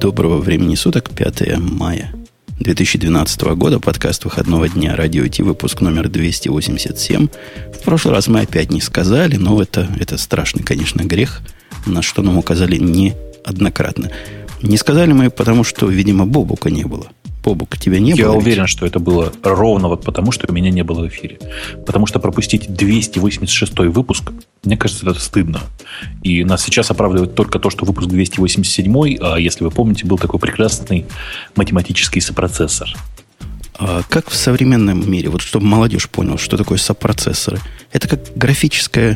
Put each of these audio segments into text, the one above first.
Доброго времени суток, 5 мая 2012 года, подкаст выходного дня Радио Ти, выпуск номер 287. В прошлый раз мы опять не сказали, но это страшный, конечно, грех, на что нам указали неоднократно. Не сказали мы, потому что, видимо, Бобука не было. Бобук, тебя не было? Я уверен, что это было ровно вот потому, что меня не было в эфире. Потому что пропустить 286-й выпуск, мне кажется, это стыдно. И нас сейчас оправдывает только то, что выпуск 287-й, а если вы помните, был такой прекрасный математический сопроцессор. А как в современном мире, вот чтобы молодежь поняла, что такое сопроцессоры? Это как графический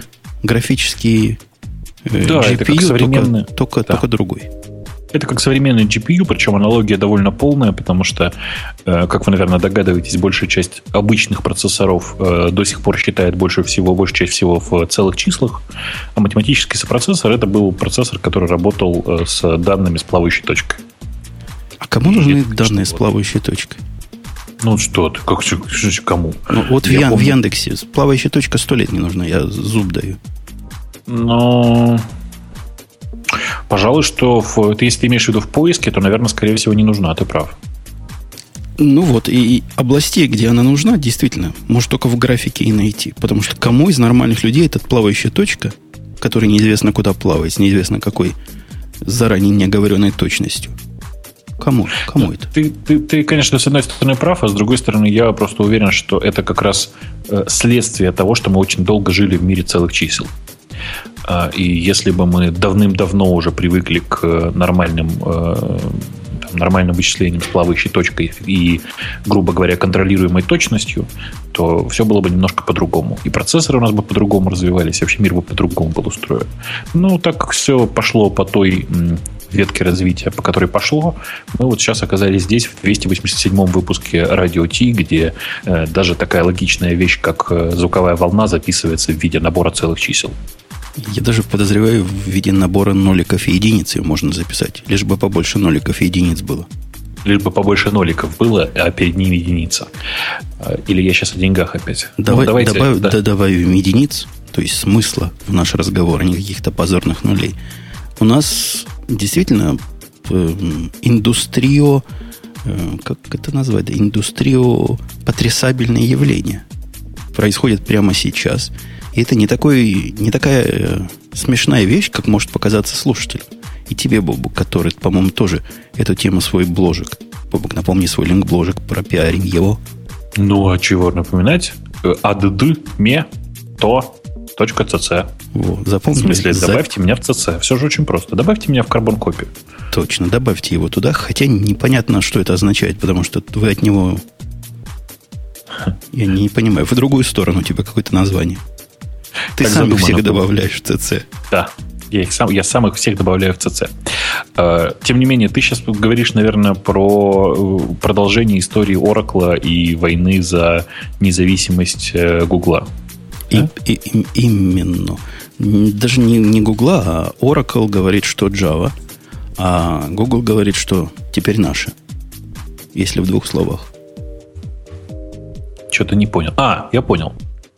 да, GPU, это как современный... только другой. Это как современный GPU, причем аналогия довольно полная, потому что, как вы, наверное, догадываетесь, большая часть обычных процессоров до сих пор считает большую часть всего в целых числах, а математический сопроцессор – это был процессор, который работал с данными с плавающей точкой. А кому нужны данные с плавающей точкой? Ну что ты, кому? Ну, вот в Яндексе плавающая точка 100 лет не нужна, я зуб даю. Но... Пожалуй, что если ты имеешь в виду в поиске, то, наверное, скорее всего, не нужна, ты прав. Ну вот, и областей, где она нужна, действительно, может только в графике и найти. Потому что кому из нормальных людей эта плавающая точка, которая неизвестно куда плавает, с неизвестно какой заранее неоговоренной точностью, Кому это? Ты, конечно, с одной стороны прав, а с другой стороны я просто уверен, что это как раз следствие того, что мы очень долго жили в мире целых чисел. И если бы мы давным-давно уже привыкли к нормальным вычислениям с плавающей точкой и, грубо говоря, контролируемой точностью, то все было бы немножко по-другому. И процессоры у нас бы по-другому развивались, и вообще мир бы по-другому был устроен. Ну, так как все пошло по той ветке развития, по которой пошло, мы вот сейчас оказались здесь, в 287-м выпуске Радио Ти, где даже такая логичная вещь, как звуковая волна, записывается в виде набора целых чисел. Я даже подозреваю, в виде набора ноликов и единиц ее можно записать. Лишь бы побольше ноликов и единиц было. Лишь бы побольше ноликов было, а перед ними единица. Или я сейчас о деньгах опять. Добавим единиц, то есть смысла в наш разговор, а не каких-то позорных нулей. У нас действительно как это назвать? Индустрио-потрясабельное явление происходит прямо сейчас. И это не такая смешная вещь, как может показаться слушателю. И тебе, Бобук, который, по-моему, тоже эту тему свой бложек. Бобук, напомни свой линк-бложек, пропиарим его. Ну, а чего напоминать? add.me.to.cc. Запомнили? В смысле, добавьте меня в CC. Все же очень просто. Добавьте меня в карбон-копию. Точно, добавьте его туда. Хотя непонятно, что это означает, потому что вы от него... Я не понимаю. В другую сторону у тебя какое-то название. Ты так сам их всех добавляешь в CC. Да, я сам их всех добавляю в CC. Тем не менее, ты сейчас говоришь, наверное, про продолжение истории Oracle и войны за независимость Гугла. Именно. Даже не Гугла, а Oracle говорит, что Java, а Google говорит, что теперь наше. Если в двух словах. Что-то не понял. Я понял.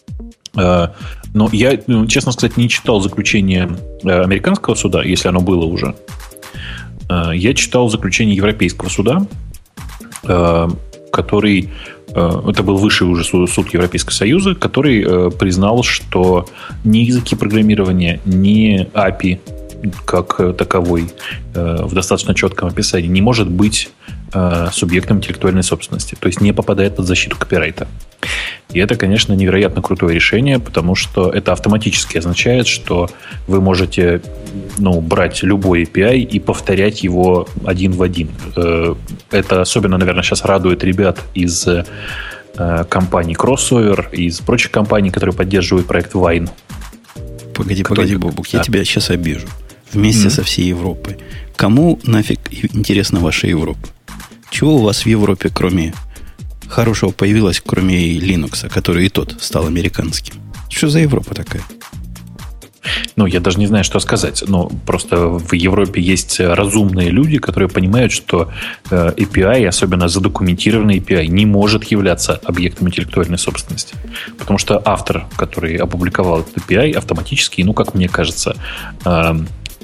Но я, честно сказать, не читал заключение американского суда, если оно было уже. Я читал заключение Европейского суда, который... Это был высший уже суд Европейского Союза, который признал, что ни языки программирования, ни API как таковой в достаточно четком описании не может быть субъектом интеллектуальной собственности, то есть не попадает под защиту копирайта. И это, конечно, невероятно крутое решение, потому что это автоматически означает, что вы можете брать любой API и повторять его один в один. Это особенно, наверное, сейчас радует ребят из компаний Crossover, из прочих компаний, которые поддерживают проект Wine. Погоди, Бобук, я тебя сейчас обижу. Вместе со всей Европой. Кому нафиг интересна ваша Европа? Чего у вас в Европе, кроме хорошего, появилось, кроме Linux, который и тот стал американским? Что за Европа такая? Я даже не знаю, что сказать. Просто в Европе есть разумные люди, которые понимают, что API, особенно задокументированный API, не может являться объектом интеллектуальной собственности. Потому что автор, который опубликовал этот API, автоматически, как мне кажется,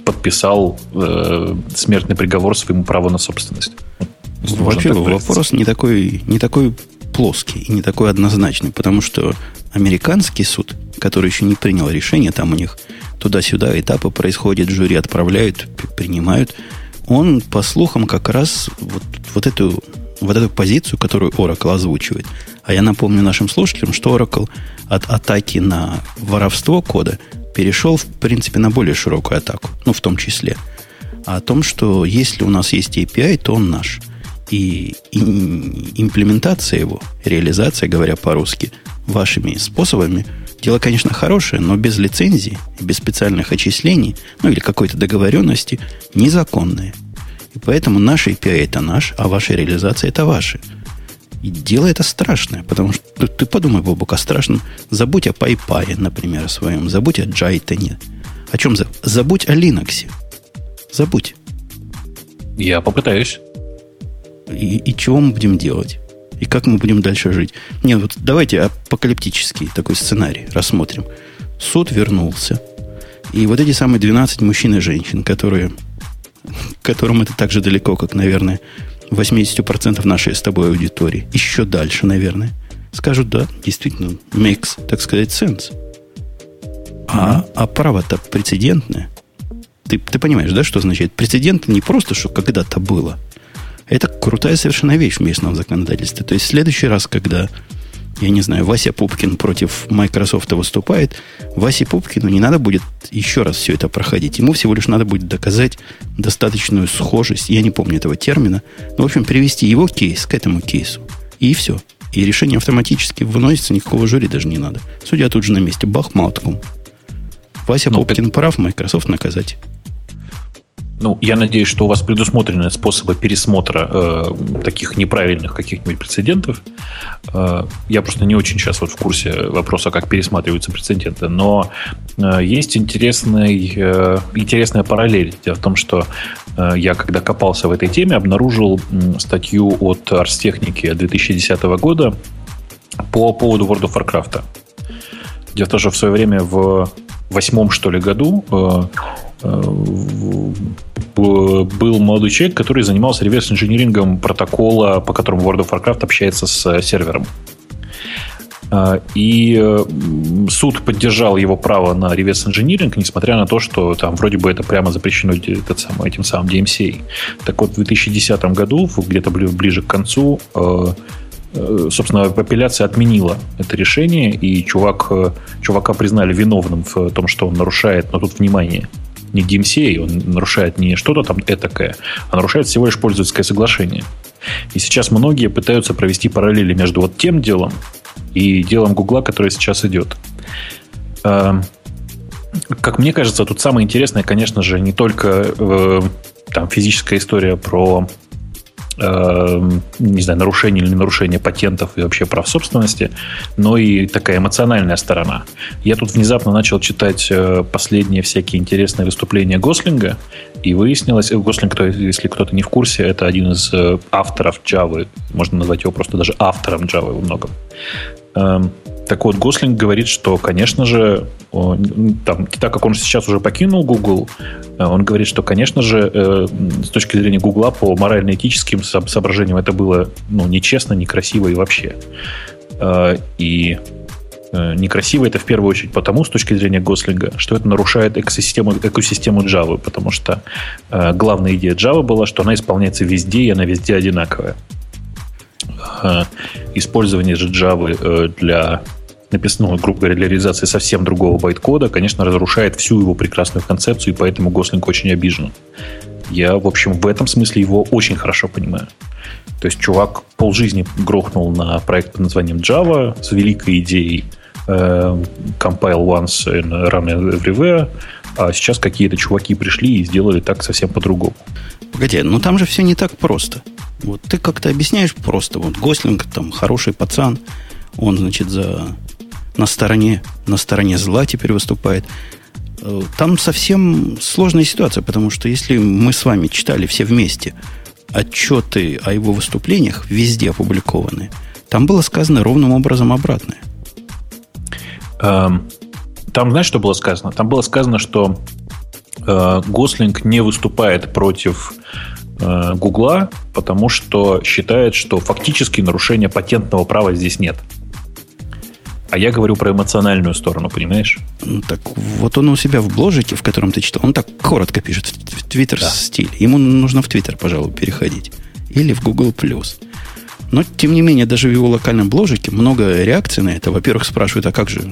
подписал смертный приговор своему праву на собственность. Вообще вопрос не такой плоский и не такой однозначный, потому что американский суд, который еще не принял решение, там у них туда-сюда этапы происходят, жюри отправляют, принимают, он, по слухам, как раз вот эту позицию, которую Oracle озвучивает. А я напомню нашим слушателям, что Oracle от атаки на воровство кода перешел, в принципе, на более широкую атаку, в том числе. О том, что если у нас есть API, то он наш. И имплементация его, реализация, говоря по-русски, вашими способами, дело, конечно, хорошее, но без лицензии, без специальных отчислений, или какой-то договоренности, незаконное. И поэтому наш API это наш, а ваша реализация это ваши. И дело это страшное, потому что ты подумай, Бобук, о страшном. Забудь о PyPy, например, о своем, забудь о Jython. О чем забудь о Linux. Забудь. Я попытаюсь. И чего мы будем делать? И как мы будем дальше жить? Нет, вот давайте апокалиптический такой сценарий рассмотрим. Суд вернулся. И вот эти самые 12 мужчин и женщин, которым это так же далеко, как, наверное, 80% нашей с тобой аудитории, еще дальше, наверное, скажут, да, действительно, makes, так сказать, sense. А право-то прецедентное. Ты понимаешь, да, что означает? Прецедент не просто, что когда-то было. Это крутая совершенно вещь в местном законодательстве. То есть в следующий раз, когда, я не знаю, Вася Пупкин против Microsoft выступает, Васе Пупкину не надо будет еще раз все это проходить. Ему всего лишь надо будет доказать достаточную схожесть, я не помню этого термина, но, в общем, привести его кейс к этому кейсу. И все. И решение автоматически выносится, никакого жюри даже не надо. Судья тут же на месте. Бах, молотком. Вася Пупкин прав, Microsoft наказать. Я надеюсь, что у вас предусмотрены способы пересмотра таких неправильных каких-нибудь прецедентов. Я просто не очень сейчас в курсе вопроса, как пересматриваются прецеденты. Но есть интересная параллель. Дело в том, что я, когда копался в этой теме, обнаружил статью от Ars Technica 2010 года по поводу World of Warcraft. Дело в том, что в свое время в 2008, что ли, году был молодой человек, который занимался реверс-инжинирингом протокола, по которому World of Warcraft общается с сервером. И суд поддержал его право на реверс-инжиниринг, несмотря на то, что там вроде бы это прямо запрещено этим самым DMCA. Так вот, в 2010 году, где-то ближе к концу, собственно, апелляция отменила это решение, и чувака признали виновным в том, что он нарушает, но тут внимание, не DMCA, он нарушает не что-то там этакое, а нарушает всего лишь пользовательское соглашение. И сейчас многие пытаются провести параллели между вот тем делом и делом Гугла, которое сейчас идет. Как мне кажется, тут самое интересное, конечно же, не только там физическая история про не знаю, нарушение или не нарушение патентов и вообще прав собственности, но и такая эмоциональная сторона. Я тут внезапно начал читать последние всякие интересные выступления Гослинга, и выяснилось, Гослинг, если кто-то не в курсе, это один из авторов Java, можно назвать его просто даже автором Java во многом. Так вот, Гослинг говорит, что, конечно же, так как он сейчас уже покинул Google, он говорит, что, конечно же, с точки зрения Гугла по морально-этическим соображениям это было нечестно, некрасиво и вообще. И некрасиво это в первую очередь потому, с точки зрения Гослинга, что это нарушает экосистему Java, потому что главная идея Java была, что она исполняется везде, и она везде одинаковая. Использование же Java для грубо говоря, для реализации совсем другого байткода, конечно, разрушает всю его прекрасную концепцию, и поэтому Гослинг очень обижен. Я, в общем, в этом смысле его очень хорошо понимаю. То есть чувак полжизни грохнул на проект под названием Java с великой идеей compile once and run everywhere, а сейчас какие-то чуваки пришли и сделали так совсем по-другому. Погоди, там же все не так просто. Вот ты как-то объясняешь просто. Вот Гослинг там хороший пацан, он, значит, на стороне зла теперь выступает. Там совсем сложная ситуация, потому что если мы с вами читали все вместе отчеты о его выступлениях, везде опубликованные, там было сказано ровным образом обратное. Там, знаешь, что было сказано? Там было сказано, что Гослинг не выступает против Гугла, потому что считает, что фактически нарушения патентного права здесь нет. А я говорю про эмоциональную сторону, понимаешь? Так вот он у себя в бложике, в котором ты читал, он так коротко пишет в Twitter-стиле. Ему нужно в Twitter, пожалуй, переходить. Или в Google+. Но, тем не менее, даже в его локальном бложике много реакций на это. Во-первых, спрашивают, а как же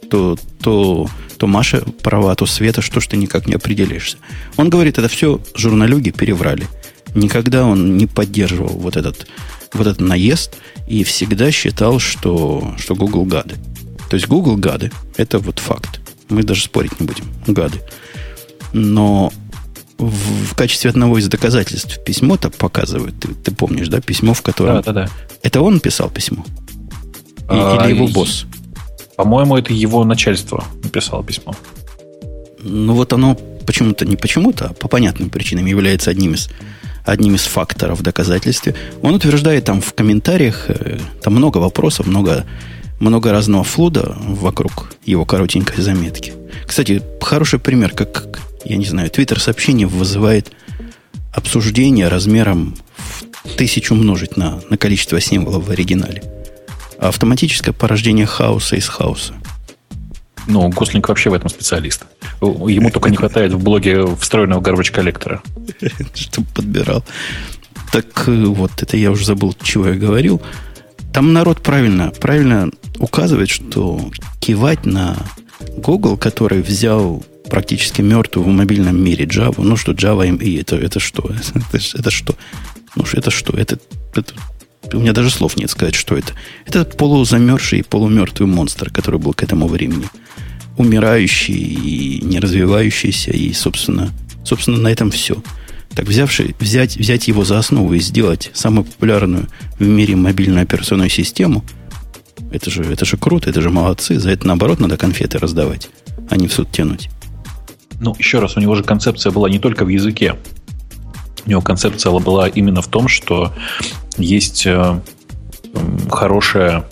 то Маша права, то Света, что ж ты никак не определишься. Он говорит, это все журналюги переврали. Никогда он не поддерживал вот этот наезд и всегда считал, что Google гады. То есть Google гады. Это вот факт. Мы даже спорить не будем. Гады. Но в качестве одного из доказательств письмо-то показывают. Ты помнишь, да? Письмо, в котором... Да. Это он писал письмо? Или его босс? По-моему, это его начальство написало письмо. Ну вот оно почему-то, не почему-то, а по понятным причинам является одним из факторов в доказательстве. Он утверждает там в комментариях, там много вопросов, много разного флуда вокруг его коротенькой заметки. Кстати, хороший пример, как я не знаю, Twitter-сообщение вызывает обсуждение размером в 1000 умножить на количество символов в оригинале. Автоматическое порождение хаоса из хаоса. Ну, Гослинг вообще в этом специалист. Ему только не хватает в блоге встроенного garbage коллектора. Чтобы подбирал. Так вот, это я уже забыл, чего я говорил. Там народ правильно указывает, что кивать на Google, который взял практически мертвую в мобильном мире Java, ну что, Java ME, это что? Это что? Ну что, это что? Это у меня даже слов нет сказать, что это. Это полузамерзший и полумертвый монстр, который был к этому времени. Умирающий и не развивающийся, и, собственно, на этом все. Так взять его за основу и сделать самую популярную в мире мобильную операционную систему, это же круто, это же молодцы. За это, наоборот, надо конфеты раздавать, а не в суд тянуть. Ну, еще раз, у него же концепция была не только в языке. У него концепция была именно в том, что есть хороший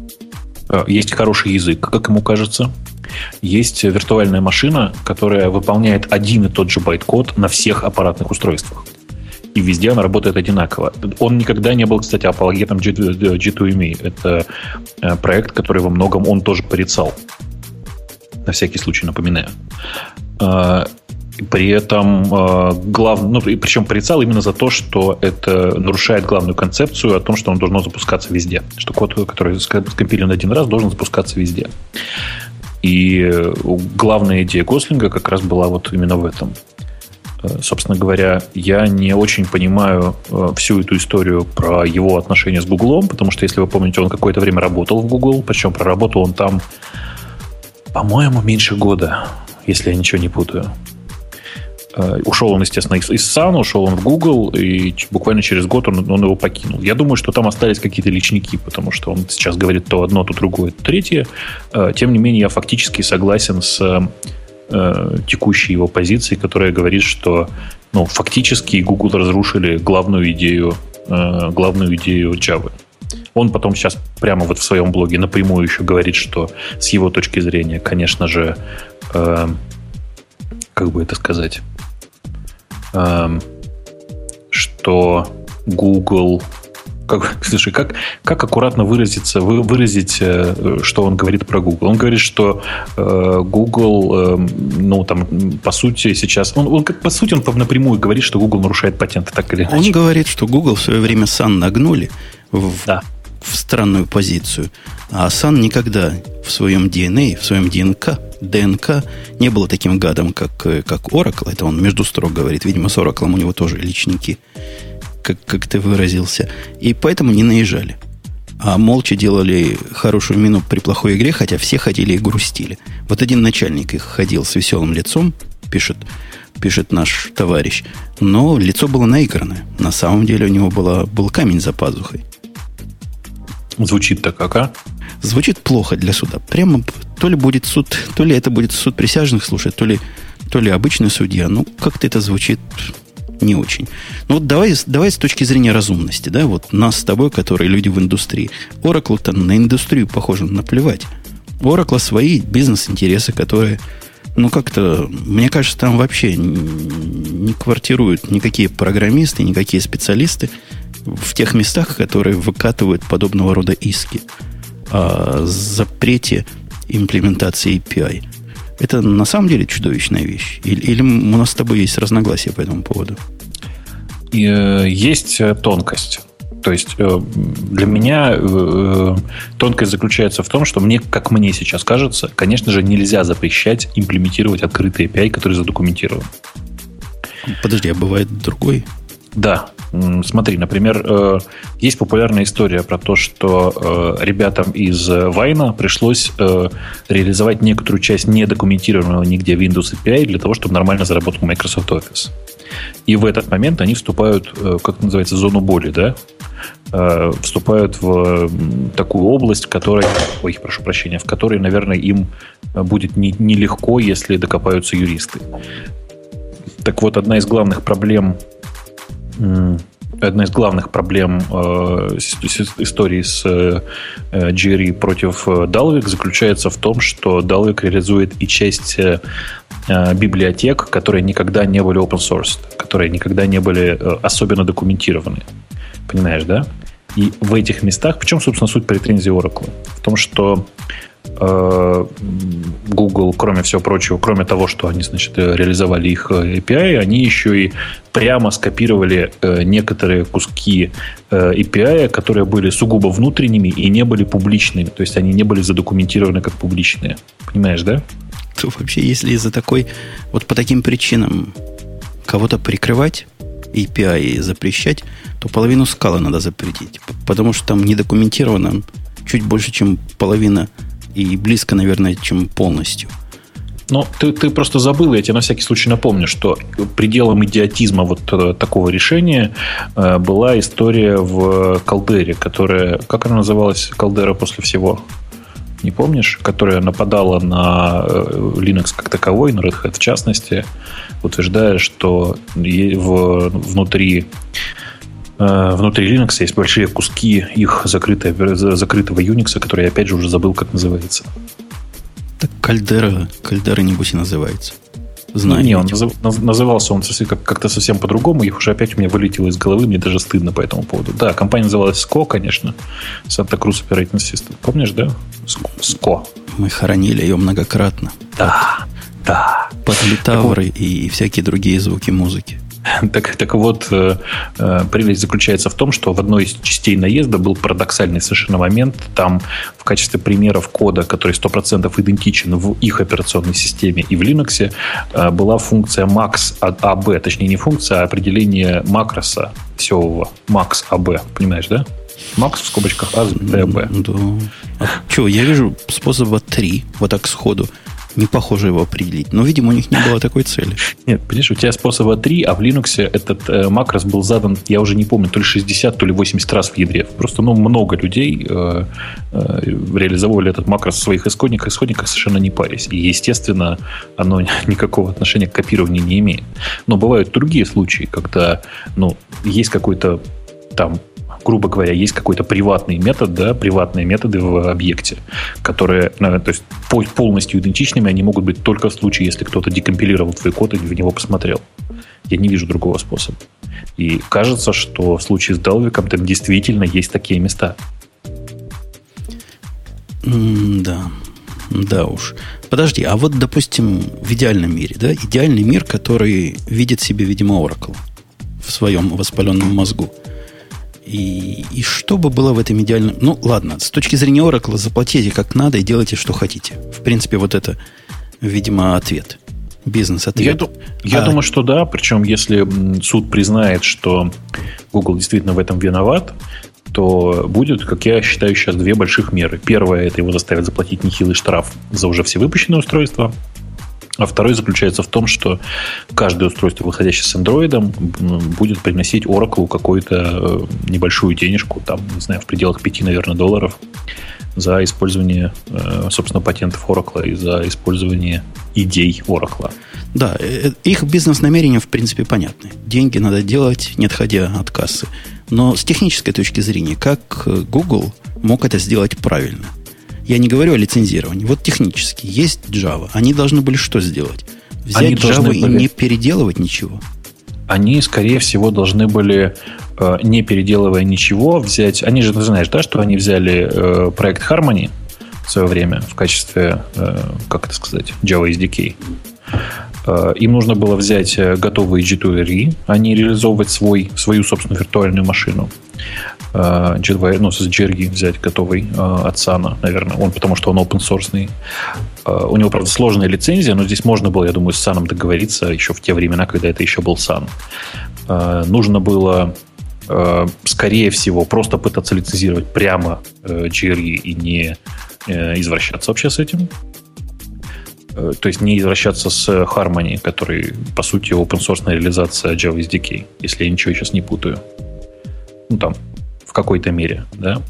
язык, как ему кажется. Есть виртуальная машина, которая выполняет один и тот же байт-код на всех аппаратных устройствах. И везде она работает одинаково. Он никогда не был, кстати, апологетом G2ME. Это проект, который во многом он тоже порицал. На всякий случай напоминаю. При этом причем порицал именно за то, что это нарушает главную концепцию о том, что он должен запускаться везде. Что код, который скомпилирован один раз, должен запускаться везде. И главная идея Гослинга как раз была вот именно в этом. Собственно говоря, я не очень понимаю всю эту историю про его отношения с Гуглом, потому что, если вы помните, он какое-то время работал в Google, причем проработал он там, по-моему, меньше года, если я ничего не путаю. Ушел он, естественно, из Sun, ушел он в Google, и буквально через год он его покинул. Я думаю, что там остались какие-то личники, потому что он сейчас говорит то одно, то другое, то третье. Тем не менее, я фактически согласен с текущей его позицией, которая говорит, что фактически Google разрушили главную идею Java. Он потом сейчас прямо вот в своем блоге напрямую еще говорит, что с его точки зрения, конечно же, как бы это сказать, что Google... Слушай, как аккуратно выразить, что он говорит про Google? Он говорит, что Google, по сути, сейчас... По сути, он напрямую говорит, что Google нарушает патенты, так или иначе. Он говорит, что Google в свое время Sun нагнули в странную позицию, а Sun никогда в своем DNA, в своем ДНК не было таким гадом, как Oracle. Это он между строк говорит. Видимо, с Oracle у него тоже личники, как ты выразился. И поэтому не наезжали. А молча делали хорошую мину при плохой игре, хотя все ходили и грустили. Вот один начальник их ходил с веселым лицом, пишет наш товарищ, но лицо было наигранное. На самом деле у него был камень за пазухой. Звучит-то как, а? Звучит плохо для суда. Прямо то ли будет суд, то ли это будет суд присяжных слушать, то ли обычный судья. Как-то это звучит не очень. Вот давай с точки зрения разумности, да, вот нас с тобой, которые люди в индустрии. Oracle-то на индустрию, похоже, наплевать. У Oracle свои бизнес-интересы, которые Ну, как-то, мне кажется, там вообще не квартируют никакие программисты, никакие специалисты в тех местах, которые выкатывают подобного рода иски о запрете имплементации API. Это на самом деле чудовищная вещь? Или у нас с тобой есть разногласия по этому поводу? Есть тонкость. То есть для меня тонкость заключается в том, что как мне сейчас кажется, конечно же, нельзя запрещать имплементировать открытый API, который задокументирован. Подожди, а бывает другой? Да. Смотри, например, есть популярная история про то, что ребятам из Вайна пришлось реализовать некоторую часть недокументированного нигде Windows API для того, чтобы нормально заработал Microsoft Office. И в этот момент они вступают, как это называется, в зону боли, да? Вступают в такую область, в которой, в которой, наверное, им будет нелегко, если докопаются юристы. Так вот, одна из главных проблем истории с GRE против Dalvik заключается в том, что Dalvik реализует и часть библиотек, которые никогда не были open source, которые никогда не были особенно документированы. Понимаешь, да? И в этих местах, в чем, собственно, суть претензий Oracle? В том, что Google, кроме всего прочего, кроме того, что они, значит, реализовали их API, они еще и прямо скопировали некоторые куски API, которые были сугубо внутренними и не были публичными. То есть они не были задокументированы как публичные. Понимаешь, да? То вообще, если из-за такой, вот по таким причинам кого-то прикрывать, API запрещать, то половину скалы надо запретить. Потому что там недокументировано чуть больше, чем половина, и близко, наверное, чем полностью. Но ты просто забыл, я тебе на всякий случай напомню, что пределом идиотизма вот такого решения была история в Калдере, которая, как она называлась, Калдера после всего? Не помнишь? Которая нападала на Linux как таковой, на Red Hat в частности, утверждая, что внутри Linux есть большие куски их закрытого Unix, который я опять же уже забыл, как называется. Так Кальдера, небось, и называется. Знаю. Не, назывался он как-то совсем по-другому, их уже опять у меня вылетело из головы, мне даже стыдно по этому поводу. Да, компания называлась SCO, конечно, Santa Cruz Operating System. Помнишь, да? SCO. Мы хоронили ее многократно. Да. Под литавры и всякие другие звуки музыки. Так вот, прелесть заключается в том, что в одной из частей наезда был парадоксальный совершенно момент. Там в качестве примеров кода, который 100% идентичен в их операционной системе и в Linux, была функция max.ab, точнее не функция, а определение макроса севого, max.ab, понимаешь, да? Max в скобочках А, Б. Да. А что, я вижу способа 3, вот так сходу. Не похоже его определить. Но, видимо, у них не было такой цели. Нет, понимаешь, у тебя способа 3, а в Linux этот макрос был задан, я уже не помню, то ли 60, то ли 80 раз в ядре. Просто много людей реализовывали этот макрос в своих исходниках совершенно не парясь. И, естественно, оно никакого отношения к копированию не имеет. Но бывают другие случаи, когда есть какой-то там, грубо говоря, есть какой-то приватный метод, да, приватные методы в объекте, которые, то есть полностью идентичными они могут быть только в случае, если кто-то декомпилировал твой код и в него посмотрел. Я не вижу другого способа. И кажется, что в случае с Dalvik там действительно есть такие места. Да уж. Подожди, а вот, допустим, в идеальном мире, да, идеальный мир, который видит себе, видимо, Oracle в своем воспаленном мозгу. И что бы было в этом идеальном... Ну, ладно, с точки зрения Oracle заплатите как надо и делайте, что хотите. В принципе, вот это, видимо, ответ. Бизнес-ответ. Я думаю, что да. Причем, если суд признает, что Google действительно в этом виноват, то будет, как я считаю, сейчас две больших меры. Первое, это его заставят заплатить нехилый штраф за уже все выпущенные устройства. А второй заключается в том, что каждое устройство, выходящее с Android, будет приносить Oracle какую-то небольшую денежку, там, не знаю, в пределах $5, наверное, за использование, собственно, патентов Oracle и за использование идей Oracle. Да, их бизнес-намерения, в принципе, понятны. Деньги надо делать, не отходя от кассы. Но с технической точки зрения, как Google мог это сделать правильно? Я не говорю о лицензировании. Вот технически есть Java. Они должны были что сделать? Взять Java и не переделывать ничего? Они, скорее всего, должны были, не переделывая ничего, взять... Они же, ты знаешь, да, что они взяли проект Harmony в свое время в качестве, как это сказать, Java SDK. Им нужно было взять готовый G2RE, а не реализовывать свою собственную виртуальную машину. GRE взять готовый от Sun, наверное. Потому что он open-source. У него, правда, сложная лицензия, но здесь можно было, я думаю, с Sun договориться еще в те времена, когда это еще был Sun. Нужно было, скорее всего, просто пытаться лицензировать прямо GRE и не извращаться вообще с этим. То есть не извращаться с Harmony, который, по сути, open-source реализация Java SDK, если я ничего сейчас не путаю. Там, в какой-то мере, да.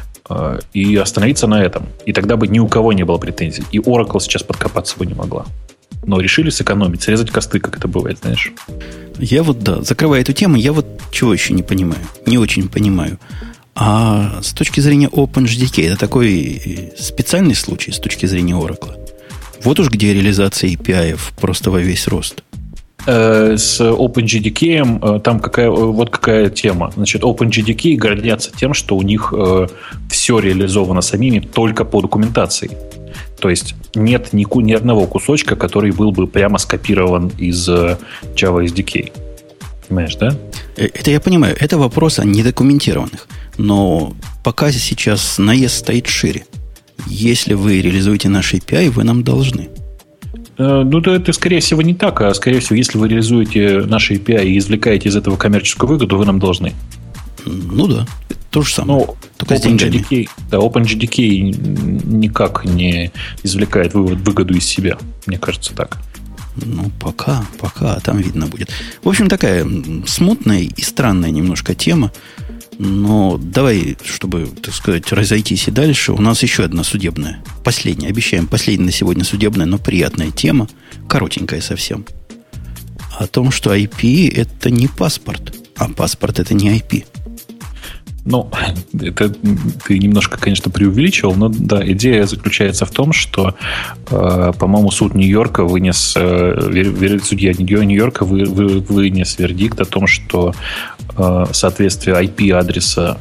И остановиться на этом. И тогда бы ни у кого не было претензий. И Oracle сейчас подкопаться бы не могла. Но решили сэкономить, срезать косты, как это бывает, знаешь. Я закрывая эту тему, я чего еще не понимаю. Не очень понимаю. А с точки зрения OpenJDK, это такой специальный случай с точки зрения Oracle. Вот уж где реализация API просто во весь рост. С OpenJDK там какая тема. Значит, OpenJDK гордятся тем, что у них все реализовано самими только по документации. То есть нет ни одного кусочка, который был бы прямо скопирован из Java SDK. Понимаешь, да? Это я понимаю. Это вопрос о недокументированных. Но пока сейчас наезд стоит шире. Если вы реализуете наш API, вы нам должны. Ну, это, скорее всего, не так. А, скорее всего, если вы реализуете наши API и извлекаете из этого коммерческую выгоду, вы нам должны. Ну да, это то же самое. Но только с деньгами. Да, OpenJDK никак не извлекает выгоду из себя. Мне кажется, так. Ну, пока, там видно будет. В общем, такая смутная и странная немножко тема. Но давай, чтобы, так сказать, разойтись и дальше, у нас еще одна судебная. Последняя, обещаем, последняя на сегодня судебная, но приятная тема. Коротенькая совсем. О том, что IP это не паспорт, а паспорт это не IP. Ну, это ты немножко, конечно, преувеличивал, но да, идея заключается в том, что, по-моему, суд Нью-Йорка судья Нью-Йорка вынес вердикт о том, что соответствие IP-адреса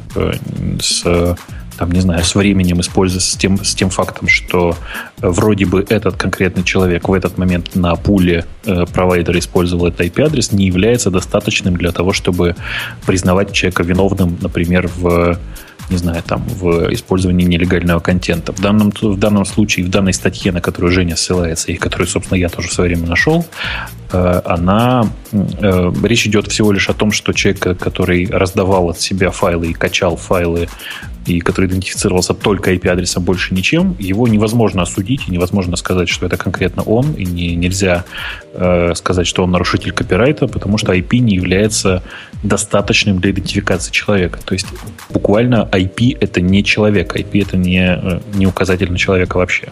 с временем используется с тем фактом, что вроде бы этот конкретный человек в этот момент на пуле провайдера использовал этот IP-адрес, не является достаточным для того, чтобы признавать человека виновным, например, в использовании нелегального контента. В данном случае, в данной статье, на которую Женя ссылается, и которую, собственно, я тоже в свое время нашел, речь идет всего лишь о том, что человек, который раздавал от себя файлы и качал файлы, и который идентифицировался только IP-адресом, больше ничем, его невозможно осудить, и невозможно сказать, что это конкретно он, и нельзя сказать, что он нарушитель копирайта, потому что IP не является достаточным для идентификации человека. То есть буквально IP это не человек, IP это не указатель на человека вообще.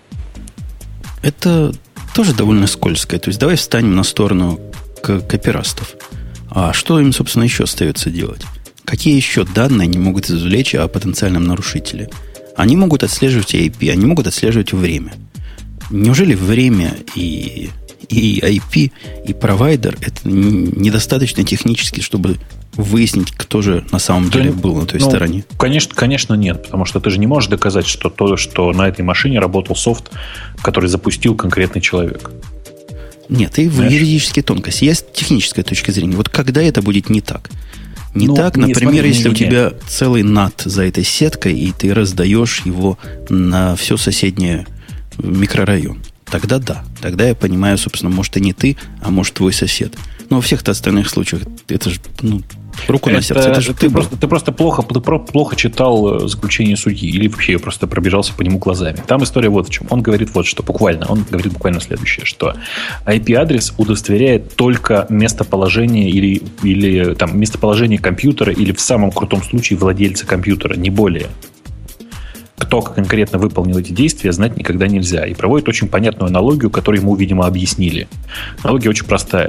Это тоже довольно скользкое. То есть давай встанем на сторону копирастов. А что им, собственно, еще остается делать? Какие еще данные они могут извлечь о потенциальном нарушителе? Они могут отслеживать IP, они могут отслеживать время. Неужели время и IP, и провайдер это недостаточно технически, чтобы выяснить, кто же на самом деле был на той стороне? Конечно, нет. Потому что ты же не можешь доказать, что на этой машине работал софт, который запустил конкретный человек. Нет, и в юридические тонкости. Есть техническая точка зрения. Вот когда это будет не так? Например, если у тебя целый NAT за этой сеткой, и ты раздаешь его на все соседнее микрорайон. Тогда да. Тогда я понимаю, собственно, может и не ты, а может твой сосед. Но во всех-то остальных случаях это же, руку на сердце, это же ты просто плохо читал заключение судьи, или вообще просто пробежался по нему глазами. Там история вот в чем. Он говорит буквально следующее, что IP-адрес удостоверяет только местоположение или там местоположение компьютера, или в самом крутом случае владельца компьютера, не более. Кто конкретно выполнил эти действия, знать никогда нельзя. И проводит очень понятную аналогию, которую ему, видимо, объяснили. Аналогия очень простая.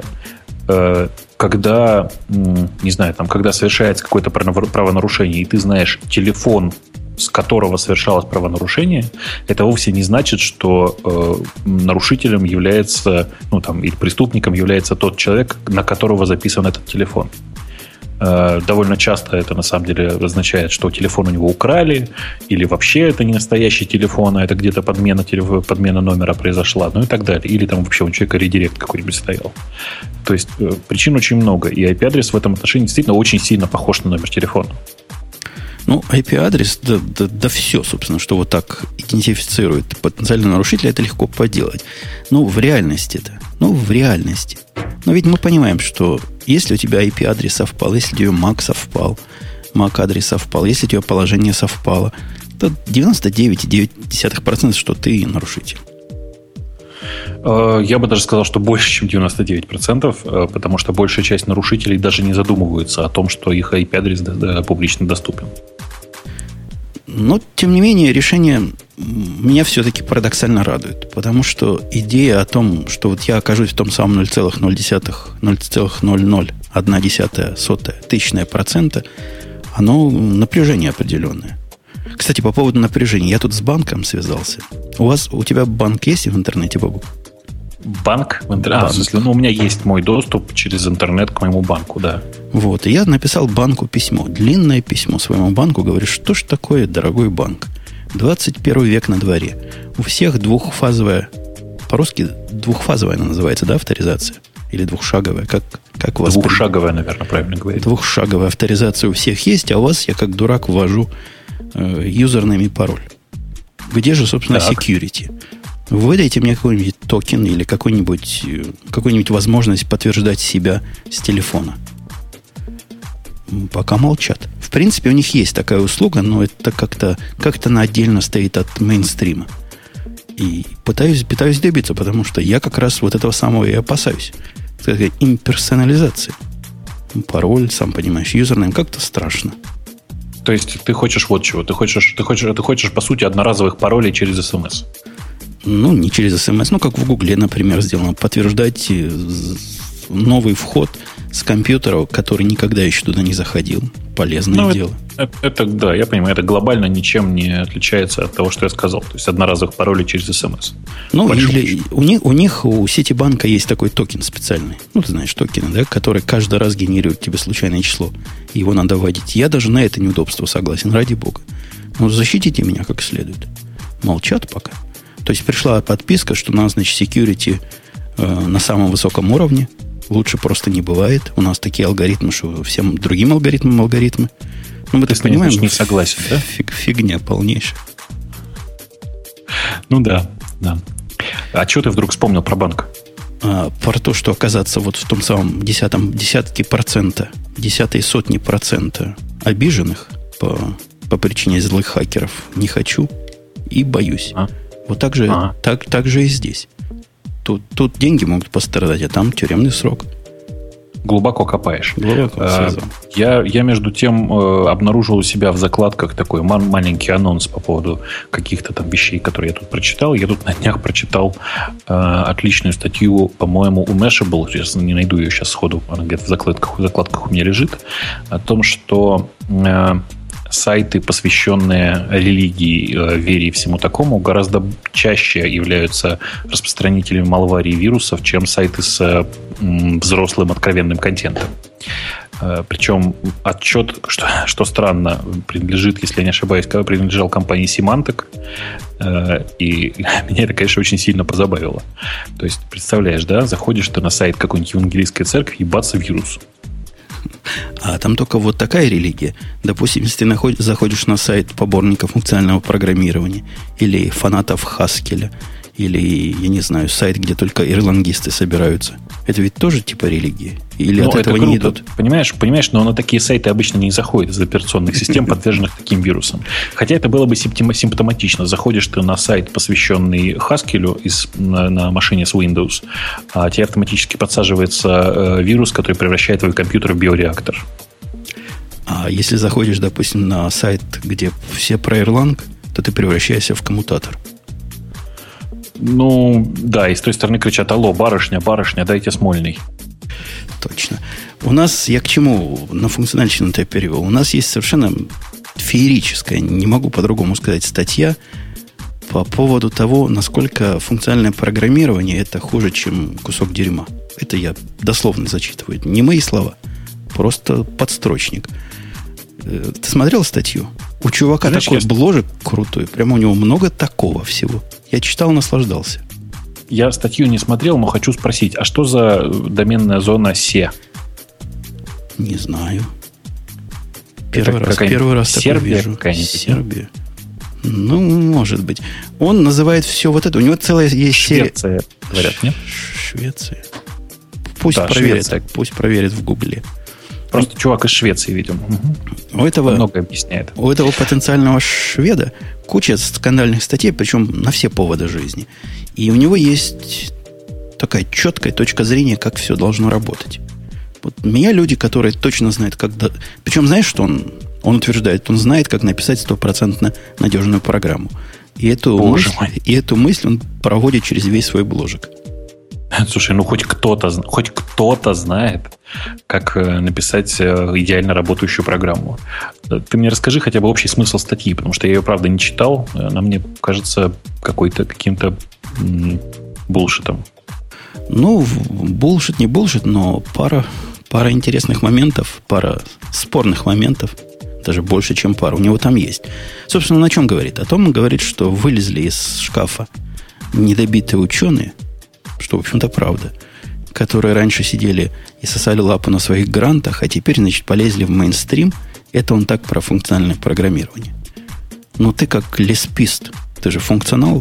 Когда, когда совершается какое-то правонарушение, и ты знаешь телефон с которого совершалось правонарушение, это вовсе не значит, что нарушителем является, или преступником является тот человек, на которого записан этот телефон. Довольно часто это на самом деле означает, что телефон у него украли, или вообще это не настоящий телефон, а это где-то подмена номера произошла, и так далее. Или там вообще у человека редирект какой-нибудь стоял. То есть причин очень много. И IP-адрес в этом отношении действительно очень сильно похож на номер телефона. IP-адрес, да все, собственно, что вот так идентифицирует потенциального нарушителя, это легко поделать. В реальности-то. В реальности. Но ведь мы понимаем, что если у тебя IP-адрес совпал, если у тебя MAC совпал, MAC-адрес совпал, если у тебя положение совпало, то 99,9%, что ты нарушитель. Я бы даже сказал, что больше, чем 99%, потому что большая часть нарушителей даже не задумываются о том, что их IP-адрес публично доступен. Но, тем не менее, решение меня все-таки парадоксально радует, потому что идея о том, что вот я окажусь в том самом 0,0001% оно напряжение определенное. Кстати, по поводу напряжения, я тут с банком связался. У тебя банк есть в интернете, Бобук? Банк? В смысле, у меня есть мой доступ через интернет к моему банку, да. Вот, и я написал банку письмо, длинное письмо своему банку, говорю, что ж такое, дорогой банк? 21 век на дворе. У всех двухфазовая, по-русски двухфазовая она называется, да, авторизация? Или двухшаговая? Как у вас? Двухшаговая, наверное, правильно говорить. Двухшаговая авторизация у всех есть, а у вас я как дурак ввожу юзернейм и пароль. Где же, собственно, security? Выдайте мне какой-нибудь токен или какую-нибудь возможность подтверждать себя с телефона. Пока молчат. В принципе, у них есть такая услуга, но это как-то она отдельно стоит от мейнстрима. И пытаюсь добиться, потому что я как раз вот этого самого и опасаюсь. Такая имперсонализация. Пароль, сам понимаешь, юзернейм, как-то страшно. То есть ты хочешь вот чего? Ты хочешь, по сути, одноразовых паролей через СМС? Не через СМС, как в Гугле, например, сделано. Подтверждать новый вход с компьютера, который никогда еще туда не заходил. Полезное дело. Это, да, я понимаю, это глобально ничем не отличается от того, что я сказал. То есть одноразовых паролей через СМС. Или у них, у Ситибанка есть такой токен специальный. Ты знаешь, токены, да, который каждый раз генерирует тебе случайное число. Его надо вводить. Я даже на это неудобство согласен, ради бога. Защитите меня как следует. Молчат пока. То есть пришла подписка, что у нас, security на самом высоком уровне. Лучше просто не бывает. У нас такие алгоритмы, что всем другим алгоритмы. Мы так понимаем, не согласен, да? Фигня полнейшая. Да. А что ты вдруг вспомнил про банк? Про то, что оказаться вот в том самом десятой сотни процента обиженных по причине злых хакеров не хочу и боюсь. Вот так же и здесь. Тут деньги могут пострадать, а там тюремный срок. Глубоко копаешь. Глубоко связал. Я между тем обнаружил у себя в закладках такой маленький анонс по поводу каких-то там вещей, которые я тут прочитал. Я тут на днях прочитал отличную статью, по-моему, у Mashable. Я не найду ее сейчас сходу, она где-то в закладках у меня лежит. О том, что сайты, посвященные религии, вере и всему такому, гораздо чаще являются распространителями малвари и вирусов, чем сайты с взрослым откровенным контентом. Причем отчет, что странно, принадлежит, если я не ошибаюсь, принадлежал компании Symantec. И меня это, конечно, очень сильно позабавило. То есть, представляешь, да, заходишь ты на сайт какой-нибудь евангелийской церкви, ебаться вирус. А там только вот такая религия. Допустим, если ты заходишь на сайт поборника функционального программирования или фанатов Хаскеля, или, я не знаю, сайт, где только ирландисты собираются, это ведь тоже типа религии? Или от этого не идут? Понимаешь, но на такие сайты обычно не заходят из операционных систем, подверженных таким вирусам. Хотя это было бы симптоматично. Заходишь ты на сайт, посвященный Хаскелю на машине с Windows, а тебе автоматически подсаживается вирус, который превращает твой компьютер в биореактор. А если заходишь, допустим, на сайт, где все про Erlang, то ты превращаешься в коммутатор. Да, и с той стороны кричат: алло, барышня, дайте Смольный. Точно. У нас, я к чему на функциональщину-то перевел? У нас есть совершенно феерическая, не могу по-другому сказать, статья по поводу того, насколько функциональное программирование это хуже, чем кусок дерьма. Это я дословно зачитываю. Не мои слова, просто подстрочник. Ты смотрел статью? У чувака такой бложек крутой. Прямо у него много такого всего. Я читал, наслаждался. Я статью не смотрел, но хочу спросить, а что за доменная зона SE? Не знаю. Первый раз такой вижу. Сербия. Ну, может быть. Он называет все вот это. У него целая есть серия. Швеция, говорят, нет? Швеция. Пусть проверит. Швеция. Пусть проверит в Гугле. Просто чувак из Швеции, видимо. У этого, много объясняет. У этого потенциального шведа куча скандальных статей, причем на все поводы жизни. И у него есть такая четкая точка зрения, как все должно работать. Вот меня люди, которые точно знают, как... Причем знаешь, что он утверждает? Он знает, как написать 100% надежную программу. И эту мысль он проводит через весь свой бложек. Слушай, ну хоть кто-то знает, как написать идеально работающую программу. Ты мне расскажи хотя бы общий смысл статьи, потому что я ее, правда, не читал. Она мне кажется каким-то булшитом. Ну, булшит, не булшит, но пара интересных моментов, пара спорных моментов, даже больше, чем пара, у него там есть. Собственно, на чем говорит? О том он говорит, что вылезли из шкафа недобитые ученые, что, в общем-то, правда, которые раньше сидели и сосали лапу на своих грантах, а теперь, значит, полезли в мейнстрим. Это он так про функциональное программирование. Ну, ты как леспист, ты же функционал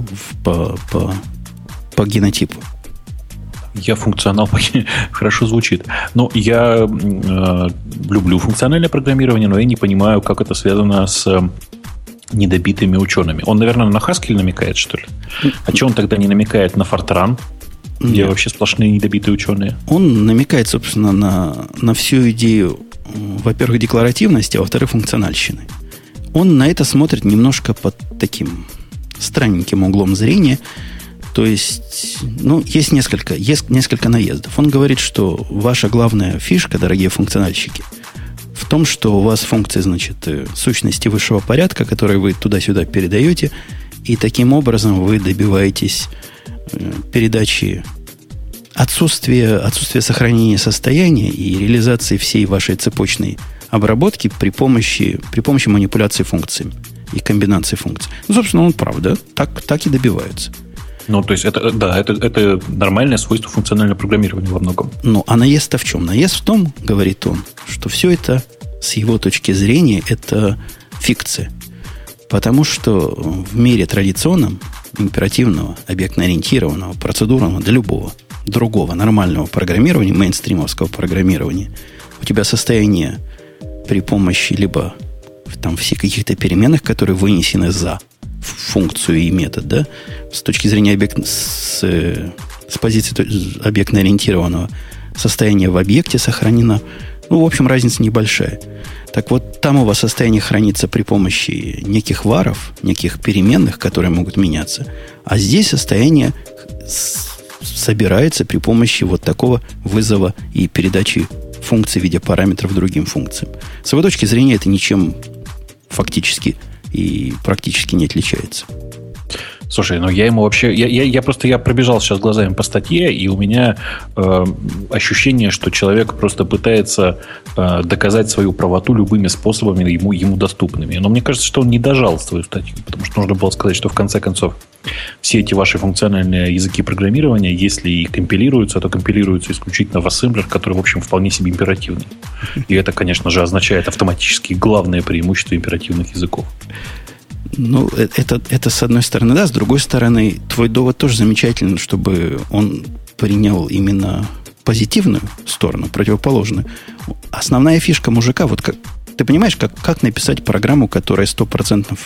по генотипу. Я функционал хорошо звучит. Но я люблю функциональное программирование, но я не понимаю, как это связано с недобитыми учеными. Он, наверное, на Haskell намекает, что ли? А что он тогда не намекает на Fortran, где вообще сплошные недобитые ученые? Он намекает, собственно, на всю идею, во-первых, декларативности, а во-вторых, функциональщины. Он на это смотрит немножко под таким странненьким углом зрения. То есть, есть несколько наездов. Он говорит, что ваша главная фишка, дорогие функциональщики, в том, что у вас функции, значит, сущности высшего порядка, которые вы туда-сюда передаете, и таким образом вы добиваетесь передачи отсутствия сохранения состояния и реализации всей вашей цепочной обработки при помощи манипуляции функциями и комбинации функций. Собственно, он прав, да? Так и добиваются. То есть, это нормальное свойство функционального программирования во многом. А наезд-то в чем? Наезд в том, говорит он, что все это, с его точки зрения, это фикция. Потому что в мире традиционном, императивного, объектно-ориентированного, процедурного, для любого другого нормального программирования, мейнстримовского программирования, у тебя состояние при помощи либо там все каких-то переменных, которые вынесены за функцию и метод, да, с точки зрения с позиции объектно-ориентированного состояния в объекте сохранено. В общем, разница небольшая. Так вот, там у вас состояние хранится при помощи неких варов, неких переменных, которые могут меняться. А здесь состояние собирается при помощи вот такого вызова и передачи функций в виде параметров другим функциям. С его точки зрения это ничем фактически и практически не отличается. Слушай, я ему вообще... Я пробежал сейчас глазами по статье, и у меня ощущение, что человек просто пытается доказать свою правоту любыми способами ему доступными. Но мне кажется, что он не дожал свою статью, потому что нужно было сказать, что в конце концов все эти ваши функциональные языки программирования, если и компилируются, то компилируются исключительно в ассемблер, который, в общем, вполне себе императивный. И это, конечно же, означает автоматически главное преимущество императивных языков. Это с одной стороны, да, с другой стороны, твой довод тоже замечательный, чтобы он принял именно позитивную сторону, противоположную. Основная фишка мужика, вот как ты понимаешь, как написать программу, которая 100%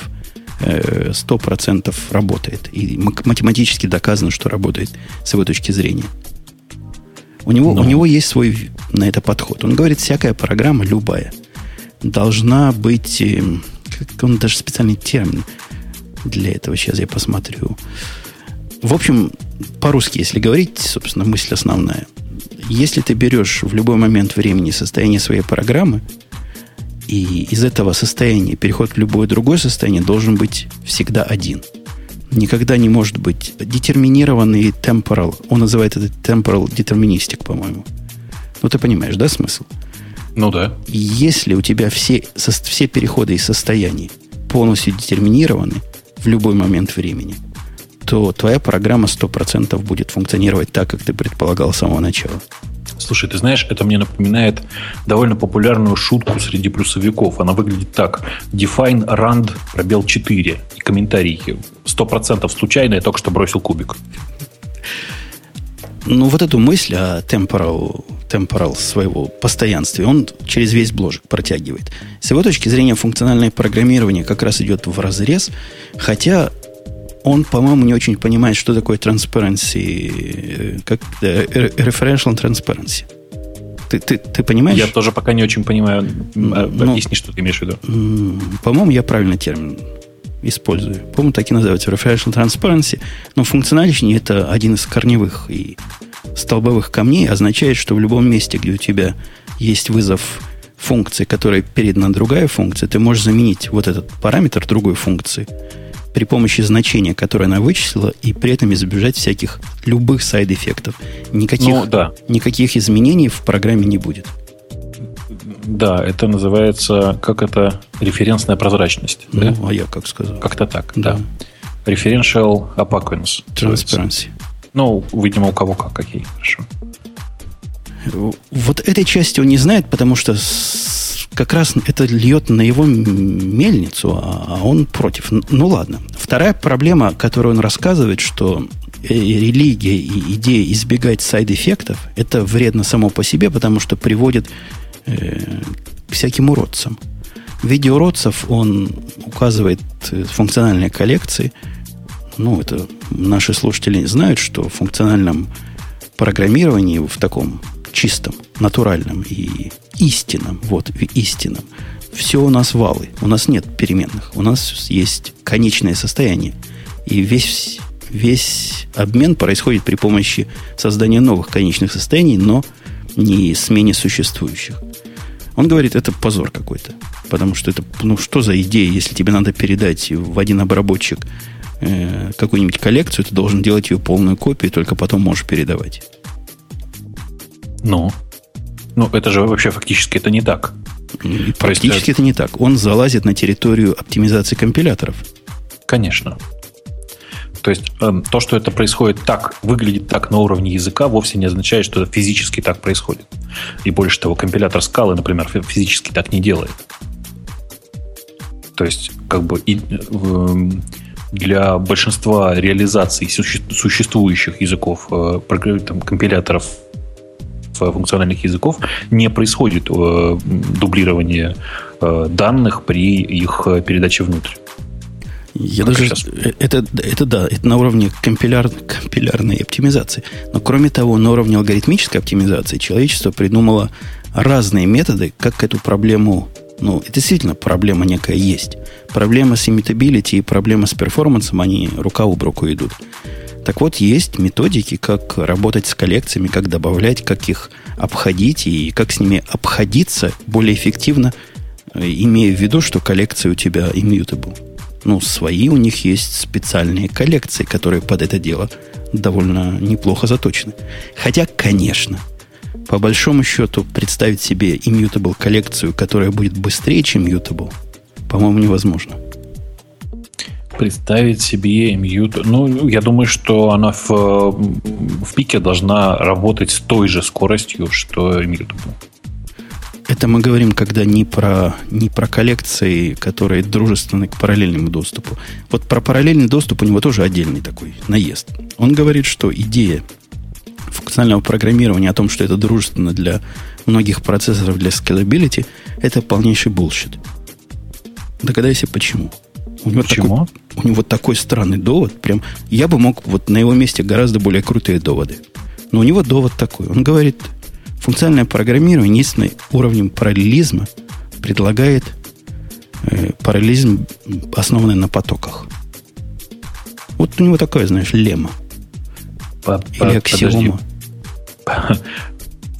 работает, и математически доказано, что работает с его точки зрения. У него есть свой на это подход. Он говорит, всякая программа, любая, должна быть... Он даже специальный термин для этого. Сейчас я посмотрю. В общем, по-русски, если говорить, собственно, мысль основная. Если ты берешь в любой момент времени состояние своей программы И из этого состояния переход в любое другое состояние должен быть всегда один. Никогда не может быть детерминированный temporal. Он называет это temporal deterministic, по-моему. Ну, ты понимаешь, да, смысл? Ну, да. Если у тебя все переходы из состояний полностью детерминированы в любой момент времени, то твоя программа 100% будет функционировать так, как ты предполагал с самого начала. Слушай, ты знаешь, это мне напоминает довольно популярную шутку среди плюсовиков. Она выглядит так. Define rand пробел 4. И комментарий. 100% случайно, я только что бросил кубик. Ну, вот эту мысль о temporal своего постоянстве он через весь бложек протягивает. С его точки зрения, функциональное программирование как раз идет вразрез, хотя он, по-моему, не очень понимает, что такое transparency, как referential transparency. Ты понимаешь? Я тоже пока не очень понимаю. Объясни, что ты имеешь в виду. По-моему, я правильный термин использую. По-моему, так и называется referential transparency. Но функциональщина это один из корневых и столбовых камней, означает, что в любом месте, где у тебя есть вызов функции, которая передана другая функция, ты можешь заменить вот этот параметр другой функции при помощи значения, которое она вычислила, и при этом избежать всяких любых сайд-эффектов. Никаких изменений в программе не будет. Да, это называется, как это, референсная прозрачность. Ну, да? А я как сказал? Как-то так, да. Referential opaqueness. Transparency. Ну, видимо, у кого какие. Хорошо. Вот этой части он не знает, потому что как раз это льет на его мельницу, а он против. Ну, ладно. Вторая проблема, которую он рассказывает, что религия и идея избегать сайд-эффектов, это вредно само по себе, потому что приводит к всяким уродцам. В виде уродцев он указывает функциональные коллекции. Ну, это наши слушатели знают, что в функциональном программировании, в таком чистом, натуральном и истинном, все у нас валы. У нас нет переменных. У нас есть конечное состояние. И весь обмен происходит при помощи создания новых конечных состояний, но не смене существующих. Он говорит, это позор какой-то. Потому что это, что за идея, если тебе надо передать в один обработчик какую-нибудь коллекцию, ты должен делать ее полную копию, и только потом можешь передавать. Ну, это же вообще фактически это не так. Практически это не так. Он залазит на территорию оптимизации компиляторов. Конечно. То есть то, что это происходит так, выглядит так на уровне языка, вовсе не означает, что это физически так происходит. И больше того, компилятор скалы, например, физически так не делает. То есть, как бы для большинства реализаций существующих языков, компиляторов, функциональных языков не происходит дублирование данных при их передаче внутрь. Это на уровне компилярной оптимизации. Но кроме того, на уровне алгоритмической оптимизации человечество придумало разные методы, как эту проблему. Это действительно проблема некая есть. Проблема с immutability и проблема с перформансом, они рука об руку идут. Так вот, есть методики, как работать с коллекциями, как добавлять, как их обходить и как с ними обходиться более эффективно, имея в виду, что коллекции у тебя immutable. Свои у них есть специальные коллекции, которые под это дело довольно неплохо заточены. Хотя, конечно, по большому счету, представить себе immutable коллекцию, которая будет быстрее, чем mutable, по-моему, невозможно. Представить себе immutable... я думаю, что она в пике должна работать с той же скоростью, что immutable. Это мы говорим, когда не про коллекции, которые дружественны к параллельному доступу. Вот про параллельный доступ у него тоже отдельный такой наезд. Он говорит, что идея функционального программирования о том, что это дружественно для многих процессоров для scalability, это полнейший bullshit. Догадайся, почему. У него такой странный довод. Прям я бы мог на его месте гораздо более крутые доводы. Но у него довод такой. Он говорит, функциональное программирование единственным уровнем параллелизма предлагает параллелизм, основанный на потоках. Вот у него такое, знаешь, лемма. Или аксиома.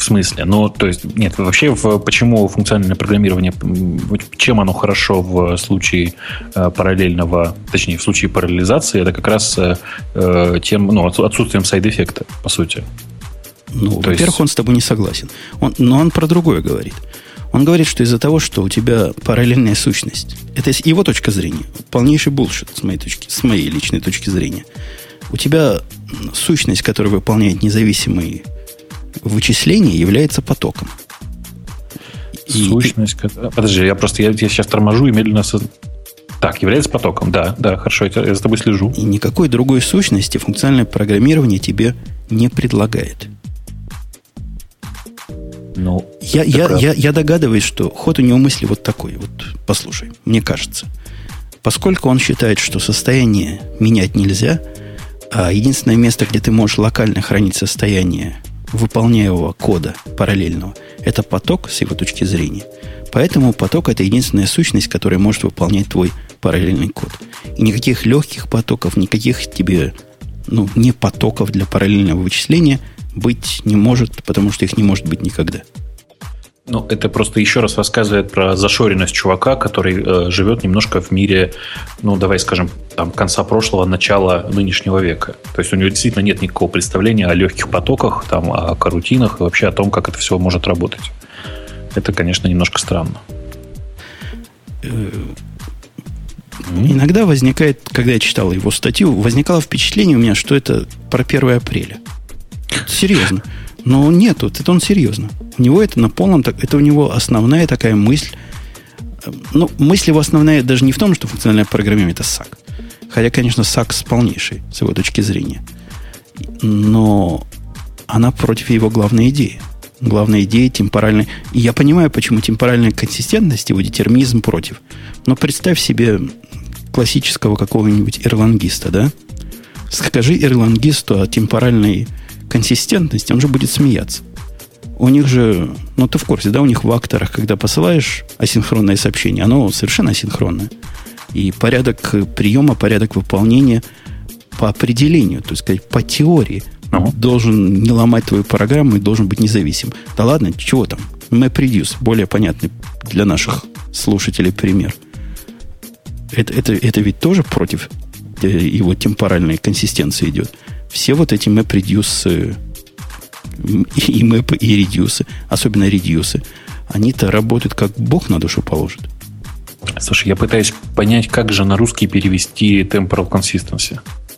В смысле? Ну, то есть, нет, вообще, почему функциональное программирование, чем оно хорошо в случае параллельного, точнее, в случае параллелизации, это как раз отсутствием сайд-эффекта, по сути. Ну, во-первых, он с тобой не согласен. Но он про другое говорит. Он говорит, что из-за того, что у тебя параллельная сущность, это его точка зрения, полнейший булшит с моей личной точки зрения. У тебя сущность, которая выполняет независимые вычисления, является потоком. Сущность... Подожди, я сейчас торможу и медленно... Так, является потоком, да, хорошо, я за тобой слежу. И никакой другой сущности функциональное программирование тебе не предлагает. Ну, я догадываюсь, что ход у него мысли вот такой. Вот послушай, мне кажется. Поскольку он считает, что состояние менять нельзя, а единственное место, где ты можешь локально хранить состояние выполняемого кода параллельного, это поток с его точки зрения. Поэтому поток – это единственная сущность, которая может выполнять твой параллельный код. И никаких легких потоков, никаких тебе не потоков для параллельного вычисления быть не может, потому что их не может быть никогда. Ну, это просто еще раз рассказывает про зашоренность чувака, который живет немножко в мире, давай скажем, там, конца прошлого, начала нынешнего века. То есть у него действительно нет никакого представления о легких потоках, там, о карутинах и вообще о том, как это все может работать. Это, конечно, немножко странно. Иногда возникает, когда я читал его статью, возникало впечатление у меня, что это про 1 апреля. Серьезно. Но нет, это он серьезно. У него это на полном... Это у него основная такая мысль. Мысль его основная даже не в том, что функциональное программирование – это САК. Хотя, конечно, САК полнейший, с его точки зрения. Но она против его главной идеи. Главная идея темпоральной... И я понимаю, почему темпоральная консистентность, его детерминизм против. Но представь себе классического какого-нибудь ирлангиста, да? Скажи ирлангисту о темпоральной консистентности, он же будет смеяться. У них же, ты в курсе, да, у них в акторах, когда посылаешь асинхронное сообщение, оно совершенно асинхронное. И порядок приема, порядок выполнения по определению, то есть сказать, по теории, должен не ломать твою программу и должен быть независим. Да ладно, чего там? MapReduce, более понятный для наших слушателей пример. Это ведь тоже против его темпоральной консистенции идет. Все вот эти MapReduce и мэпы, и редюсы, особенно редюсы, они-то работают как Бог на душу положит. Слушай, я пытаюсь понять, как же на русский перевести temporal consistency.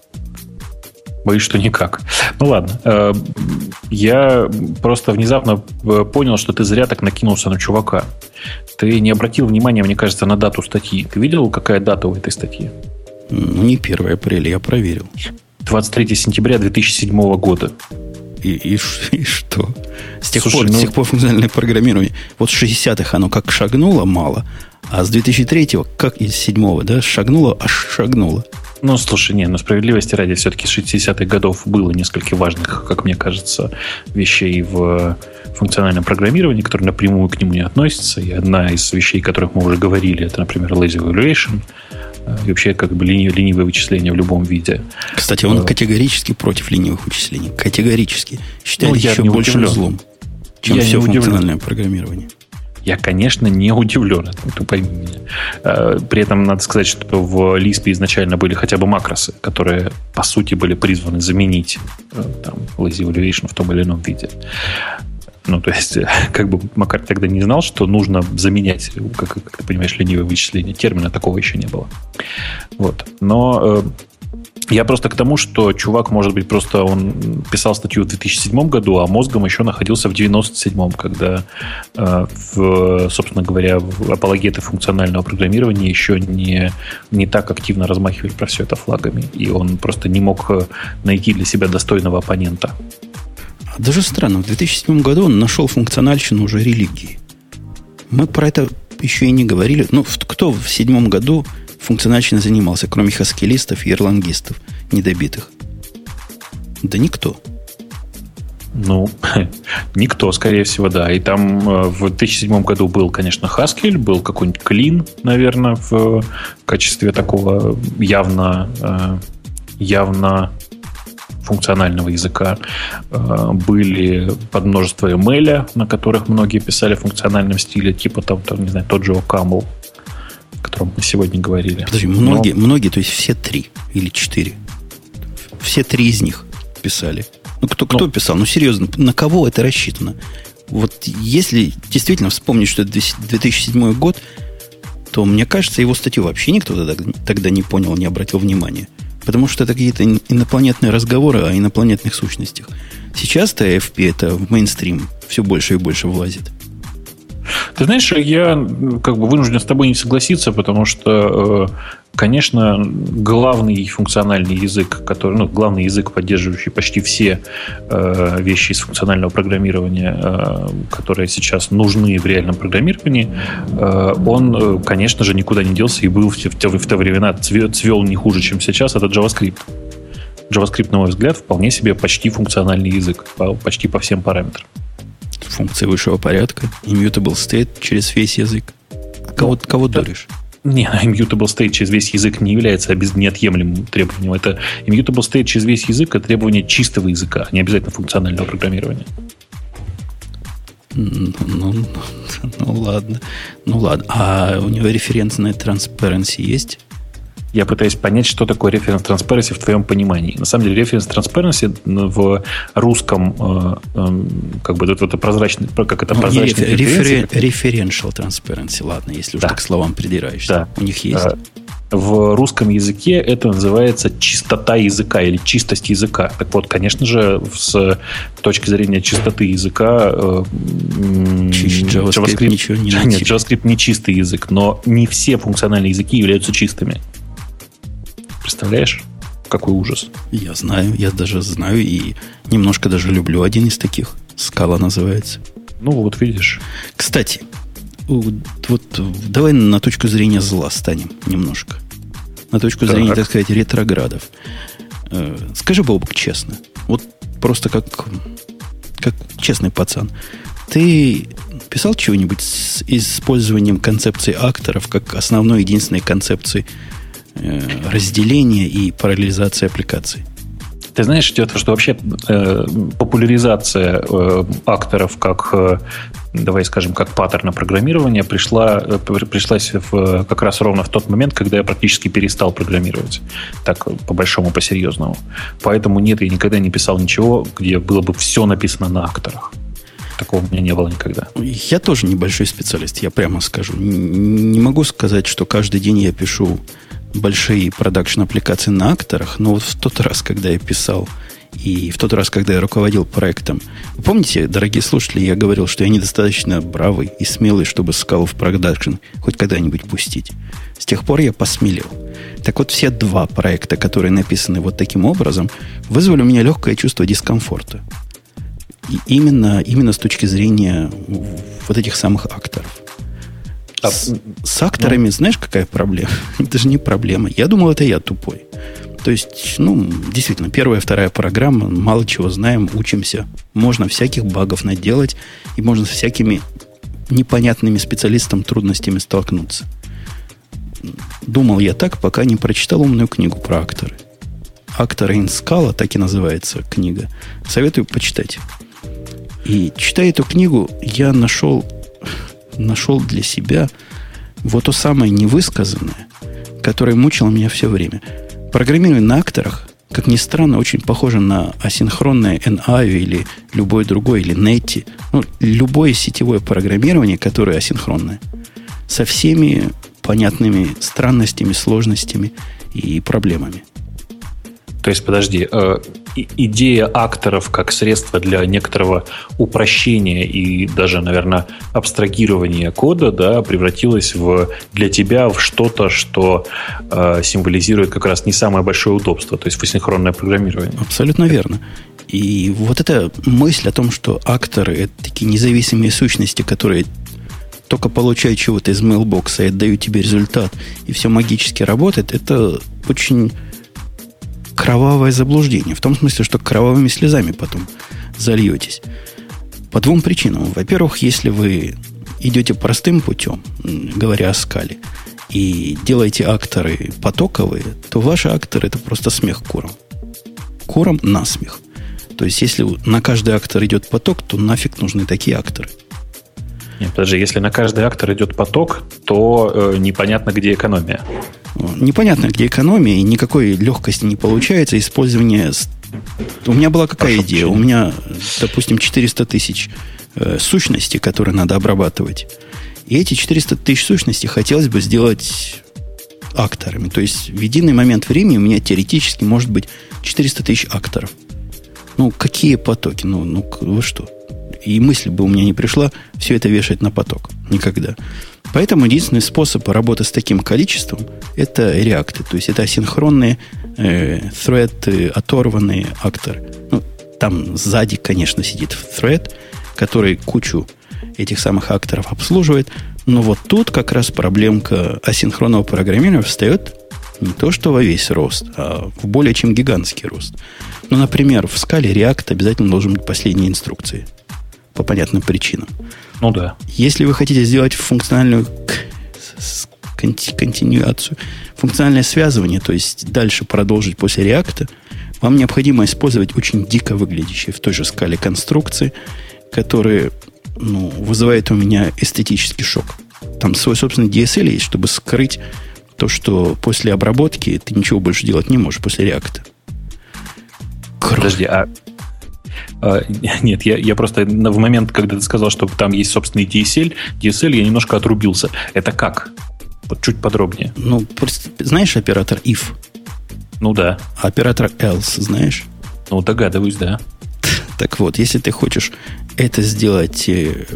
Боюсь, что никак. Ну ладно. Я просто внезапно понял, что ты зря так накинулся на чувака. Ты не обратил внимания, мне кажется, на дату статьи. Ты видел, какая дата у этой статьи? Не 1 апреля, я проверил. 23 сентября 2007 года. И что? С тех пор функциональное программирование. Вот с 60-х оно как шагнуло мало, а с 2003-го, как из 7-го, да, шагнуло, аж шагнуло. Слушай, справедливости ради, все-таки с 60-х годов было несколько важных, как мне кажется, вещей в функциональном программировании, которые напрямую к нему не относятся. И одна из вещей, о которых мы уже говорили, это, например, lazy evaluation. И вообще, ленивое вычисление в любом виде. Кстати, он категорически против ленивых вычислений. Категорически. Считает еще большим злом, чем все функциональное программирование. Я, конечно, не удивлен этому, пойми меня. При этом надо сказать, что в Lisp изначально были хотя бы макросы, которые, по сути, были призваны заменить lazy evaluation в том или ином виде. То есть, Макар тогда не знал, что нужно заменять, как ты понимаешь, ленивое вычисление. Термина такого еще не было. Вот. Но я просто к тому, что чувак, может быть, просто он писал статью в 2007 году, а мозгом еще находился в 97-м, когда, собственно говоря, апологеты функционального программирования еще не так активно размахивали про все это флагами. И он просто не мог найти для себя достойного оппонента. Даже странно, в 2007 году он нашел функциональщину уже религии. Мы про это еще и не говорили. Кто в 2007 году функциональщиной занимался, кроме хаскилистов и ирлангистов недобитых? Да никто. Никто, скорее всего, да. И там в 2007 году был, конечно, Haskell, был какой-нибудь Clean, наверное, в качестве такого явно функционального языка, были под множество ML, на которых многие писали в функциональном стиле, типа там, не знаю, тот же OCaml, о котором мы сегодня говорили. Подожди, многие, то есть все 3 или 4? Все 3 из них писали. Кто писал? Ну, серьезно, на кого это рассчитано? Вот если действительно вспомнить, что это 2007 год, то, мне кажется, его статью вообще никто тогда не понял, не обратил внимания. Потому что это какие-то инопланетные разговоры о инопланетных сущностях. Сейчас-то AFP это в мейнстрим все больше и больше влазит. Ты знаешь, я вынужден с тобой не согласиться, потому что, конечно, главный функциональный язык, главный язык, поддерживающий почти все вещи из функционального программирования, которые сейчас нужны в реальном программировании, он, конечно же, никуда не делся и был в те времена цвел не хуже, чем сейчас. Это JavaScript. JavaScript, на мой взгляд, вполне себе почти функциональный язык, почти по всем параметрам. Функции высшего порядка, immutable state через весь язык. Кого дуришь? Не, immutable state через весь язык не является неотъемлемым требованием. Это immutable state через весь язык – это требование чистого языка, а не обязательно функционального программирования. Ну ладно. А у него референсная transparency есть? Я пытаюсь понять, что такое reference transparency в твоем понимании. На самом деле, reference transparency в русском, это прозрачный, как это прозрачный referential transparency, ладно, если уж так к словам придираешься. Да. У них есть. В русском языке это называется чистота языка или чистость языка. Так вот, конечно же, с точки зрения чистоты языка JavaScript ничего не найти. Нет, JavaScript не чистый язык, но не все функциональные языки являются чистыми. Представляешь, какой ужас? Я даже знаю и немножко даже люблю один из таких. Scala называется. Ну, вот видишь. Кстати, вот давай на точку зрения зла станем немножко. На точку зрения, так сказать, ретроградов. Скажи, Бобок, честно. Вот просто как честный пацан. Ты писал чего-нибудь с использованием концепции акторов как основной единственной концепции разделения и параллелизации аппликаций? Ты знаешь, дело в том, что вообще популяризация акторов как, давай скажем, как паттерна программирования пришлась как раз ровно в тот момент, когда я практически перестал программировать. Так, по-большому, по-серьезному. Поэтому нет, я никогда не писал ничего, где было бы все написано на акторах. Такого у меня не было никогда. Я тоже небольшой специалист, я прямо скажу. Не могу сказать, что каждый день я пишу большие продакшн-аппликации на акторах, но вот в тот раз, когда я писал, и в тот раз, когда я руководил проектом, вы помните, дорогие слушатели, я говорил, что я недостаточно бравый и смелый, чтобы Scala в продакшн хоть когда-нибудь пустить. С тех пор я посмелел. Так вот, все 2 проекта, которые написаны вот таким образом, вызвали у меня легкое чувство дискомфорта. И именно с точки зрения вот этих самых акторов. С акторами, знаешь, какая проблема? Это же не проблема. Я думал, это я тупой. То есть, действительно, 1-я, 2-я программа, мало чего знаем, учимся. Можно всяких багов наделать, и можно с всякими непонятными специалистам трудностями столкнуться. Думал я так, пока не прочитал умную книгу про акторы. «Акторы in Scala», так и называется книга. Советую почитать. И читая эту книгу, я нашел для себя вот то самое невысказанное, которое мучило меня все время. Программирование на акторах, как ни странно, очень похоже на асинхронное NI или любое другое, или NET. Любое сетевое программирование, которое асинхронное. Со всеми понятными странностями, сложностями и проблемами. То есть, подожди, идея акторов как средство для некоторого упрощения и даже, наверное, абстрагирования кода, да, превратилась для тебя в что-то, что символизирует как раз не самое большое удобство, то есть в асинхронное программирование. Абсолютно верно. И вот эта мысль о том, что акторы — это такие независимые сущности, которые только получают чего-то из мейлбокса и отдают тебе результат, и все магически работает, это очень кровавое заблуждение. В том смысле, что кровавыми слезами потом зальетесь. По 2 причинам. Во-первых, если вы идете простым путем, говоря о скале, и делаете акторы потоковые, то ваши акторы — это просто смех курам. кором насмех. То есть, если на каждый актор идет поток, то нафиг нужны такие акторы. Нет, подожди, если на каждый актор идет поток, то непонятно, где экономия. Непонятно, где экономия, и никакой легкости не получается. Использование... У меня была какая идея? У меня, допустим, 400 тысяч сущностей, которые надо обрабатывать. И эти 400 тысяч сущностей хотелось бы сделать акторами. То есть в единый момент времени у меня теоретически может быть 400 тысяч акторов. Ну, какие потоки? Ну, вы что? И мысль бы у меня не пришла все это вешать на поток. Никогда. Поэтому единственный способ работы с таким количеством – это реакты. То есть это асинхронные thread, оторванные акторы. Ну, там сзади, конечно, сидит thread, который кучу этих самых акторов обслуживает. Но вот тут как раз проблемка асинхронного программирования встает не то что во весь рост, а в более чем гигантский рост. Ну, например, в скале React обязательно должен быть последней инструкции. По понятным причинам. Ну да. Если вы хотите сделать функциональную континуацию, функциональное связывание, то есть дальше продолжить после React, вам необходимо использовать очень дико выглядящие в той же скале конструкции, которые вызывают у меня эстетический шок. Там свой собственный DSL есть, чтобы скрыть то, что после обработки ты ничего больше делать не можешь после React. Подожди, нет, я просто в момент, когда ты сказал, что там есть собственный DSL, я немножко отрубился. Это как? Вот чуть подробнее. Ну, знаешь оператор if? Ну да. Оператор else знаешь? Ну, догадываюсь, да. Так вот, если ты хочешь это сделать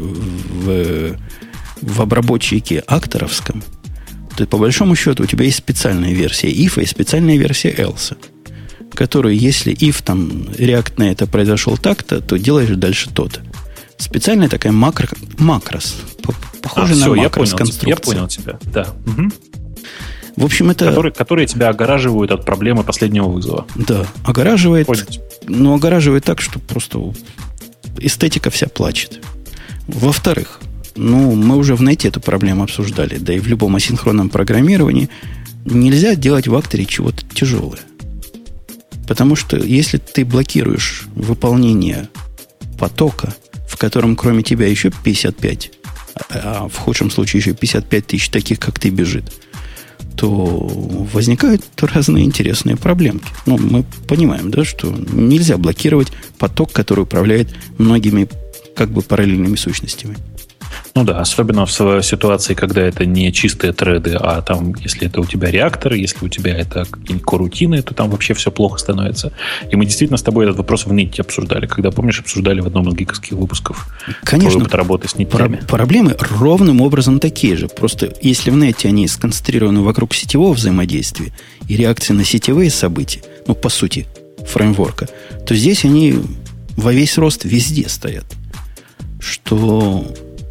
в обработчике акторовском, то по большому счету у тебя есть специальная версия if и специальная версия else, которую, если if там React на это произошел так-то, то делаешь дальше то-то. Специальная такая макрос. Похоже на макрос конструкция. Я понял тебя, да. Угу. В общем, это... Которые тебя огораживают от проблемы последнего вызова. Да, огораживает. Понял. Но огораживает так, что просто эстетика вся плачет. Во-вторых, мы уже в нете эту проблему обсуждали, да и в любом асинхронном программировании нельзя делать в акторе чего-то тяжелое. Потому что если ты блокируешь выполнение потока, в котором кроме тебя еще 55, а в худшем случае еще 55 тысяч таких, как ты, бежит, то возникают разные интересные проблемки. Мы понимаем, да, что нельзя блокировать поток, который управляет многими как бы параллельными сущностями. Ну да, особенно в ситуации, когда это не чистые треды, а там, если это у тебя реакторы, если у тебя это какие-нибудь корутины, то там вообще все плохо становится. И мы действительно с тобой этот вопрос в нете обсуждали, когда, помнишь, обсуждали в одном из гиковских выпусков. Конечно, опыт работы с нетами. Проблемы ровным образом такие же. Просто если в нете они сконцентрированы вокруг сетевого взаимодействия и реакции на сетевые события, по сути, фреймворка, то здесь они во весь рост везде стоят. Что...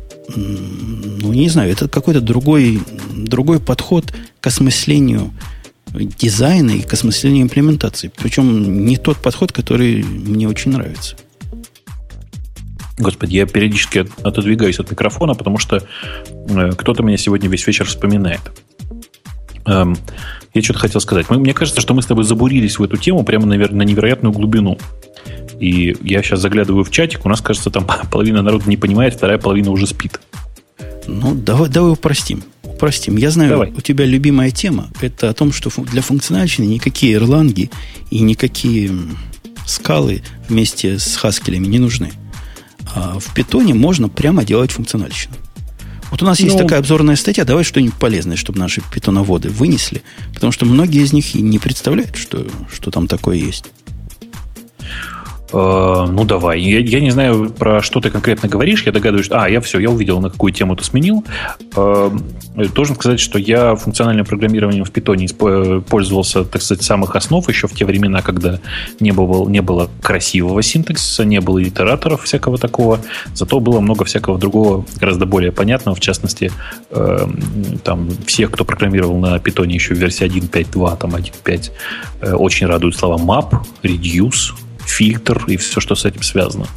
не знаю, это какой-то другой подход к осмыслению дизайна и к осмыслению имплементации. Причем не тот подход, который мне очень нравится. Господи, я периодически отодвигаюсь от микрофона, потому что кто-то меня сегодня весь вечер вспоминает. Я что-то хотел сказать. Мне кажется, что мы с тобой забурились в эту тему прямо на невероятную глубину. И я сейчас заглядываю в чатик, у нас, кажется, там половина народа не понимает, вторая половина уже спит. Давай упростим. Я знаю, давай. У тебя любимая тема – это о том, что для функциональщины никакие эрланги и никакие скалы вместе с хаскелями не нужны. А в питоне можно прямо делать функциональщину. Вот у нас есть такая обзорная статья, давай что-нибудь полезное, чтобы наши питоноводы вынесли, потому что многие из них и не представляют, что там такое есть. Давай. Я не знаю, про что ты конкретно говоришь. Я догадываюсь, я увидел, на какую тему ты сменил. Должен сказать, что я функциональным программированием в Python пользовался, так сказать, с самых основ, еще в те времена, когда не было красивого синтаксиса, не было итераторов всякого такого. Зато было много всякого другого, гораздо более понятного. В частности, там всех, кто программировал на Python еще в версии 1.5.2, там 1.5, очень радуют слова map, reduce, фильтр и все, что с этим связано.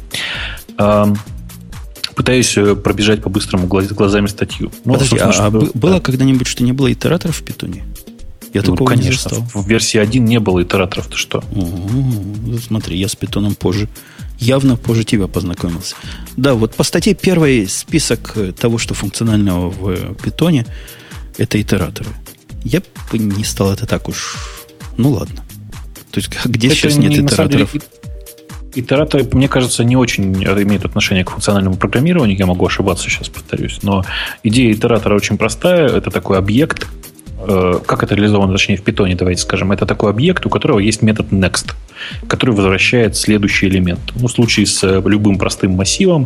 Пытаюсь пробежать по-быстрому глазами статью. Подожди, было когда-нибудь, что не было итераторов в питоне? Я такого не застал. В версии 1 не было итераторов, ты что? Смотри, я с питоном явно позже тебя познакомился. Да, вот по статье первый список того, что функционального в питоне, это итераторы. Я бы не стал это так уж... Ну, ладно. То есть, где это сейчас нет итераторов? Итераторы, мне кажется, не очень имеют отношение к функциональному программированию. Я могу ошибаться, сейчас повторюсь. Но идея итератора очень простая. Это такой объект. Как это реализовано, точнее, в питоне, давайте скажем. Это такой объект, у которого есть метод next, который возвращает следующий элемент. Ну, в случае с любым простым массивом,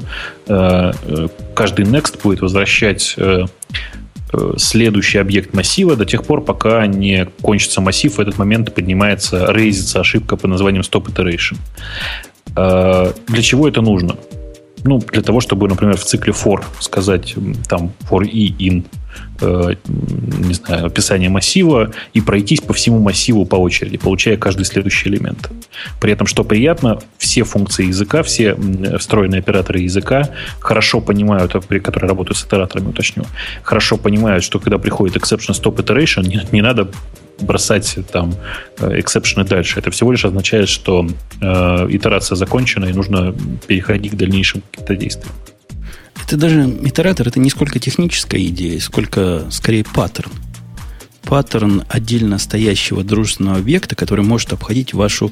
каждый next будет возвращать следующий объект массива до тех пор, пока не кончится массив. В этот момент поднимается, рейзится ошибка под названием stop iteration. Для чего это нужно? Ну, для того, чтобы, например, в цикле for сказать там for i in, не знаю, описание массива и пройтись по всему массиву по очереди, получая каждый следующий элемент. При этом, что приятно, все функции языка, все встроенные операторы языка хорошо понимают, которые работают с итераторами, уточню, хорошо понимают, что когда приходит exception stop iteration, не надо бросать там эксепшены дальше. Это всего лишь означает, что итерация закончена и нужно переходить к дальнейшим каким-то действиям. Это даже итератор, это не сколько техническая идея, сколько скорее паттерн. Паттерн отдельно стоящего дружественного объекта, который может обходить вашу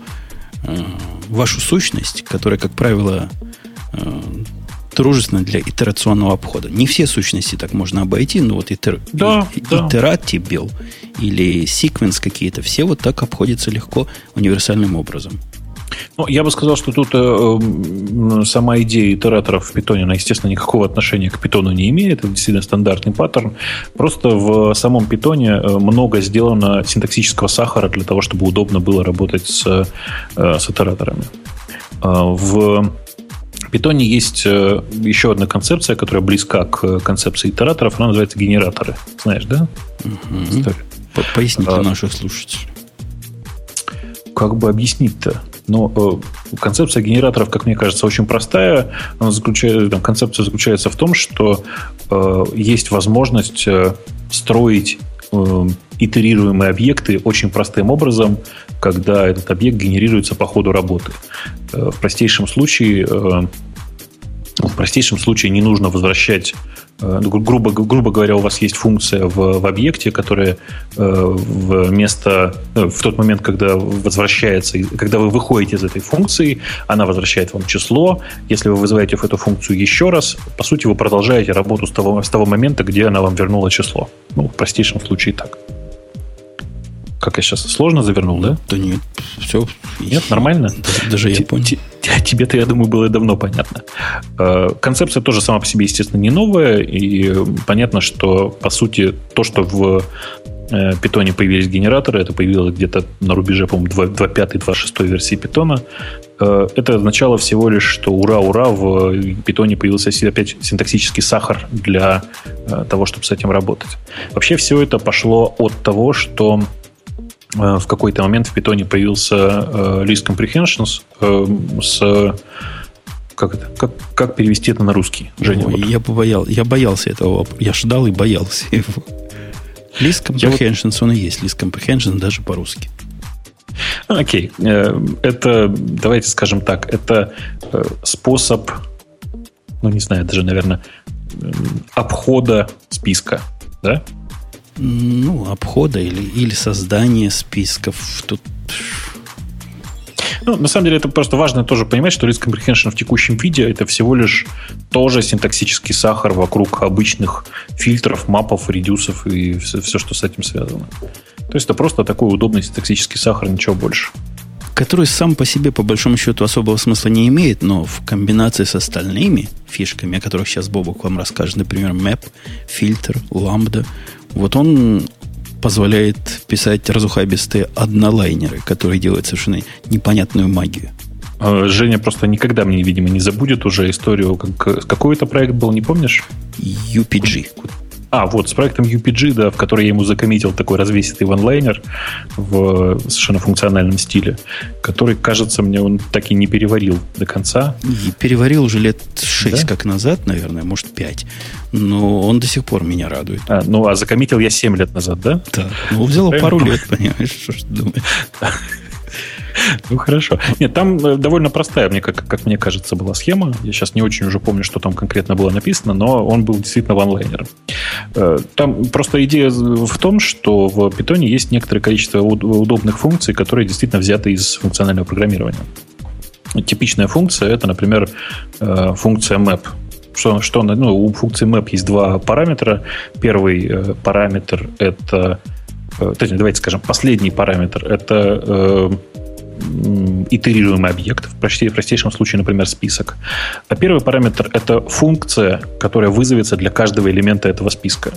сущность, которая, как правило, дружественна для итерационного обхода. Не все сущности так можно обойти, но вот итератибл или секвенс какие-то, все вот так обходятся легко универсальным образом. Ну, я бы сказал, что тут сама идея итераторов в питоне, она, естественно, никакого отношения к питону не имеет. Это действительно стандартный паттерн. Просто в самом питоне много сделано синтаксического сахара для того, чтобы удобно было работать с итераторами. В питоне есть еще одна концепция, которая близка к концепции итераторов. Она называется генераторы. Знаешь, да? Поясни для наших слушателей. Как бы объяснить-то? Но концепция генераторов, как мне кажется, очень простая. Концепция заключается в том, что есть возможность строить итерируемые объекты очень простым образом, когда этот объект генерируется по ходу работы. В простейшем случае не нужно возвращать, грубо говоря, у вас есть функция в объекте, которая в тот момент, когда возвращается, когда вы выходите из этой функции, она возвращает вам число. Если вы вызываете эту функцию еще раз, по сути, вы продолжаете работу с того момента, где она вам вернула число. Ну, в простейшем случае так. Как я сейчас сложно завернул, да? Да нет, все. Нет, нормально? Даже я понял. Тебе-то, я думаю, было давно понятно. Концепция тоже сама по себе, естественно, не новая. И понятно, что, по сути, то, что в питоне появились генераторы, это появилось где-то на рубеже, по-моему, 2.5-2.6 версии питона. Это означало всего лишь, что ура-ура, в питоне появился опять синтаксический сахар для того, чтобы с этим работать. Вообще все это пошло от того, что в какой-то момент в питоне появился list comprehensions как перевести это на русский? Женя, я боялся этого. Я ждал и боялся его. List comprehensions, он и есть list comprehensions даже по-русски. Окей. Это, давайте скажем так, это способ, ну не знаю, даже, наверное, обхода списка, да? Ну, обхода или создания списков. Тут... Ну, на самом деле, это просто важно тоже понимать, что list comprehension в текущем виде это всего лишь тоже синтаксический сахар вокруг обычных фильтров, мапов, редюсов и все, что с этим связано. То есть это просто такой удобный синтаксический сахар, ничего больше. Который сам по себе, по большому счету, особого смысла не имеет, но в комбинации с остальными фишками, о которых сейчас Бобок вам расскажет, например, map, фильтр, ламбда, вот он позволяет писать разухабистые однолайнеры, которые делают совершенно непонятную магию. Женя просто никогда мне, видимо, не забудет уже историю. Какой это проект был, не помнишь? UPG. Вот, с проектом UPG, да, в который я ему закоммитил такой развесистый ванлайнер в совершенно функциональном стиле, который, кажется, мне он так и не переварил до конца. И переварил уже лет 6 как назад, наверное, может 5. Но он до сих пор меня радует. А закоммитил я 7 лет назад, да? Да. Ну, взяло пару лет, понимаешь, что ж думаешь. Ну, хорошо. Нет, там довольно простая, как мне кажется, была схема. Я сейчас не очень уже помню, что там конкретно было написано, но он был действительно ванлайнером. Там просто идея в том, что в Python есть некоторое количество удобных функций, которые действительно взяты из функционального программирования. Типичная функция — это, например, функция map. У функции map есть два параметра. Первый параметр — это... Точнее, давайте скажем, последний параметр — это итерируемый объект, в простейшем случае, например, список. А первый параметр — это функция, которая вызовется для каждого элемента этого списка.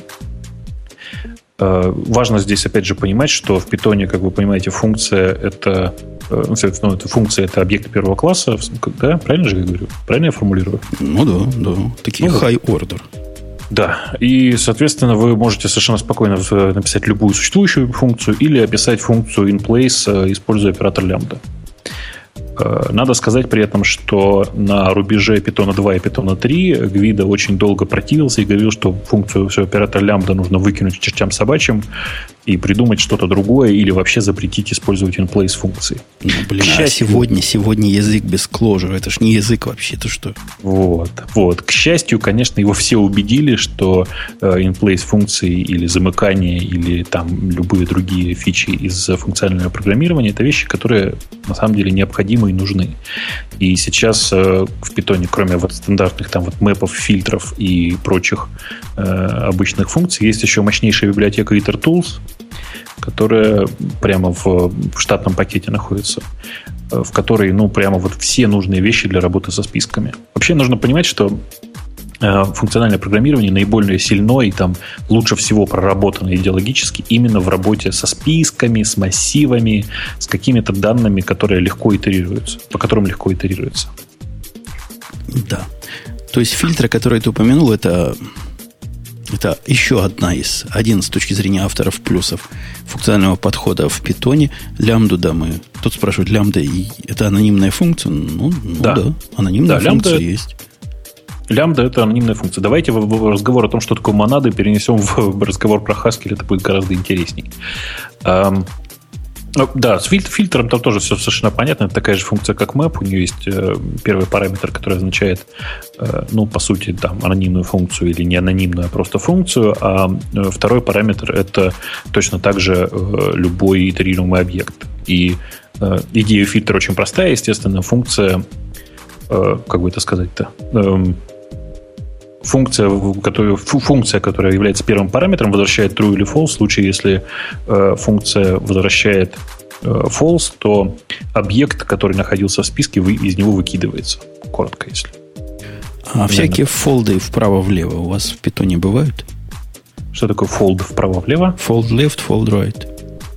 Важно здесь, опять же, понимать, что в Python, как вы понимаете, функция — это объект первого класса. Да? Правильно же я говорю? Правильно я формулирую? Ну да. Такие high order. Да, и, соответственно, вы можете совершенно спокойно написать любую существующую функцию или описать функцию in-place, используя оператор лямбда. Надо сказать при этом, что на рубеже Python 2 и Python 3 Гвидо очень долго противился и говорил, что функцию оператора лямбда нужно выкинуть к чертям собачьим и придумать что-то другое или вообще запретить использовать in-place функции. Ну, блин, сегодня язык без closure. Это ж не язык вообще, это что? Вот. К счастью, конечно, его все убедили, что in-place функции или замыкание, или там любые другие фичи из функционального программирования — это вещи, которые на самом деле необходимы и нужны. И сейчас в Python, кроме стандартных там мэпов, фильтров и прочих обычных функций, есть еще мощнейшая библиотека IterTools, которая прямо в штатном пакете находится, в которой прямо все нужные вещи для работы со списками. Вообще нужно понимать, что функциональное программирование наиболее сильно и там лучше всего проработано идеологически именно в работе со списками, с массивами, с какими-то данными, по которым легко итерируется. Да. То есть фильтры, которые ты упомянул, это еще один с точки зрения авторов плюсов функционального подхода в Python. Лямбду, да, тут спрашивают, лямбда это анонимная функция? Да, анонимная функция есть. Лямбда — это анонимная функция. Давайте в разговор о том, что такое монады, перенесем в разговор про Haskell. Это будет гораздо интересней. Да, с фильтром там тоже все совершенно понятно. Это такая же функция, как map. У нее есть первый параметр, который означает, по сути, там, анонимную функцию или не анонимную, а просто функцию. А второй параметр — это точно так же любой итерируемый объект. И идея фильтра очень простая, естественно. Функция, как бы это сказать-то... Функция, которая является первым параметром, возвращает true или false. В случае, если функция возвращает false, то объект, который находился в списке, из него выкидывается. Коротко, если. Всякие фолды вправо-влево у вас в Python бывают? Что такое fold вправо-влево? Fold left, fold right.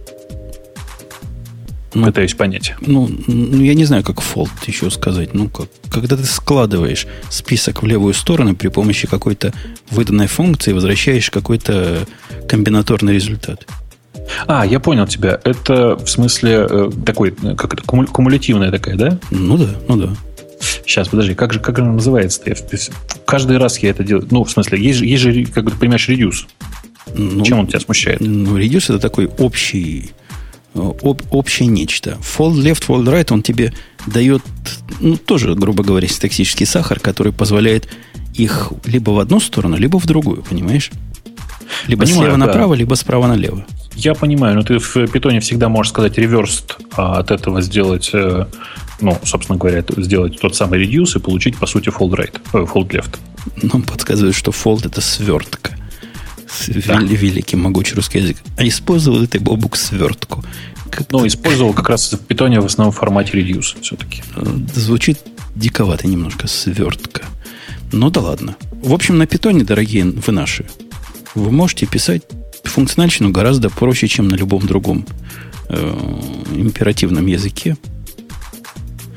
Пытаюсь понять. Я не знаю, как fold еще сказать. Когда ты складываешь список в левую сторону при помощи какой-то выданной функции, возвращаешь какой-то комбинаторный результат. Я понял тебя. Это в смысле такой, как это, кумулятивная такая, да? Ну да. Сейчас, подожди, как она называется-то? Каждый раз я это делаю. В смысле, есть же, как ты понимаешь, редюс. Чем он тебя смущает? Редюс — это такой общее нечто. Fold left, fold right, он тебе дает, тоже, грубо говоря, синтаксический сахар, который позволяет их либо в одну сторону, либо в другую, понимаешь? Либо слева направо, либо справа налево. Я понимаю, но ты в Python всегда можешь сказать reversed, а от этого сделать, собственно говоря, сделать тот самый reduce и получить, по сути, fold right, fold left. Нам подсказывают, что fold — это свертка. Великий, могучий русский язык. А использовал ты, Бобук, свертку. Использовал как раз в Python в основном в формате reduce все-таки. Звучит диковато немножко, свертка. Да ладно. В общем, на Python, дорогие вы наши, вы можете писать функциональщину гораздо проще, чем на любом другом императивном языке.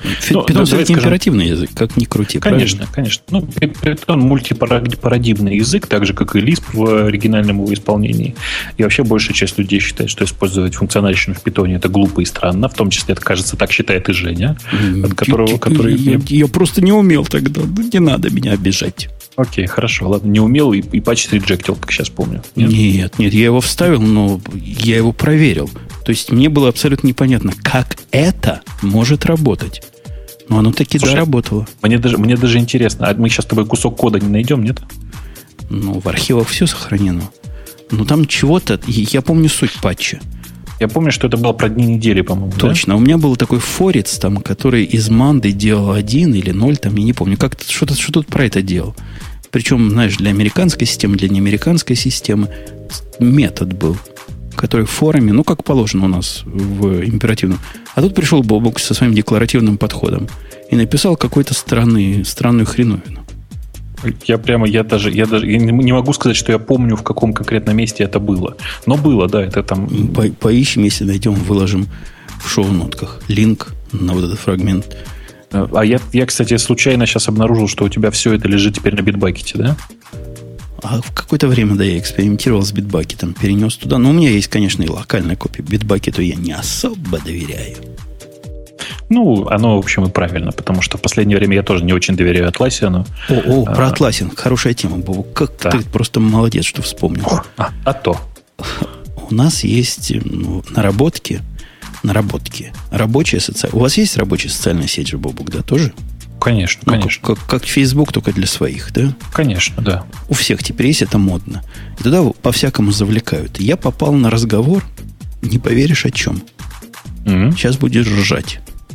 Python все-таки императивный язык, как ни крути. Конечно, правильно? конечно. Python мультипарадигмный язык, так же, как и Lisp в оригинальном его исполнении. И вообще большая часть людей считает, что использовать функциональщину в Python это глупо и странно. В том числе, это, кажется, так считает и Женя, от которого... Я просто не умел тогда. Не надо меня обижать. Окей, хорошо, ладно. Не умел и почти реджектил, как сейчас помню. Нет, я его вставил, но я его проверил. То есть мне было абсолютно непонятно, как это может работать. Но оно таки работало. Мне даже интересно, а мы сейчас с тобой кусок кода не найдем, нет? Ну, в архивах все сохранено. Но там чего-то... Я помню суть патча. Я помню, что это было про дни недели, по-моему. Точно. Да? У меня был такой форец, там, который из манды делал 1 или 0, там, я не помню. Как-то что-то про это делал. Причем, знаешь, для американской системы, для неамериканской системы метод был, который в форуме, ну, как положено у нас в императивном. А тут пришел Бобук со своим декларативным подходом и написал какую-то странную хреновину. Я даже не могу сказать, что я помню, в каком конкретном месте это было. Но было, да, это там... Поищем, если найдем, выложим в шоу-нотках линк на вот этот фрагмент. А я, кстати, случайно сейчас обнаружил, что у тебя все это лежит теперь на Bitbucket, да? А в какое-то время, да, я экспериментировал с Bitbucket, перенес туда. Но у меня есть, конечно, и локальная копия. Bitbucket я не особо доверяю. Ну, оно, в общем, и правильно, потому что в последнее время я тоже не очень доверяю Atlassian. Про Atlassian. Хорошая тема, Бобу. Как да. Ты просто молодец, что вспомнил. То. У нас есть наработки. Рабочая социальная... У вас есть рабочая социальная сеть же, Бобук, да, тоже? Конечно, конечно. Как Facebook, только для своих, да? Конечно, да. У всех теперь есть, это модно. И туда по-всякому завлекают. Я попал на разговор, не поверишь о чем. Сейчас будешь ржать.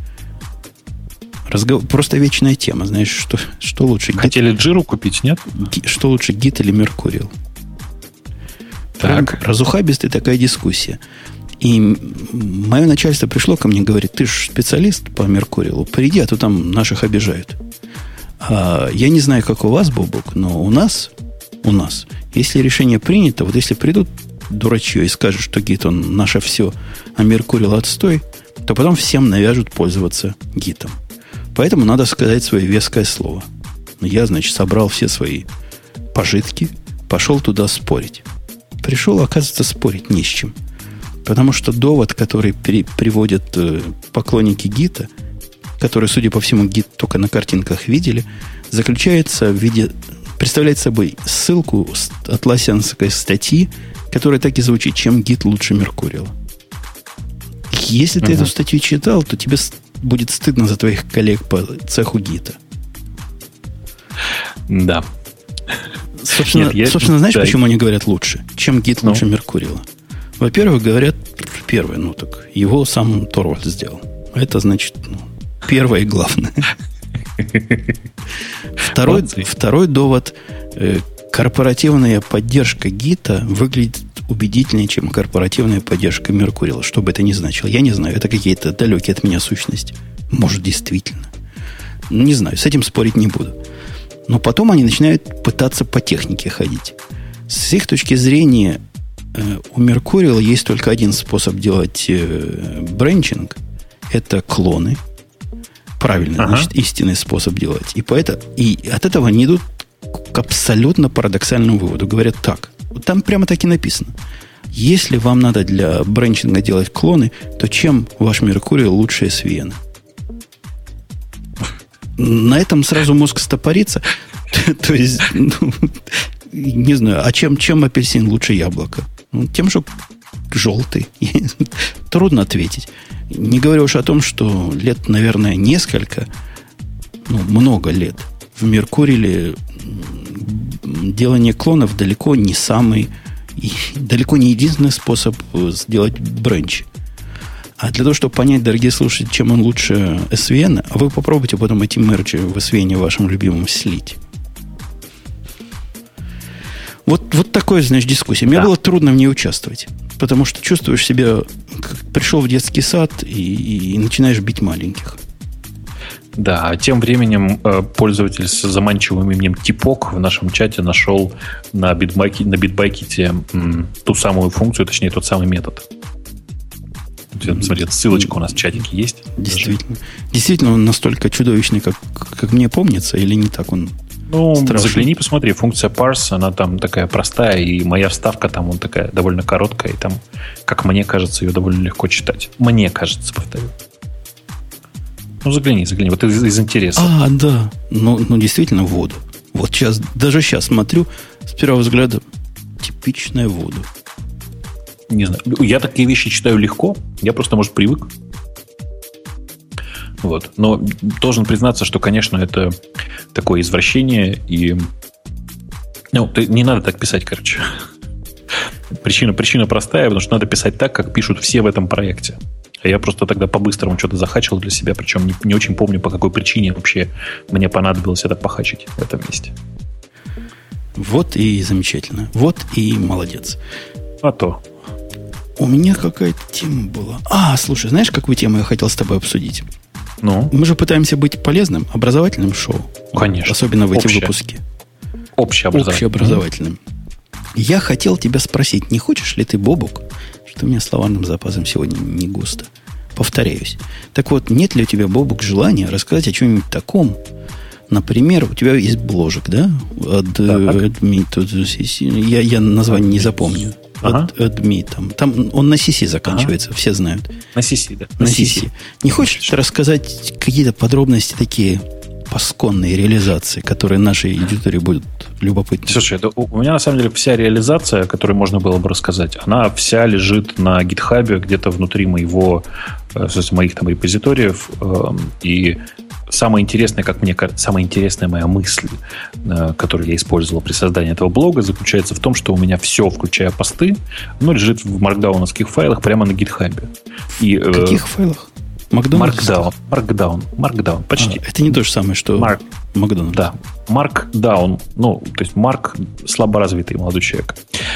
Просто вечная тема. Знаешь, что лучше? Хотели Джиру купить, нет? Что лучше, Git или Mercurial? Так. Разухабистая такая дискуссия. И мое начальство пришло ко мне и говорит, ты же специалист по Меркурилу, приди, а то там наших обижают. Я не знаю, как у вас, Бобок, но у нас, если решение принято, вот если придут дурачье и скажут, что Git он наше все, а Меркурил отстой, то потом всем навяжут пользоваться Git'ом. Поэтому надо сказать свое веское слово. Я, значит, собрал все свои пожитки, пошел туда спорить. Пришел, оказывается, спорить не с чем. Потому что довод, который приводят поклонники Гита, которые, судя по всему, Гит только на картинках видели, заключается в виде... Представляет собой ссылку с атласианской статьи, которая так и звучит, чем Гит лучше Меркурила. Если ты эту статью читал, то тебе будет стыдно за твоих коллег по цеху Гита. Да. Собственно, знаешь, почему они говорят лучше? Чем Гит лучше Меркурила? Во-первых, говорят, первое, его сам Торвальд сделал. Это значит, первое и главное. Второй довод. Корпоративная поддержка Гита выглядит убедительнее, чем корпоративная поддержка Меркурила. Что бы это ни значило. Я не знаю, это какие-то далекие от меня сущности. Может, действительно. Не знаю, с этим спорить не буду. Но потом они начинают пытаться по технике ходить. С их точки зрения, у Меркурила есть только один способ делать бренчинг. Это клоны. Правильно, значит, истинный способ делать. И от этого они идут к абсолютно парадоксальному выводу. Говорят так. Там прямо так и написано. Если вам надо для бренчинга делать клоны, то чем ваш Меркурил лучше SVN? На этом сразу мозг стопорится. То есть, не знаю, а чем апельсин лучше яблока? Тем, что желтый. Трудно ответить. Не говоря уж о том, что лет, наверное, несколько, много лет в Меркуриле делание клонов далеко не далеко не единственный способ сделать бренч. А для того, чтобы понять, дорогие слушатели, чем он лучше SVN, вы попробуйте потом эти мерджи в SVN вашим любимым слить. Вот такое, значит, дискуссия. Мне было трудно в ней участвовать. Потому что чувствуешь себя, как пришел в детский сад и начинаешь бить маленьких. Да, а тем временем пользователь с заманчивым именем Типок в нашем чате нашел на Bitbucket ту самую функцию, точнее, тот самый метод. Смотри, ссылочка у нас в чатике есть. Действительно. Действительно, он настолько чудовищный, как мне помнится, или не так он страшный? Загляни, посмотри. Функция parse, она там такая простая, и моя вставка там он такая довольно короткая, и там, как мне кажется, ее довольно легко читать. Мне кажется, повторю. Загляни. Вот из интереса. Да. Ну, действительно, воду. Вот даже сейчас смотрю, с первого взгляда, типичная воду. Не знаю. Я такие вещи читаю легко. Я просто, может, привык. Вот. Но должен признаться, что, конечно, это такое извращение. И не надо так писать, короче. Причина простая, потому что надо писать так, как пишут все в этом проекте. А я просто тогда по-быстрому что-то захачил для себя. Причем не очень помню, по какой причине вообще мне понадобилось это похачить в этом месте. Вот и замечательно. Вот и молодец. А то. У меня какая-то тема была. Слушай, знаешь, какую тему я хотел с тобой обсудить? Ну? Мы же пытаемся быть полезным, образовательным шоу. Конечно. Особенно в эти выпуски. Общеобразовательным. Я хотел тебя спросить, не хочешь ли ты, Бобук, что у меня словарным запасом сегодня не густо, повторяюсь. Так вот, нет ли у тебя, Бобук, желания рассказать о чем-нибудь таком? Например, у тебя есть бложек, да? Я название не запомню. Там он на CC заканчивается, все знают. На CC, да. На CC. Не хочешь рассказать какие-то подробности такие пасконные реализации, которые нашей аудитории будут любопытны? Слушай, у меня на самом деле вся реализация, которую можно было бы рассказать, она вся лежит на GitHub, где-то внутри моих там репозиториев. И самое интересное, как мне кажется, самая интересная моя мысль, которую я использовал при создании этого блога, заключается в том, что у меня все, включая посты, лежит в маркдауновских файлах прямо на GitHub. В каких файлах? Markdown. Почти. Это не то же самое, что Макдональдс. Да. Markdown. То есть Марк слаборазвитый молодой человек.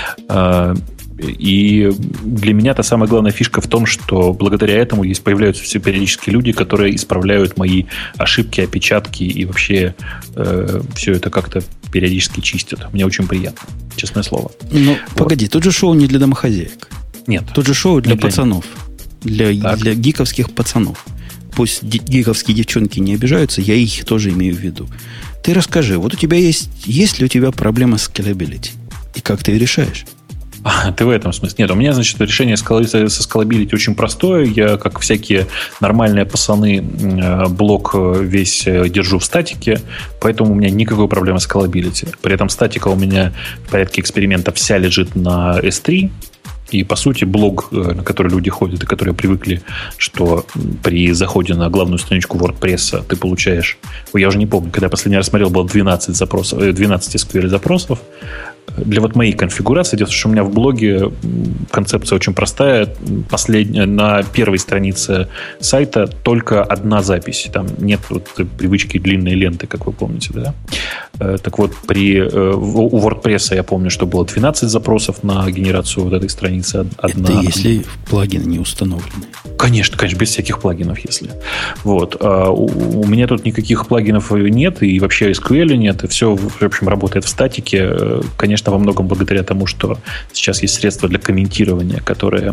И для меня та самая главная фишка в том, что благодаря этому появляются все периодически люди, которые исправляют мои ошибки, опечатки и вообще все это как-то периодически чистят. Мне очень приятно, честное слово. Погоди, тут же шоу не для домохозяек. Нет. Тут же шоу для пацанов. Для гиковских пацанов. Пусть гиковские девчонки не обижаются, я их тоже имею в виду. Ты расскажи, вот у тебя есть ли у тебя проблема с scalability? И как ты ее решаешь? Ты в этом смысле? Нет, у меня, значит, решение со scalability очень простое. Я, как всякие нормальные пацаны, блок весь держу в статике, поэтому у меня никакой проблемы с scalability. При этом статика у меня в порядке эксперимента вся лежит на S3. И, по сути, блог, на который люди ходят и которые привыкли, что при заходе на главную страничку WordPress ты получаешь... Я уже не помню, когда я последний раз смотрел, было 12 SQL запросов. Для вот моей конфигурации, дело в том, что у меня в блоге концепция очень простая. На первой странице сайта только одна запись. Там нет привычки длинной ленты, как вы помните, да? Так вот, у WordPress я помню, что было 12 запросов на генерацию вот этой страницы. Это если плагины не установлены. Конечно, без всяких плагинов, если. Вот. У меня тут никаких плагинов нет, и вообще SQL нет, и все, в общем, работает в статике. Конечно, во многом благодаря тому, что сейчас есть средства для комментирования, которые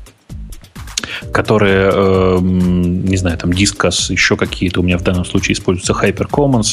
не знаю, там Disqus, еще какие-то. У меня в данном случае используются HyperCommons.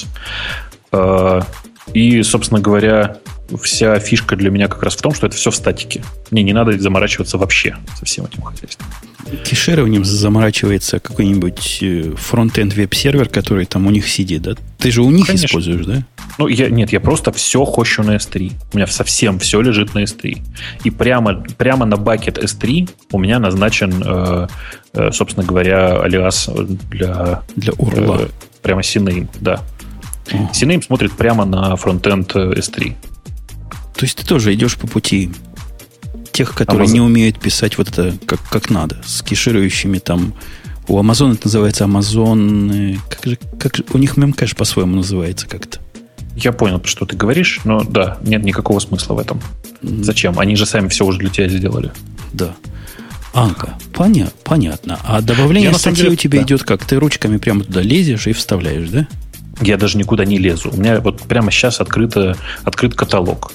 И, собственно говоря, вся фишка для меня как раз в том, что это все в статике. Мне не надо заморачиваться вообще со всем этим хозяйством. Кешированием заморачивается какой-нибудь фронт-энд веб-сервер, который там у них сидит, да? Ты же у них Конечно. Используешь, да? Я просто все хощу на S3. У меня совсем все лежит на S3. И прямо на бакет S3 у меня назначен, собственно говоря, алиас для URL. Прямо CNAME, да. CNAME смотрит прямо на фронт-энд S3. То есть ты тоже идешь по пути тех, которые не умеют писать вот это как надо, с кеширующими там. У Amazon это называется Amazon. Как же у них мемкэш по-своему называется как-то. Я понял, что ты говоришь, но да, нет никакого смысла в этом. Зачем? Они же сами все уже для тебя сделали. Да. Анка, понятно. А добавление статьи у тебя идет как? Ты ручками прямо туда лезешь и вставляешь, да? Я даже никуда не лезу. У меня вот прямо сейчас открыт каталог.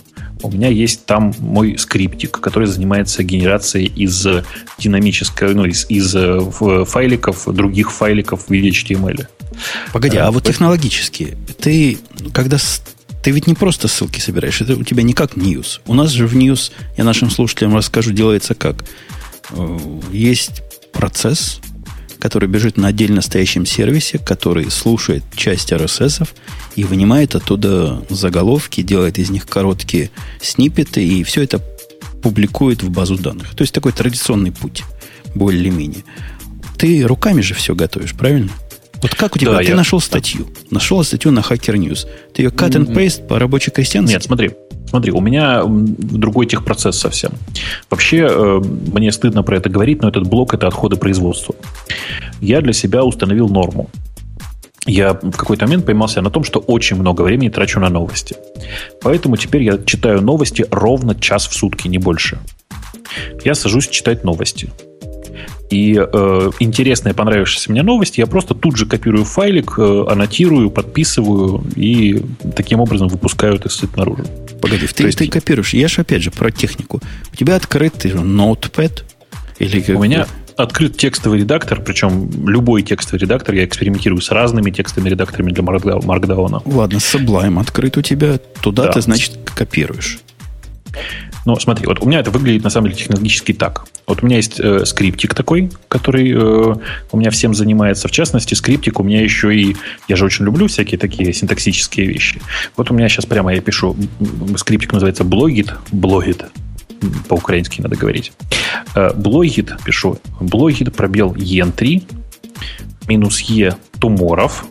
у меня есть там мой скриптик, который занимается генерацией из динамической, из файликов, других файликов в виде HTML. Погоди, а вот технологически, ты ведь не просто ссылки собираешь, это у тебя не как News. У нас же в News, я нашим слушателям расскажу, делается как. Есть процесс, который бежит на отдельно стоящем сервисе, который слушает часть RSS и вынимает оттуда заголовки, делает из них короткие сниппеты, и все это публикует в базу данных. То есть такой традиционный путь, более-менее. Ты руками же все готовишь, правильно? Вот как у тебя? Ты нашел статью. Нашел статью на Hacker News. Ты ее cut and paste по-рабоче-крестьянски? Нет, смотри, у меня другой техпроцесс совсем. Вообще, мне стыдно про это говорить, но этот блок – это отходы производства. Я для себя установил норму. Я в какой-то момент поймался на том, что очень много времени трачу на новости. Поэтому теперь я читаю новости ровно час в сутки, не больше. Я сажусь читать новости. И интересные, понравившиеся мне новости я просто тут же копирую файлик, аннотирую, подписываю и таким образом выпускаю это наружу. Погоди, ты копируешь. Я же опять же про технику. У тебя открыт Notepad? Или у меня открыт текстовый редактор, причем любой текстовый редактор. Я экспериментирую с разными текстовыми редакторами для Markdown. Ладно, Sublime открыт у тебя. Туда ты, значит, копируешь. Ну, смотри, вот у меня это выглядит на самом деле технологически так. Вот у меня есть скриптик такой, который у меня всем занимается. В частности, скриптик у меня еще и... Я же очень люблю всякие такие синтаксические вещи. Вот у меня сейчас прямо я пишу... Скриптик называется блогит. По-украински надо говорить. Блогит пишу. Блогит пробел ен3 минус е туморов.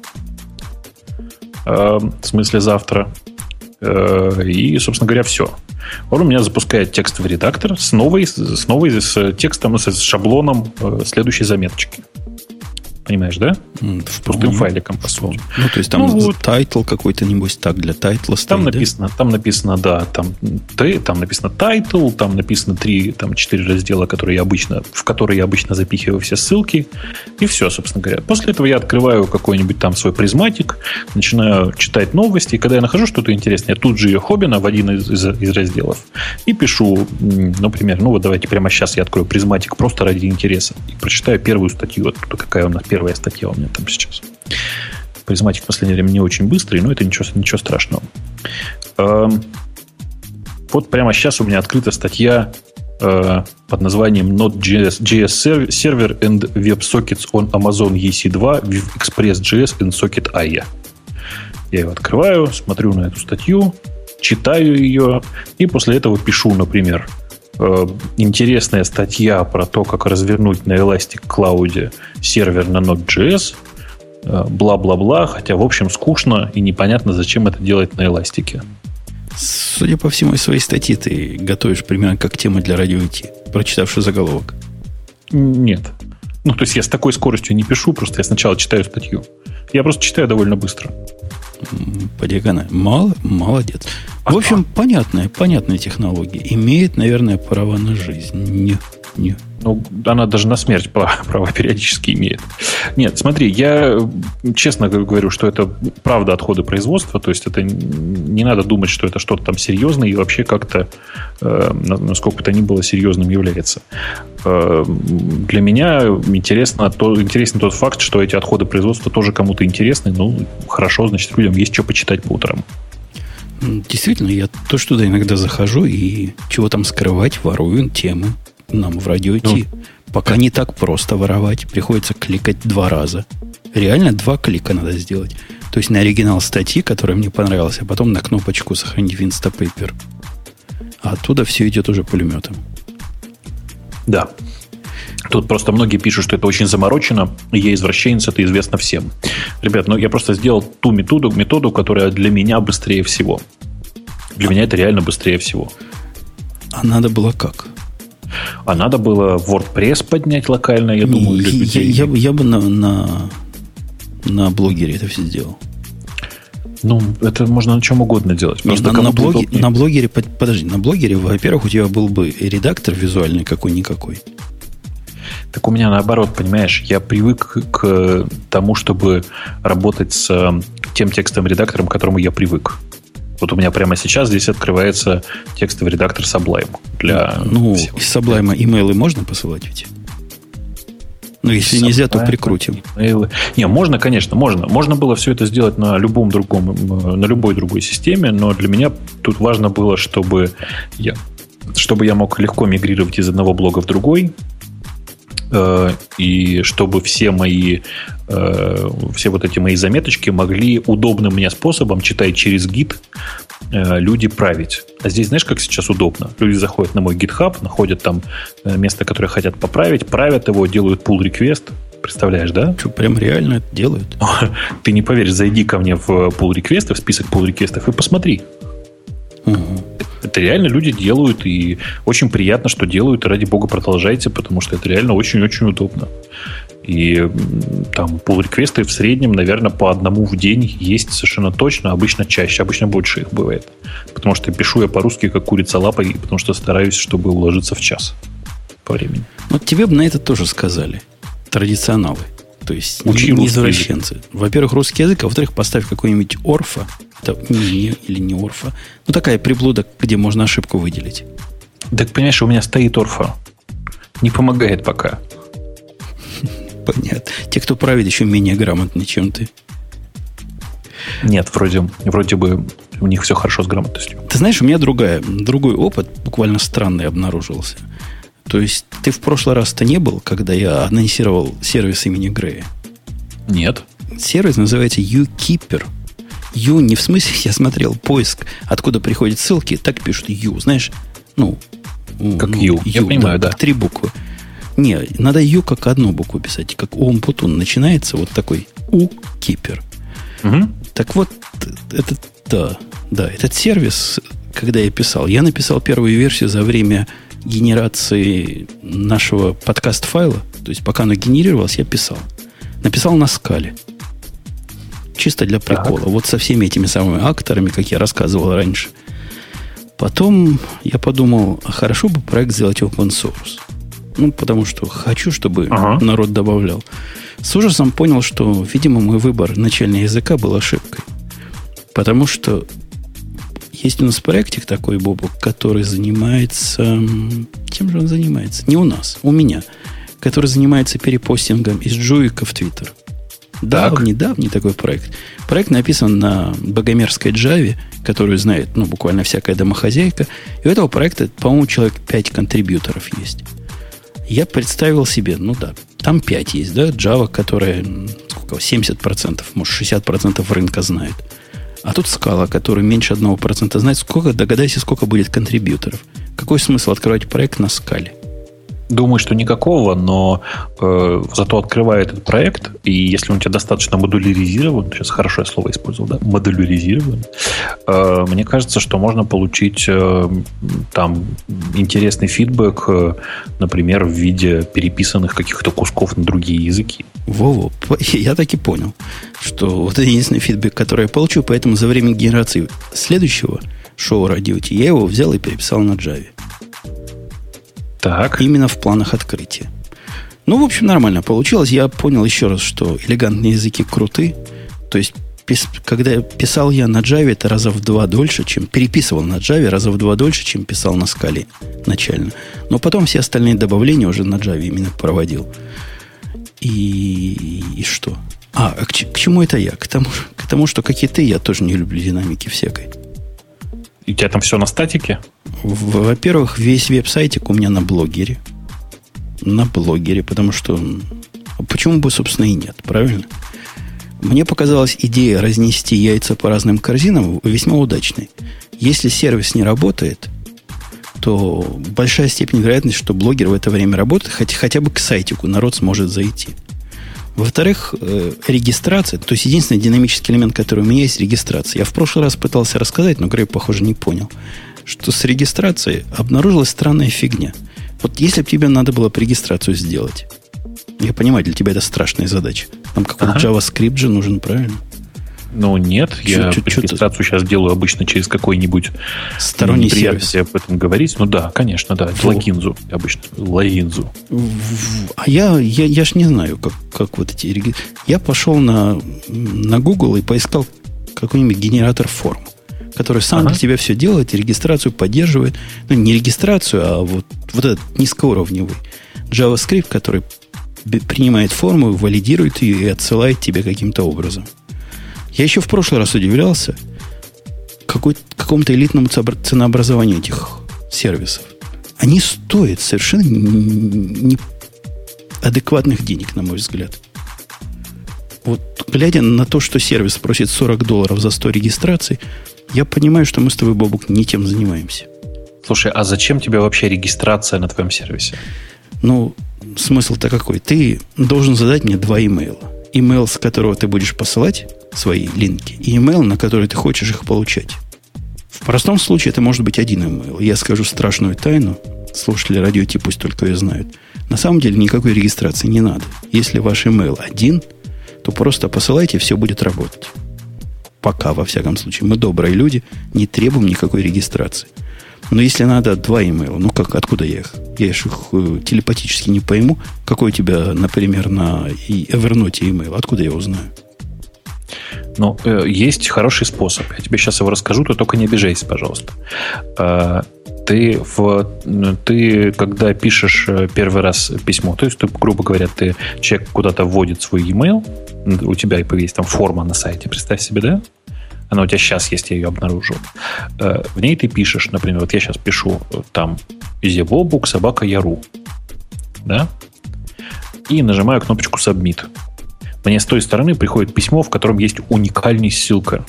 В смысле завтра. И, собственно говоря, все. Он у меня запускает текстовый редактор с текстом, с шаблоном следующей заметочки. Понимаешь, да? С пустым файликом, по сути. Ну, то есть там тайтл какой-то, небось, так для тайтла стоит, там написано, да? Там написано тайтл, там написано 4 раздела, в которые я обычно запихиваю все ссылки. И все, собственно говоря. После этого я открываю какой-нибудь там свой призматик, начинаю читать новости, и когда я нахожу что-то интересное, я тут же ее хоббина в один из разделов и пишу, например, давайте прямо сейчас я открою призматик просто ради интереса и прочитаю первую статью. Вот какая у нас первая статья у меня там сейчас. Призматик в последнее время не очень быстрый, но это ничего страшного. Вот прямо сейчас у меня открыта статья под названием Node.js Server and WebSockets on Amazon EC2 with Express.js and Socket AIA. Я ее открываю, смотрю на эту статью, читаю ее, и после этого пишу, например, интересная статья про то, как развернуть на Elastic Cloud сервер на Node.js, бла-бла-бла, хотя, в общем, скучно и непонятно, зачем это делать на Elastic. Судя по всему, из своей статьи ты готовишь примерно как тему для радио IT, прочитавший заголовок. Нет. То есть я с такой скоростью не пишу, просто я сначала читаю статью. Я просто читаю довольно быстро. Подиагонально. Молодец. В общем, понятная технология. Имеет, наверное, право на жизнь. Не. Она даже на смерть право периодически имеет. Нет, смотри, я честно говорю, что это правда отходы производства, то есть это не надо думать, что это что-то там серьезное и вообще как-то, насколько бы то ни было, серьезным является. Для меня интересен тот факт, что эти отходы производства тоже кому-то интересны. Хорошо, значит, людям есть что почитать по утрам. Действительно, я тоже туда иногда захожу и чего там скрывать, ворую темы. Нам в радио идти. Пока не так просто воровать. Приходится кликать 2 раза. Реально 2 клика надо сделать. То есть на оригинал статьи, которая мне понравилась, а потом на кнопочку «Сохранить в Instapaper». А оттуда все идет уже пулеметом. Да. Тут просто многие пишут, что это очень заморочено, и я извращенец, это известно всем. Ребят, я просто сделал ту методу, которая для меня быстрее всего. Для меня это реально быстрее всего. А надо было как? А надо было WordPress поднять локально, я думаю, для людей. Я бы на блогере это все сделал. Это можно на чем угодно делать. Просто на блогере, подожди, на блогере, во-первых, у тебя был бы редактор визуальный какой-никакой. Так у меня наоборот, понимаешь, я привык к тому, чтобы работать с тем текстовым редактором, к которому я привык. Вот у меня прямо сейчас здесь открывается текстовый редактор Sublime. Из Sublime имейлы можно посылать ведь? Ну, если Sublime, нельзя, то прикрутим. Не, можно, конечно, можно. Можно было все это сделать на любой другой системе, но для меня тут важно было, чтобы я мог легко мигрировать из одного блога в другой, и чтобы все вот эти мои заметочки могли удобным мне способом, читая через гид, люди править. А здесь, знаешь, как сейчас удобно? Люди заходят на мой GitHub, находят там место, которое хотят поправить, правят его, делают pull request. Представляешь, да? Что, прям реально это делают? Ты не поверишь, зайди ко мне в pull request, в список pull request'ов и посмотри. Угу. Это реально люди делают, и очень приятно, что делают, и ради бога продолжайте, потому что это реально очень-очень удобно. И там pull-реквесты в среднем, наверное, по одному в день есть совершенно точно, обычно чаще, обычно больше их бывает. Потому что пишу я по-русски, как курица лапой, потому что стараюсь, чтобы уложиться в час по времени. Вот тебе бы на это тоже сказали. Традиционалы. То есть не извращенцы. Во-первых, русский язык, а во-вторых, поставь какой-нибудь орфа. Это или не орфа. Ну, такая приблуда, где можно ошибку выделить. Так, понимаешь, у меня стоит орфа. Не помогает пока. Понятно. Те, кто правит, еще менее грамотны, чем ты. Нет, вроде бы у них все хорошо с грамотностью. Ты знаешь, у меня другой опыт буквально странный обнаружился. То есть ты в прошлый раз-то не был, когда я анонсировал сервис имени Грея? Нет. Сервис называется YouKeeper. You не в смысле, я смотрел поиск, откуда приходят ссылки, так пишут You, знаешь, как You, я понимаю, да. 3 буквы. Не, надо You как одну букву писать, как Умпутун начинается, вот такой YouKeeper. Угу. Так вот, этот сервис, когда я написал первую версию за время генерации нашего подкаст-файла, то есть пока оно генерировалось, я писал. Написал на скале. Чисто для прикола. Так. Вот со всеми этими самыми акторами, как я рассказывал раньше. Потом я подумал, а хорошо бы проект сделать open source. Потому что хочу, чтобы народ добавлял. С ужасом понял, что, видимо, мой выбор начального языка был ошибкой. Потому что есть у нас проектик такой, Бобок, который занимается... Чем же он занимается? Не у нас, у меня. Который занимается перепостингом из Джуика в Твиттер. Давний такой проект. Проект написан на богомерзкой Java, которую знает, буквально всякая домохозяйка. И у этого проекта, по-моему, человек 5 контрибьюторов есть. Я представил себе, там 5 есть, да, Java, которая 70%, может, 60% рынка знает. А тут Scala, который меньше 1% знает. Догадайся, сколько будет контрибьюторов. Какой смысл открывать проект на Scala? Думаю, что никакого, но зато открывая этот проект, и если он у тебя достаточно модуляризирован, сейчас хорошее слово использовал, да, модуляризирован, мне кажется, что можно получить там интересный фидбэк, например, в виде переписанных каких-то кусков на другие языки. Во-во, я так и понял, что вот это единственный фидбэк, который я получу, поэтому за время генерации следующего шоу Радио Ти я его взял и переписал на Java. Так. Именно в планах открытия. В общем, нормально получилось. Я понял еще раз, что элегантные языки круты. То есть, когда писал я на Java, это раза в 2 дольше, чем... Переписывал на Java раза в 2 дольше, чем писал на Scala начально. Но потом все остальные добавления уже на Java именно проводил. И что? К чему это я? К тому, что, как и ты, я тоже не люблю динамики всякой. И у тебя там все на статике? Во-первых, весь веб-сайтик у меня на блогере. На блогере, потому что... Почему бы, собственно, и нет, правильно? Мне показалась идея разнести яйца по разным корзинам весьма удачной. Если сервис не работает, то большая степень вероятности, что блогер в это время работает, хотя бы к сайтику народ сможет зайти. Во-вторых, регистрация, то есть единственный динамический элемент, который у меня есть, регистрация. Я в прошлый раз пытался рассказать, но Грей, похоже, не понял, что с регистрацией обнаружилась странная фигня. Вот если бы тебе надо было регистрацию сделать, я понимаю, для тебя это страшная задача. Там какой-то JavaScript же нужен, правильно? Нет, я регистрацию сейчас делаю обычно через какой-нибудь сторонний сервис. Об этом говорить. Конечно, да. Логинзу обычно. Логинзу. А я ж не знаю, как вот эти... Я пошел на Google и поискал какой-нибудь генератор форм, который сам для тебя все делает и регистрацию поддерживает. Ну, не регистрацию, а вот этот низкоуровневый JavaScript, который принимает форму, валидирует ее и отсылает тебе каким-то образом. Я еще в прошлый раз удивлялся какому-то элитному ценообразованию этих сервисов. Они стоят совершенно неадекватных денег, на мой взгляд. Вот глядя на то, что сервис просит $40 за 100 регистраций, я понимаю, что мы с тобой, Бобук, не тем занимаемся. Слушай, а зачем тебе вообще регистрация на твоем сервисе? Ну, смысл-то какой? Ты должен задать мне 2 имейла. Имейл, с которого ты будешь посылать свои линки, и имейл, на который ты хочешь их получать. В простом случае это может быть один имейл. Я скажу страшную тайну. Слушатели радио Ти пусть только ее знают. На самом деле никакой регистрации не надо. Если ваш имейл один, то просто посылайте, все будет работать. Пока, во всяком случае. Мы добрые люди, не требуем никакой регистрации. Но если надо 2 имейла, ну как, откуда я их? Я их телепатически не пойму. Какой у тебя, например, на Evernote имейл? Откуда я его узнаю? Ну, есть хороший способ. Я тебе сейчас его расскажу, ты только не обижайся, пожалуйста. Ты, когда пишешь первый раз письмо, то есть, грубо говоря, человек куда-то вводит свой e-mail, у тебя есть там форма на сайте, представь себе, да? Она у тебя сейчас есть, я ее обнаружил. В ней ты пишешь, например, вот я сейчас пишу там @bobuk@yaru, да? И нажимаю кнопочку Submit. Мне с той стороны приходит письмо, в котором есть уникальная ссылка.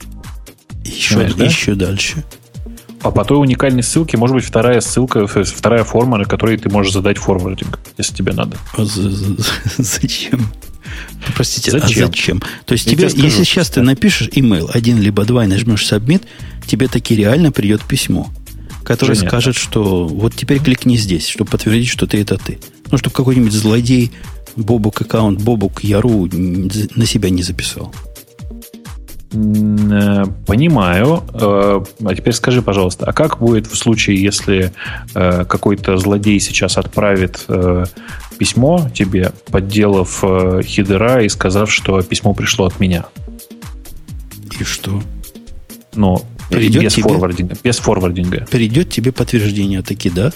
Еще дальше. А по той уникальной ссылке может быть вторая ссылка, вторая форма, на которой ты можешь задать форвардинг, если тебе надо. Зачем? Простите, зачем? То есть тебе, если сейчас ты напишешь email 1 либо 2 и нажмешь Submit, тебе таки реально придет письмо, которое скажет, что вот теперь кликни здесь, чтобы подтвердить, что ты это ты. Ну, чтобы какой-нибудь злодей Бобук аккаунт, Бобук Яру на себя не записал. Понимаю. А теперь скажи, пожалуйста, а как будет в случае, если какой-то злодей сейчас отправит письмо тебе, подделав хедера и сказав, что письмо пришло от меня? И что? Ну, без форвардинга. Придет тебе подтверждение таки, да?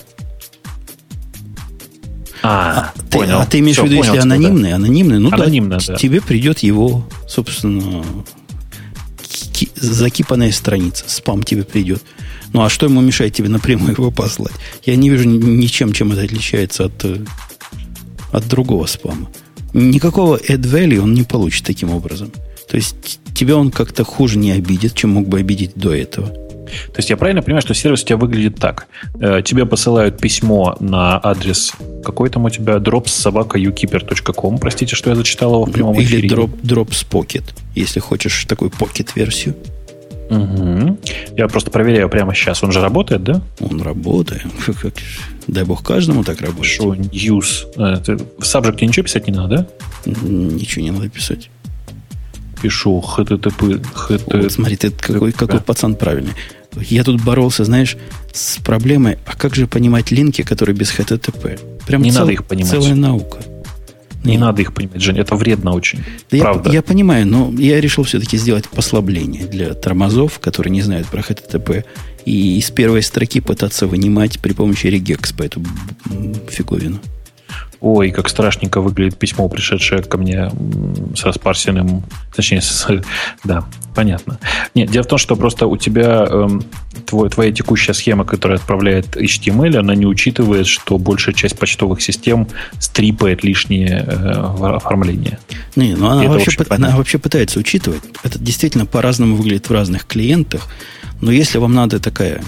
Понял. А ты имеешь в виду, если анонимный? Да. Анонимный, ну анонимно, да, тебе придет его, собственно, закипанная страница. Спам тебе придет. Ну, а что ему мешает тебе напрямую его послать? Я не вижу ничем, чем это отличается от другого спама. Никакого add value он не получит таким образом. То есть тебя он как-то хуже не обидит, чем мог бы обидеть до этого. То есть я правильно понимаю, что сервис у тебя выглядит так. Тебе посылают письмо на адрес, какой там у тебя, drops@ukeeper.com. Простите, что я зачитал его в прямом эфире. Или drops pocket, если хочешь такую pocket-версию. Угу. Я просто проверяю прямо сейчас. Он же работает, да? Он работает. Дай бог каждому так работает. Что use? В сабжекте ничего писать не надо, да? Ничего не надо писать. Пишу http. Вот, смотри, ты какой пацан правильный. Я тут боролся, знаешь, с проблемой, а как же понимать линки, которые без HTTP? Прям не надо их понимать. Целая наука. Не надо их понимать, Жень, это вредно очень. Да правда. Я понимаю, но я решил все-таки сделать послабление для тормозов, которые не знают про HTTP, и из первой строки пытаться вынимать при помощи regex по эту фиговину. Ой, как страшненько выглядит письмо, пришедшее ко мне с распарсенным... Точнее, да, понятно. Нет, дело в том, что просто у тебя твоя текущая схема, которая отправляет HTML, она не учитывает, что большая часть почтовых систем стрипает лишнее оформление. Не, ну она вообще пытается учитывать. Это действительно по-разному выглядит в разных клиентах. Но если вам надо такая...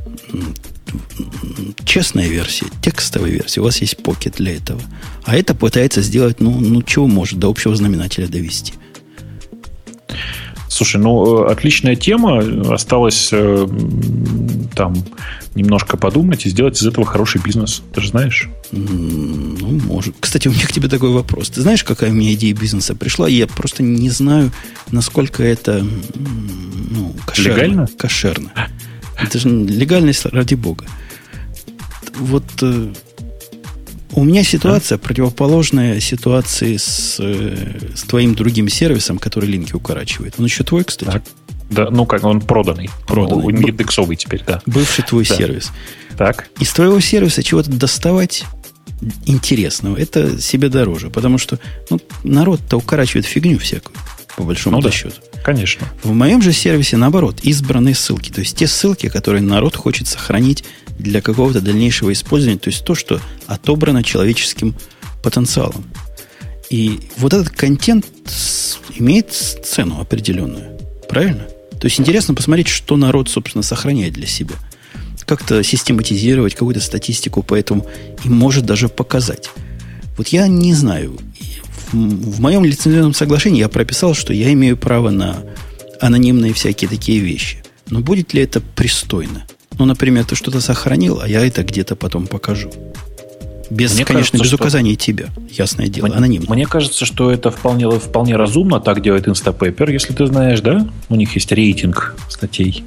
честная версия, текстовая версия, у вас есть Pocket для этого. А это пытается сделать, чего может, до общего знаменателя довести. Слушай, отличная тема. Осталось там немножко подумать и сделать из этого хороший бизнес. Ты же знаешь? Может. Кстати, у меня к тебе такой вопрос. Ты знаешь, какая у меня идея бизнеса пришла? Я просто не знаю, насколько это кошерно. Легально? Кошерно. Это же легальность ради бога. Вот у меня ситуация противоположная ситуации с твоим другим сервисом, который линки укорачивает. Он еще твой, кстати? Да, ну как, он проданный. Он индексовый теперь, да. Бывший твой сервис. Так. Из твоего сервиса чего-то доставать интересного, это себе дороже. Потому что народ-то укорачивает фигню всякую, по большому счету. Конечно. В моем же сервисе, наоборот, избранные ссылки. То есть те ссылки, которые народ хочет сохранить для какого-то дальнейшего использования. То есть то, что отобрано человеческим потенциалом. И вот этот контент имеет цену определенную. Правильно? То есть интересно посмотреть, что народ, собственно, сохраняет для себя. Как-то систематизировать какую-то статистику по этому и может даже показать. Вот я не знаю. В моем лицензионном соглашении я прописал, что я имею право на анонимные всякие такие вещи. Но будет ли это пристойно? Ну, например, ты что-то сохранил, а я это где-то потом покажу. Без указания тебя, ясное дело, анонимно. Мне кажется, что это вполне разумно. Так делает Instapaper, если ты знаешь, да? У них есть рейтинг статей.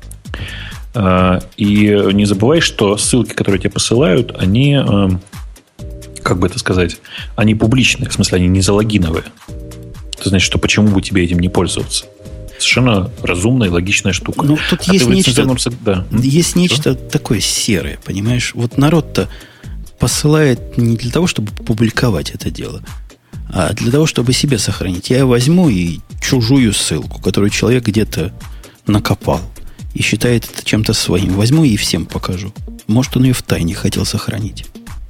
И не забывай, что ссылки, которые тебе посылают, они, как бы это сказать, они публичные, в смысле, они не залогиновые. Это значит, что почему бы тебе этим не пользоваться? Совершенно разумная и логичная штука. Ну, тут есть нечто такое серое, понимаешь? Вот народ-то посылает не для того, чтобы публиковать это дело, а для того, чтобы себе сохранить. Я возьму и чужую ссылку, которую человек где-то накопал и считает это чем-то своим. Возьму и всем покажу. Может, он ее втайне хотел сохранить.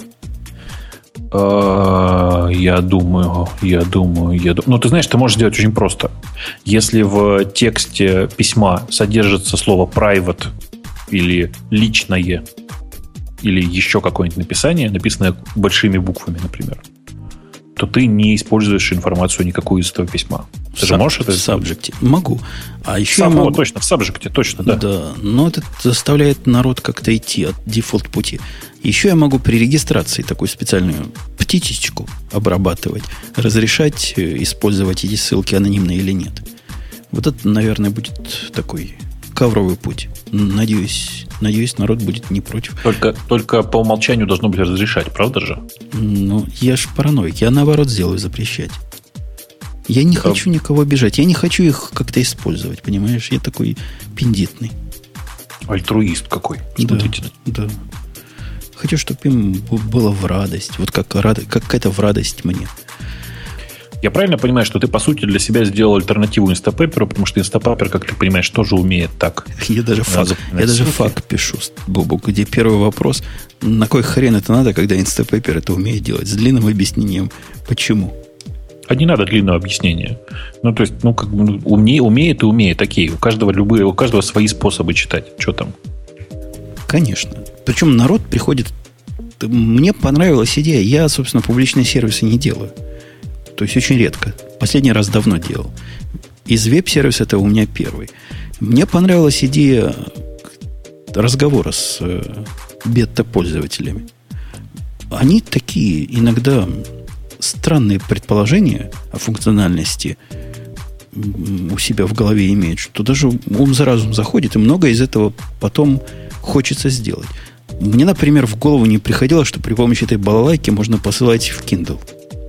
Я думаю. Ну, ты знаешь, ты можешь сделать очень просто. Если в тексте письма содержится слово private или личное, или еще какое-нибудь написание, написанное большими буквами, например, то ты не используешь информацию никакую из этого письма. Ты же можешь это сделать? В сабжекте. Могу. А еще я могу... Точно, в сабжекте, точно, да. Да, но это заставляет народ как-то идти от дефолт-пути. Еще я могу при регистрации такую специальную птичечку обрабатывать, разрешать использовать эти ссылки анонимно или нет. Вот это, наверное, будет такой ковровый путь. Надеюсь, народ будет не против. Только по умолчанию должно быть разрешать, правда же? Ну, я ж параноик. Я наоборот сделаю запрещать. Я не хочу никого обижать. Я не хочу их как-то использовать, понимаешь? Я такой пиндитный. Альтруист какой. Смотрите. Да. Хочу, чтобы им было в радость. Вот какая-то в радость мне. Я правильно понимаю, что ты, по сути, для себя сделал альтернативу Instapaper, потому что Instapaper, как ты понимаешь, тоже умеет так. Я даже факт пишу, Бобук, где первый вопрос, на кой хрен это надо, когда Instapaper это умеет делать, с длинным объяснением, почему. А не надо длинного объяснения. Ну, то есть, умеет и умеет. Окей, у каждого свои способы читать. Что там? Конечно. Причем народ приходит... Мне понравилась идея. Я, собственно, публичные сервисы не делаю. То есть очень редко. Последний раз давно делал. Из веб-сервиса это у меня первый. Мне понравилась идея разговора с бета-пользователями. Они такие иногда странные предположения о функциональности у себя в голове имеют, что даже ум за разум заходит, и многое из этого потом хочется сделать. Мне, например, в голову не приходило, что при помощи этой балалайки можно посылать в Kindle.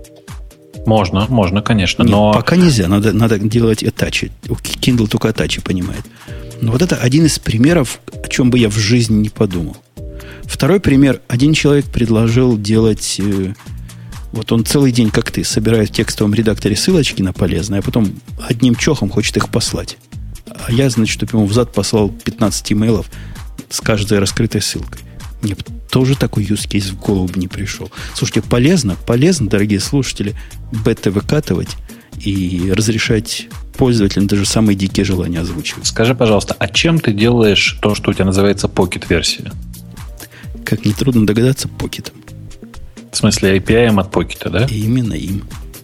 Можно, конечно. Нет, но пока нельзя, надо делать attach. Kindle только attach понимает. Но вот это один из примеров, о чем бы я в жизни не подумал. Второй пример. Один человек предложил делать... Вот он целый день, как ты, собирает в текстовом редакторе ссылочки на полезные, а потом одним чохом хочет их послать. А я, значит, чтобы ему взад послал 15 имейлов с каждой раскрытой ссылкой. Мне тоже такой use case в голову бы не пришел. Слушайте, полезно, дорогие слушатели, бета выкатывать и разрешать пользователям даже самые дикие желания озвучивать. Скажи, пожалуйста, а чем ты делаешь то, что у тебя называется Pocket-версия? Как нетрудно догадаться, покетом. В смысле, API от Pocket, да? Именно им.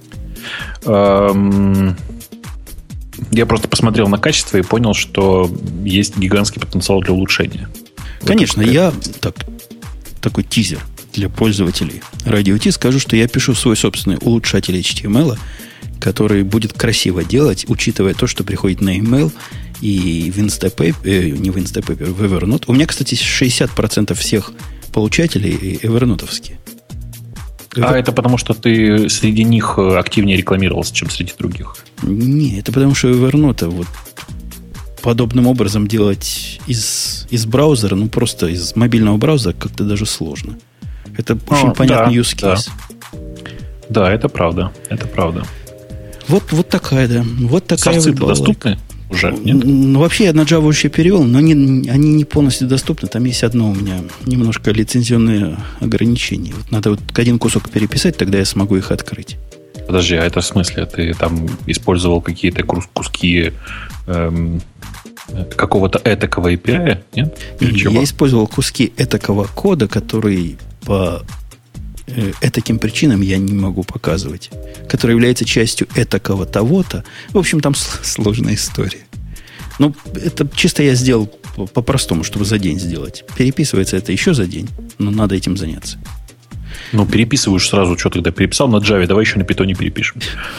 Я просто посмотрел на качество и понял, что есть гигантский потенциал для улучшения. Конечно, я такой тизер для пользователей Радио Ти скажу, что я пишу свой собственный улучшатель HTML, который будет красиво делать, учитывая то, что приходит на email и в Instapaper, не в Instapaper, в Evernote. У меня, кстати, 60% всех получателей Evernote-овские. Это потому, что ты среди них активнее рекламировался, чем среди других? Не, это потому, что у Evernote вот подобным образом делать из браузера, ну, просто из мобильного браузера как-то даже сложно. Это очень понятный use case. Да, это правда. Это правда. Вот такая, да. Вот такая сорцы-то доступны уже? Нет? Ну, вообще я на Java еще перевел, но они не полностью доступны. Там есть одно у меня немножко лицензионное ограничение. Вот надо вот один кусок переписать, тогда я смогу их открыть. Подожди, а это в смысле? Ты там использовал какие-то куски какого-то этакого API, нет? Я использовал куски этакого кода, который по этаким причинам я не могу показывать, который является частью этакого того-то. В общем, там сложная история. Ну, это чисто я сделал по-простому, чтобы за день сделать. Переписывается это еще за день, но надо этим заняться. Ну, переписываешь сразу, что тогда переписал на Java, давай еще на Python перепишем.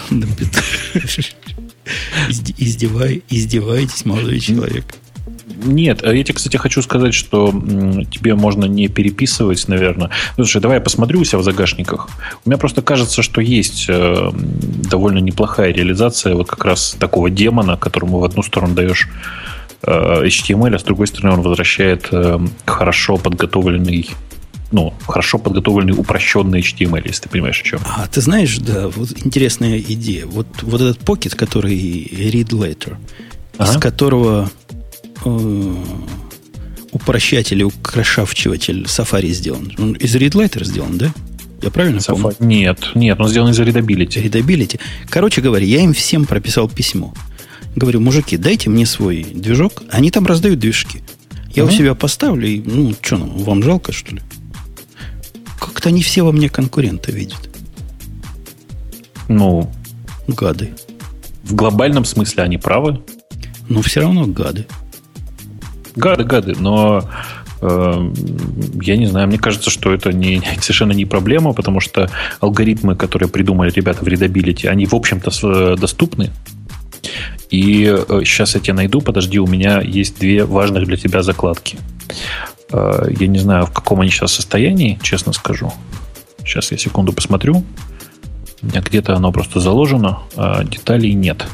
Издеваетесь, молодой человек. Нет, я тебе, кстати, хочу сказать, что тебе можно не переписывать, наверное. Слушай, давай я посмотрю у себя в загашниках. У меня просто кажется, что есть довольно неплохая реализация вот как раз такого демона, которому в одну сторону даешь HTML, а с другой стороны он возвращает хорошо подготовленный упрощенный HTML, если ты понимаешь, о чем. А ты знаешь, да, вот интересная идея. Вот этот Pocket, который read later, из которого упрощатель, украшавчиватель Safari сделан. Он из readLiner сделан, да? Я правильно помню? Нет, он сделан из Readability. Readability. Короче говоря, я им всем прописал письмо. Говорю, мужики, дайте мне свой движок. Они там раздают движки. Я у себя поставлю, и, что, вам жалко, что ли? Как-то они все во мне конкурента видят. Гады. В глобальном смысле они правы? Но все равно гады. Гады, но я не знаю, мне кажется, что это совершенно не проблема, потому что алгоритмы, которые придумали ребята в Readability, они, в общем-то, доступны. И сейчас я тебя найду, подожди, у меня есть 2 важных для тебя закладки. Я не знаю, в каком они сейчас состоянии, честно скажу. Сейчас я секунду посмотрю. У меня где-то оно просто заложено, а деталей нет.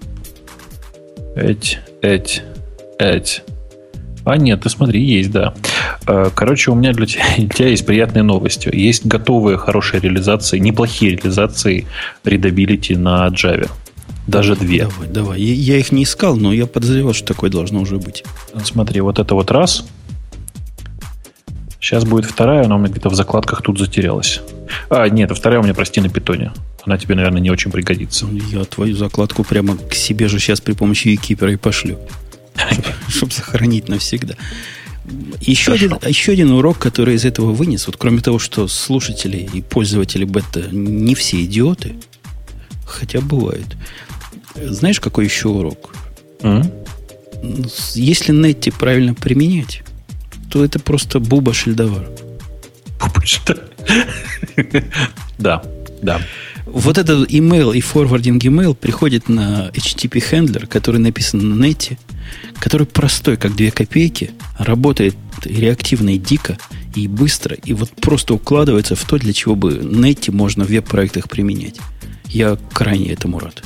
А нет, ты смотри, есть, да. Короче, у меня для тебя есть приятные новости. Есть готовые, хорошие реализации, неплохие реализации Readability на Java. Даже 2. Давай. Я их не искал, но я подозревал, что такое должно уже быть. Смотри, вот это вот раз. Сейчас будет вторая, она у меня где-то в закладках тут затерялась. Нет, вторая у меня, прости, на Python. Она тебе, наверное, не очень пригодится. Я твою закладку прямо к себе же сейчас при помощи Юкипера и пошлю. Чтобы сохранить навсегда. Еще один урок, который из этого вынес, вот кроме того, что слушатели и пользователи бета не все идиоты, хотя бывает. Знаешь, какой еще урок? Если Netty правильно применять, то это просто буба шельдовар. Да. Вот этот email и forwarding email приходит на HTTP хендлер, который написан на Netty, который простой, как 2 копейки, работает реактивно и дико, и быстро, и вот просто укладывается в то, для чего бы Netty можно в веб-проектах применять. Я крайне этому рад.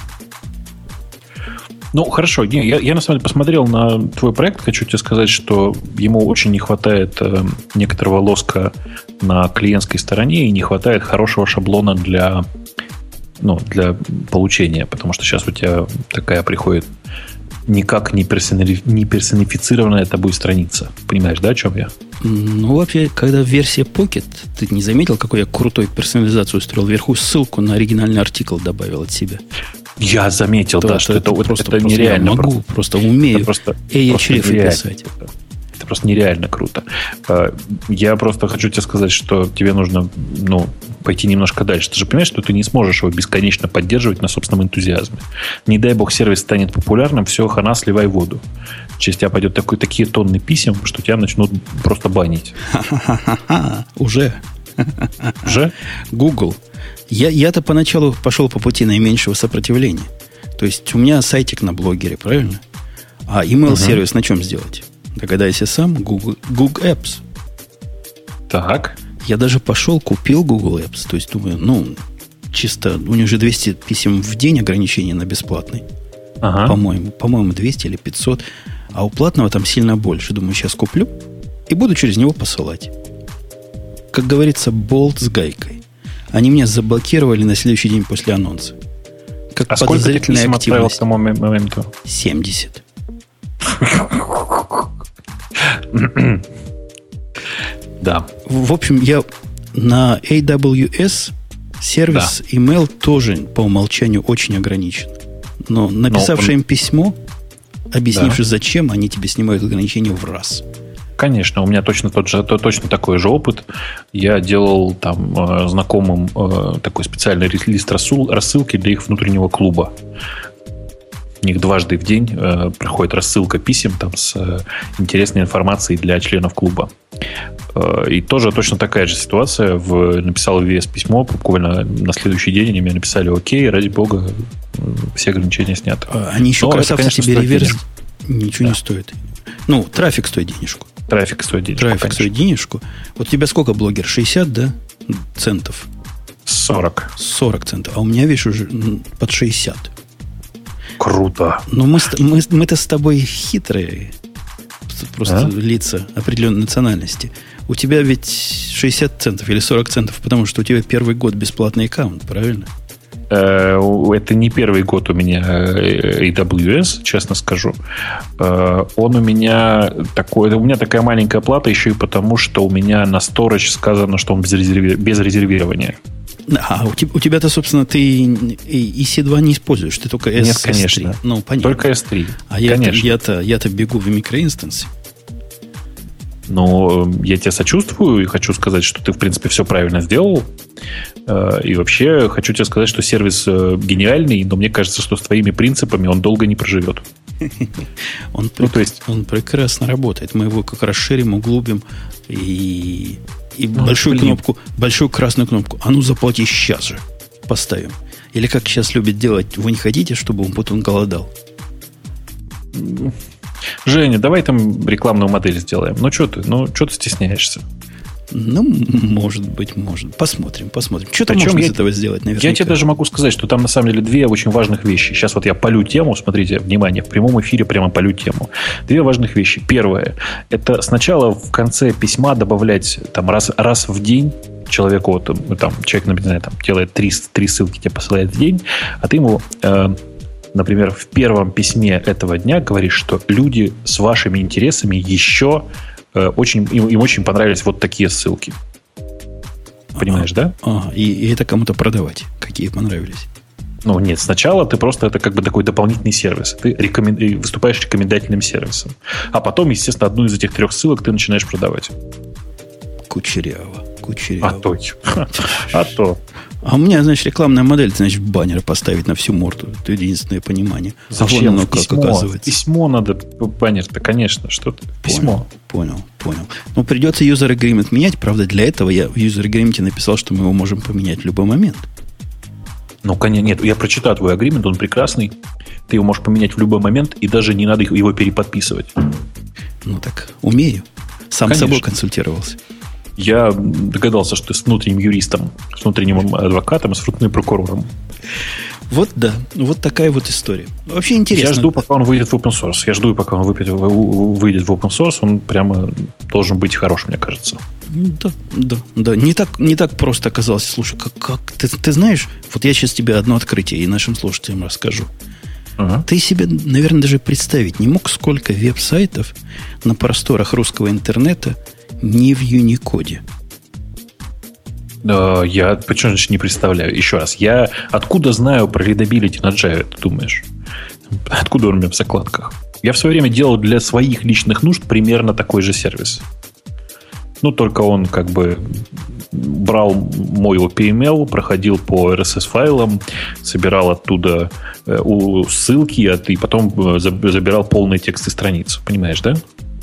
Хорошо. Я на самом деле посмотрел на твой проект. Хочу тебе сказать, что ему очень не хватает некоторого лоска на клиентской стороне и не хватает хорошего шаблона для получения. Потому что сейчас у тебя такая приходит никак не персонифицированная тобой страница. Понимаешь, да, о чем я? Вообще, когда версия Pocket, ты не заметил, какой я крутой персонализацию устроил? Вверху ссылку на оригинальный артикл добавил от себя. Я заметил, что это нереально. Я могу, просто умею шрифты писать. Это просто нереально круто. Я просто хочу тебе сказать, что тебе нужно пойти немножко дальше. Ты же понимаешь, что ты не сможешь его бесконечно поддерживать на собственном энтузиазме. Не дай бог сервис станет популярным, все, хана, сливай воду. Через тебя пойдет такие тонны писем, что тебя начнут просто банить. Уже? Уже? Google. Я-то поначалу пошел по пути наименьшего сопротивления. То есть у меня сайтик на блогере, правильно? А email-сервис на чем сделать? Догадайся сам. Google Apps. Так. Я даже пошел, купил Google Apps. То есть думаю, чисто у них же 200 писем в день ограничения на бесплатный. Ага. По-моему, 200 или 500. А у платного там сильно больше. Думаю, сейчас куплю и буду через него посылать. Как говорится, болт с гайкой. Они меня заблокировали на следующий день после анонса. Как подозрительная активность. Отправил к тому моменту? 70. Да. В общем, я на AWS сервис email тоже по умолчанию очень ограничен. Но написавший им письмо, объяснивши, зачем, они тебе снимают ограничения в раз. Конечно, у меня точно такой же опыт. Я делал там знакомым такой специальный лист рассылки для их внутреннего клуба. У них дважды в день проходит рассылка писем там, с интересной информацией для членов клуба. И тоже точно такая же ситуация. Написал в VS письмо, буквально на следующий день они мне написали: окей, ради бога, все ограничения сняты. Они еще красавцы тебе реверс ничего не стоит. Ну, трафик стоит денежку. Трафик стоит денежку. Вот у тебя сколько, блогер? 60, да? Центов? 40. 40 центов. А у меня, видишь, уже под 60. Круто. Но мы-то с тобой хитрые. Просто лица определенной национальности. У тебя ведь 60 центов или 40 центов, потому что у тебя первый год бесплатный аккаунт, правильно? Это не первый год у меня AWS, честно скажу. Он у меня такая маленькая плата еще и потому, что у меня на storage сказано, что он без резервирования. А у тебя-то, собственно, ты EC2 не используешь, ты только S3. Нет, конечно. Ну, понятно. Только S3. А я-то бегу в микроинстансе. Но я тебе сочувствую и хочу сказать, что ты, в принципе, все правильно сделал. И вообще хочу тебе сказать, что сервис гениальный, но мне кажется, что с твоими принципами он долго не проживет. Он прекрасно работает. Мы его как расширим, углубим и большую красную кнопку. А ну заплати сейчас же. Поставим. Или как сейчас любят делать, вы не хотите, чтобы он потом голодал? Женя, давай там рекламную модель сделаем. Ну, что ты стесняешься? Ну, может быть. Посмотрим. Что-то можно из этого сделать, наверняка. Я тебе даже могу сказать, что там на самом деле две очень важных вещи. Сейчас вот я полю тему, смотрите, внимание, в прямом эфире прямо полю тему. Две важных вещи. Первое, это сначала в конце письма добавлять там раз в день человеку, человек, например, делает три ссылки, тебе посылает в день, а ты ему... например, в первом письме этого дня говоришь, что люди с вашими интересами еще им очень понравились вот такие ссылки. Понимаешь, да? И это кому-то продавать, какие понравились. Ну, нет, сначала ты просто это как бы такой дополнительный сервис. Ты выступаешь рекомендательным сервисом. А потом, естественно, одну из этих 3 ссылок ты начинаешь продавать. Кучеряво. А то. А у меня, значит, рекламная модель, значит, баннер поставить на всю морду. Это единственное понимание. Зачем? Оно как оказывается. Письмо надо, баннер-то, конечно, что-то. Письмо. Понял. Но придется user agreement менять. Правда, для этого я в user agreement написал, что мы его можем поменять в любой момент. Ну, конечно, нет. Я прочитал твой agreement, он прекрасный. Ты его можешь поменять в любой момент, и даже не надо его переподписывать. Ну, так, умею. Сам с собой консультировался. Я догадался, что ты с внутренним юристом, с внутренним адвокатом и с внутренним прокурором. Вот да, вот такая вот история. Вообще интересно. Я жду, пока он выйдет в open source. Выйдет в open source, он прямо должен быть хорошим, мне кажется. Да. Не так просто оказалось. Слушай, как ты знаешь, вот я сейчас тебе одно открытие и нашим слушателям расскажу. Ты себе, наверное, даже представить не мог, сколько веб-сайтов на просторах русского интернета не в Unicode. Я почему же не представляю? Еще раз, я откуда знаю про readability на Java, ты думаешь? Откуда он у меня в закладках? Я в свое время делал для своих личных нужд примерно такой же сервис. Ну, только он как бы брал мой OPML, проходил по RSS-файлам, собирал оттуда ссылки, и потом забирал полные тексты страниц. Понимаешь, да?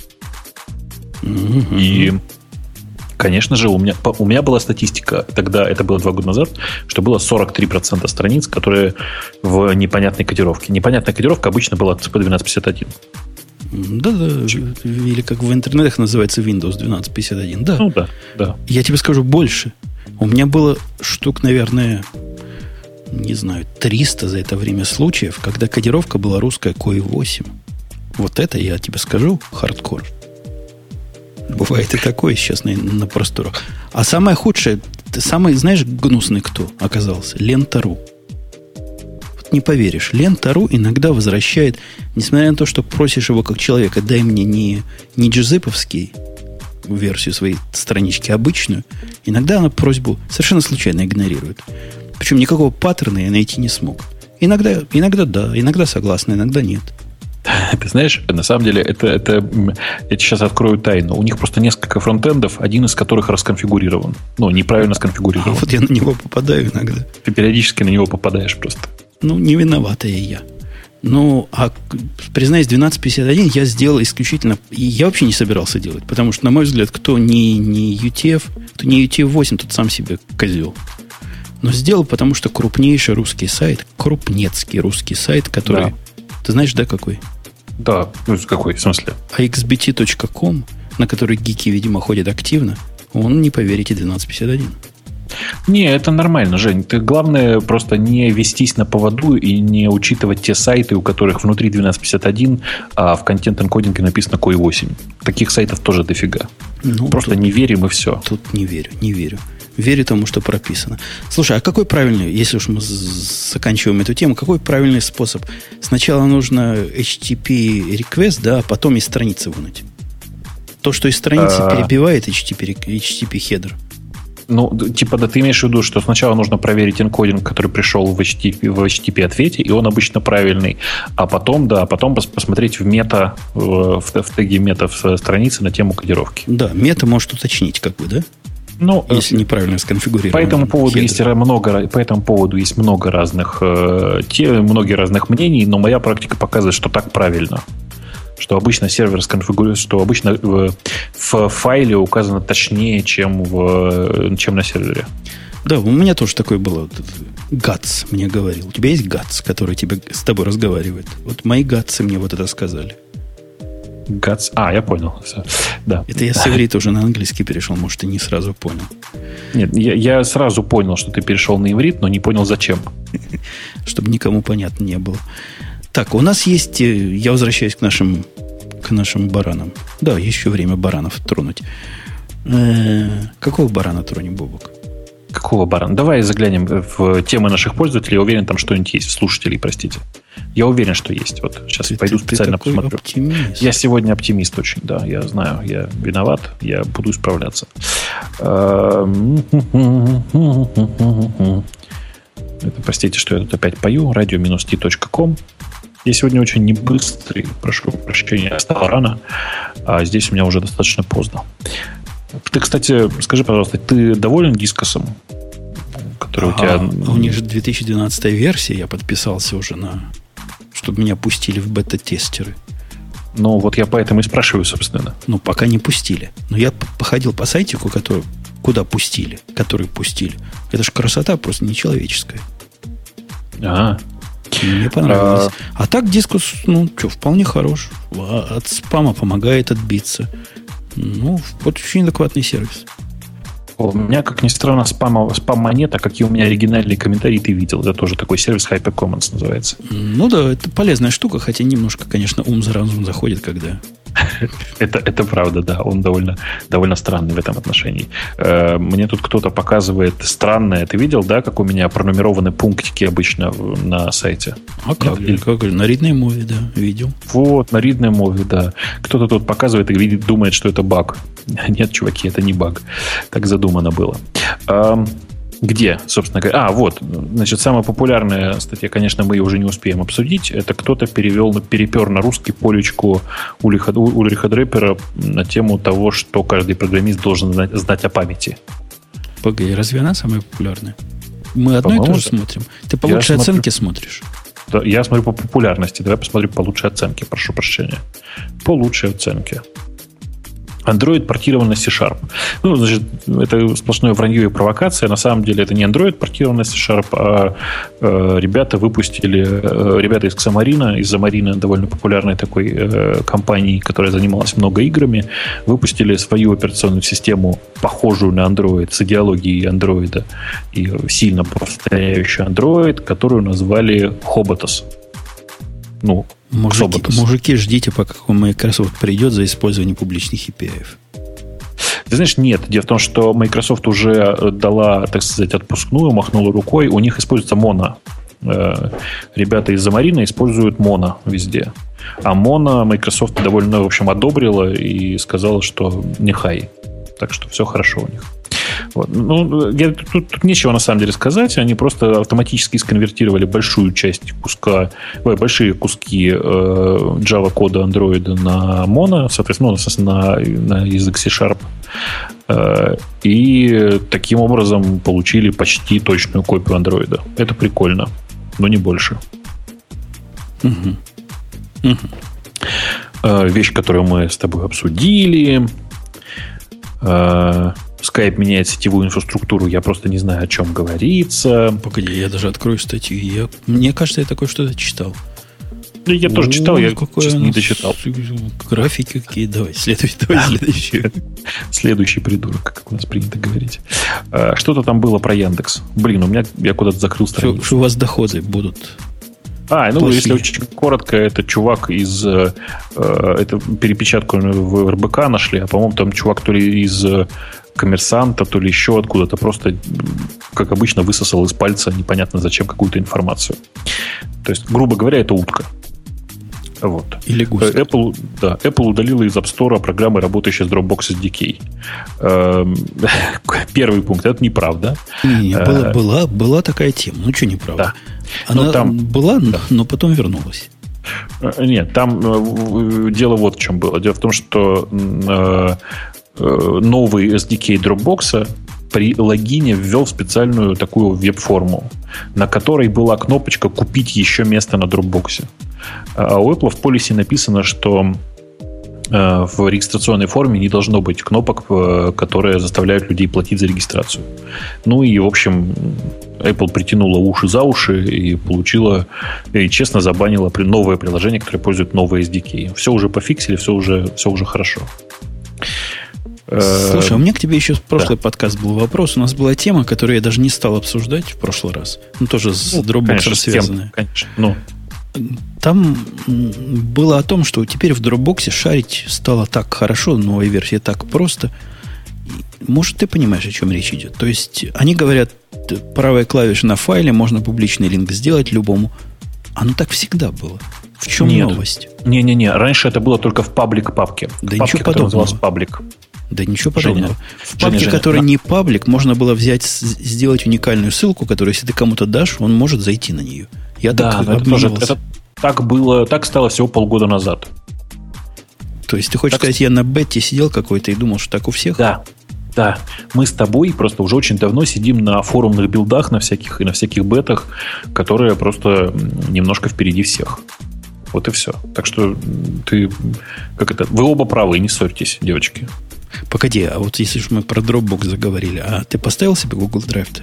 И, конечно же, у меня была статистика, тогда, это было 2 года назад, что было 43% страниц, которые в непонятной кодировке. Непонятная кодировка обычно была CP 1251. Да, или как в интернетах называется Windows 1251. Да. Ну да. Я тебе скажу больше. У меня было штук, наверное, не знаю, 300 за это время случаев, когда кодировка была русская COI 8. Вот это, я тебе скажу, хардкор. Бывает и такое сейчас на просторах. А самое худшее, самый, знаешь, гнусный кто оказался? Лента.ру. Вот не поверишь, Лента.ру иногда возвращает, несмотря на то, что просишь его как человека, дай мне не джузеповский версию своей странички, обычную, иногда она просьбу совершенно случайно игнорирует. Причем никакого паттерна я найти не смог. Иногда да, иногда согласна, иногда нет. Ты знаешь, на самом деле, это я тебе сейчас открою тайну. У них просто несколько фронтендов, один из которых расконфигурирован. Ну, неправильно сконфигурирован. А вот я на него попадаю иногда. Ты периодически на него попадаешь просто. Ну, не виноватая я. Ну, а признаюсь, 12.51 я сделал исключительно... И я вообще не собирался делать, потому что, на мой взгляд, кто не UTF, кто не UTF-8, тот сам себе козел. Но сделал, потому что крупнейший русский сайт, крупнецкий русский сайт, который... Да. Ты знаешь, да, какой? Да, ну, какой, в смысле? axbt.com, на который гики, видимо, ходят активно, он, не поверите, 12.51. Не, это нормально, Жень. Ты, главное, просто не вестись на поводу и не учитывать те сайты, у которых внутри 12.51, а в контент-энкодинге написано COI-8. Таких сайтов тоже дофига. Ну, просто не верим и все. Тут не верю. Верю тому, что прописано. Слушай, а какой правильный, если уж мы заканчиваем эту тему, какой правильный способ? Сначала нужно HTTP request, да, а потом из страницы вынуть. То, что из страницы перебивает HTTP header. Ну, типа, да, ты имеешь в виду, что сначала нужно проверить энкодинг, который пришел в HTTP ответе, и он обычно правильный. А потом, посмотреть в мета, в теге мета в странице на тему кодировки. Да, мета может уточнить, как бы, да? Ну, если неправильно сконфигурировано. По этому поводу есть много разных многие разных мнений, но моя практика показывает, что так правильно. Что обычно сервер сконфигурирует, что обычно в файле указано точнее, чем на сервере. Да, у меня тоже такое было. Гатс мне говорил. У тебя есть Гатс, который с тобой разговаривает? Вот мои Гатсы мне вот это сказали. Гатс. Я понял. Все. Да. Это я с иврита уже на английский перешел, может, ты не сразу понял. Нет, я сразу понял, что ты перешел на иврит, но не понял, зачем. Чтобы никому понятно не было. Так, у нас есть... Я возвращаюсь к нашим баранам. Да, еще время баранов тронуть. Какого барана тронем, Бобок? Какого барана? Давай заглянем в темы наших пользователей. Я уверен, там что-нибудь есть. Слушателей, простите. Я уверен, что есть. Вот сейчас пойду специально посмотрю. Оптимист. Я сегодня оптимист очень, да. Я знаю, я виноват. Я буду исправляться. Это, простите, что я тут опять пою. radio-t.com. Я сегодня очень не быстрый. Прошу прощения, стало рано. А здесь у меня уже достаточно поздно. Ты, кстати, скажи, пожалуйста, ты доволен дискосом? Который у тебя... У них же 2012 версия, я подписался уже чтобы меня пустили в бета-тестеры. Ну, вот я поэтому и спрашиваю, собственно. Ну, пока не пустили. Но я походил по сайтику, который пустили. Это же красота просто нечеловеческая. Мне понравилось. А так дискус, вполне хорош. От спама помогает отбиться. Ну, вот очень адекватный сервис. У меня, как ни странно, спам-монета, какие у меня оригинальные комментарии ты видел. Это тоже такой сервис HyperCommons называется. Ну да, это полезная штука, хотя немножко, конечно, ум за разум заходит, когда... Это правда, да. Он довольно странный в этом отношении. Мне тут кто-то показывает странное. Ты видел, да, как у меня пронумерованы пунктики обычно на сайте? Как? На Read Movie, да, видел. Вот, на Read Movie, да. Кто-то тут показывает и думает, что это баг. Нет, чуваки, это не баг. Так задумано было. Где, собственно говоря? Вот, значит, самая популярная статья, конечно, мы ее уже не успеем обсудить. Это кто-то перепер на русский полечку Ульриха Дрепера на тему того, что каждый программист должен знать о памяти. Погоди, разве она самая популярная? Мы одно и то же смотрим. Ты по лучшей оценке смотришь? Да, я смотрю по популярности. Давай посмотрим по лучшей оценке. Прошу прощения. По лучшей оценке. Android портирован на C-Sharp. Ну, значит, это сплошное вранье и провокация. На самом деле это не Android портирован на C-Sharp, а ребята из Xamarin, из Xamarin, довольно популярной такой компании, которая занималась много играми, выпустили свою операционную систему, похожую на Android, с идеологией Android и сильно повторяющую Android, которую назвали Hobotos. Мужики, ждите, пока Microsoft придет за использование публичных API. Ты знаешь, нет. Дело в том, что Microsoft уже дала, так сказать, отпускную, махнула рукой. У них используется Mono. Ребята из Xamarin используют Mono везде. А Mono Microsoft довольно, в общем, одобрила и сказала, что нехай. Так что все хорошо у них. Вот. Тут нечего на самом деле сказать. Они просто автоматически сконвертировали большую часть большие куски Java кода Android на Mono, соответственно, на язык C#. И таким образом получили почти точную копию Android. Это прикольно, но не больше. Вещь, которую мы с тобой обсудили. Skype меняет сетевую инфраструктуру. Я просто не знаю, о чем говорится. Погоди, я даже открою статью. Мне кажется, я такое что-то читал. Я тоже читал, я честно не дочитал. Графики какие. Давай, следующий. Следующий придурок, как у нас принято говорить. Что-то там было про Яндекс. Я куда-то закрыл страницу. Что у вас доходы будут... Если очень коротко, это чувак из... Это перепечатку в РБК нашли, а, по-моему, там чувак то ли из Коммерсанта, то ли еще откуда-то просто, как обычно, высосал из пальца непонятно зачем какую-то информацию. То есть, грубо говоря, это утка. Вот. Или гусь. Apple удалила из App Store программы, работающие с Dropbox SDK. Первый пункт. Это неправда. Была такая тема. Ну, что неправда? Да. Она была, но потом вернулась. Нет, там дело вот в чем было. Дело в том, что новый SDK Dropbox при логине ввел специальную такую веб-форму, на которой была кнопочка «Купить еще место на Dropbox». А у Apple в полисе написано, что в регистрационной форме не должно быть кнопок, которые заставляют людей платить за регистрацию. И, в общем, Apple притянула уши за уши и получила, и честно забанила новое приложение, которое пользует новые SDK. Все уже пофиксили, все уже хорошо. Слушай, у меня к тебе еще прошлый подкаст был вопрос. У нас была тема, которую я даже не стал обсуждать в прошлый раз. Тоже с Dropbox связанная. Конечно. Там было о том, что теперь в Dropbox шарить стало так хорошо, новая версия так просто. Может, ты понимаешь, о чем речь идет? То есть, они говорят, правая клавиша на файле, можно публичный линк сделать любому. Оно так всегда было. В чем новость? Не. Раньше это было только в паблик-папке. Да ничего подобного. Паблик. Да ничего подобного. В папке, которая не паблик, можно было сделать уникальную ссылку, которую, если ты кому-то дашь, он может зайти на нее. Это так стало всего полгода назад. То есть ты хочешь сказать, я на бете сидел какой-то и думал, что так у всех? Да. Мы с тобой просто уже очень давно сидим на форумных билдах на всяких бетах, которые просто немножко впереди всех. Вот и все. Так что вы оба правы, не ссорьтесь, девочки. Погоди, а вот если мы про Dropbox заговорили, а ты поставил себе Google Drive-то?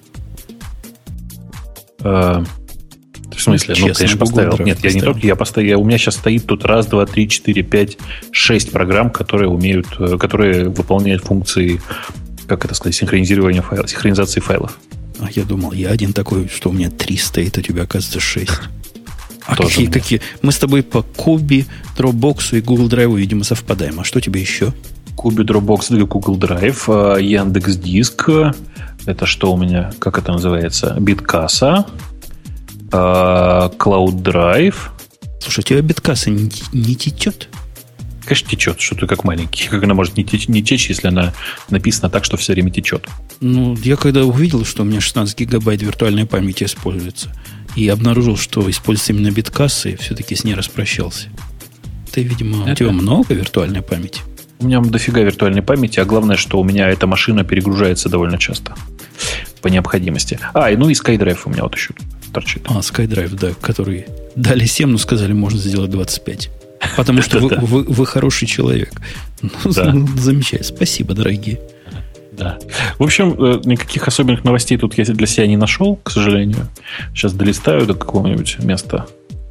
В смысле? Честно, конечно, поставил. Нет, я не только, я поставил. У меня сейчас стоит тут 1, 2, 3, 4, 5, 6 программ, которые выполняют функции, синхронизирования файлов, синхронизации файлов. А я думал, я один такой, что у меня 3 стоит, а у тебя, оказывается, 6. А какие? Мы с тобой по Кубе, Dropbox и Google Drive, видимо, совпадаем. А что тебе еще? Кубе, Dropbox или Google Drive, Яндекс.Диск. Это что у меня? Как это называется? Биткаса. Cloud Drive. Слушай, у тебя биткаса не течет? Конечно, течет. Что ты как маленький. Как она может не течь, если она написана так, что все время течет? Я когда увидел, что у меня 16 гигабайт виртуальной памяти используется, и обнаружил, что используется именно биткассы, все-таки с ней распрощался. У тебя много виртуальной памяти? У меня дофига виртуальной памяти, а главное, что у меня эта машина перегружается довольно часто. По необходимости. И SkyDrive у меня вот еще торчит. SkyDrive, да, который дали 7, но сказали, можно сделать 25. Потому что вы хороший человек. Замечательно. Спасибо, дорогие. Да. В общем, никаких особенных новостей тут я для себя не нашел, к сожалению. Сейчас долистаю до какого-нибудь места.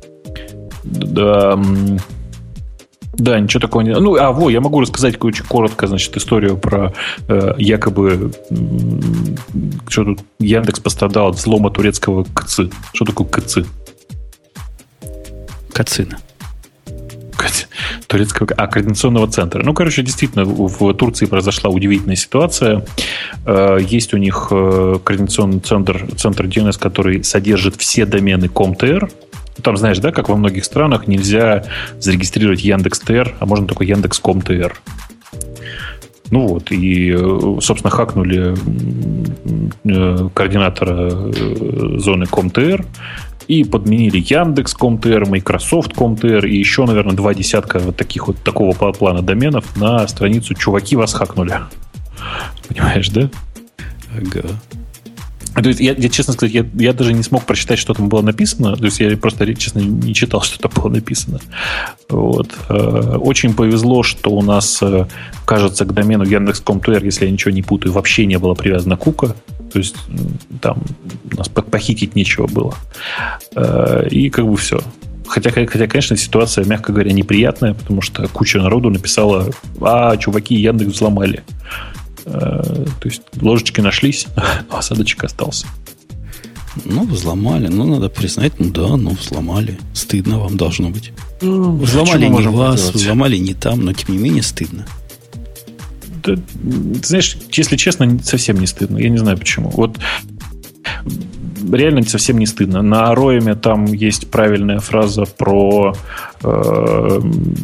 Да, ничего такого не... я могу рассказать очень коротко, историю про якобы что тут Яндекс пострадал от взлома турецкого КЦ. Что такое КЦ? Кацина. Турецкого, координационного центра. Ну, короче, действительно, в Турции произошла удивительная ситуация. Есть у них координационный центр DNS, который содержит все домены com.tr. Там, знаешь, да, как во многих странах нельзя зарегистрировать Яндекс.тр, а можно только Яндекс.com.tr. Ну вот, и, собственно, хакнули координатора зоны com.tr и подменили Яндекс.com.tr, Microsoft.com.tr и еще, наверное, 2 десятка вот такого плана доменов на страницу «Чуваки, вас хакнули». Понимаешь, да? Ага. То есть, я честно сказать, я даже не смог прочитать, что там было написано. То есть, я просто, честно, не читал, что там было написано. Вот. Очень повезло, что у нас, кажется, к домену Яндекс.com.tr, если я ничего не путаю, вообще не было привязано кука. То есть, там у нас похитить нечего было. И как бы все. Хотя, конечно, ситуация, мягко говоря, неприятная, потому что куча народу написала: чуваки, Яндекс взломали. То есть ложечки нашлись, а осадочек остался. Ну, взломали. Ну, надо признать, взломали. Стыдно вам должно быть. Взломали не вас, взломали не там, но тем не менее стыдно. Да, ты знаешь, если честно, совсем не стыдно. Я не знаю почему. Вот реально совсем не стыдно. На Роеме там есть правильная фраза про про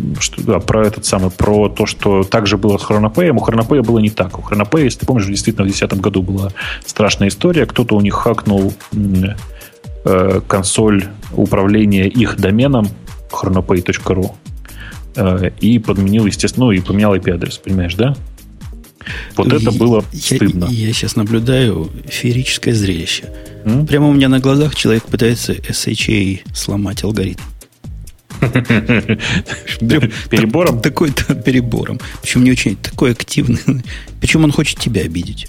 то, что так же было с Хронопеем. У Хронопея было не так. У Хронопея, если ты помнишь, действительно в 2010 году была страшная история. Кто-то у них хакнул консоль управления их доменом chronopay.ru и подменил, естественно, и поменял IP-адрес. Понимаешь, да? Вот это было стыдно. Я сейчас наблюдаю феерическое зрелище. Прямо у меня на глазах человек пытается SHA сломать алгоритм. Перебором? Такой-то перебором. Причем не очень такой активный. Причем он хочет тебя обидеть.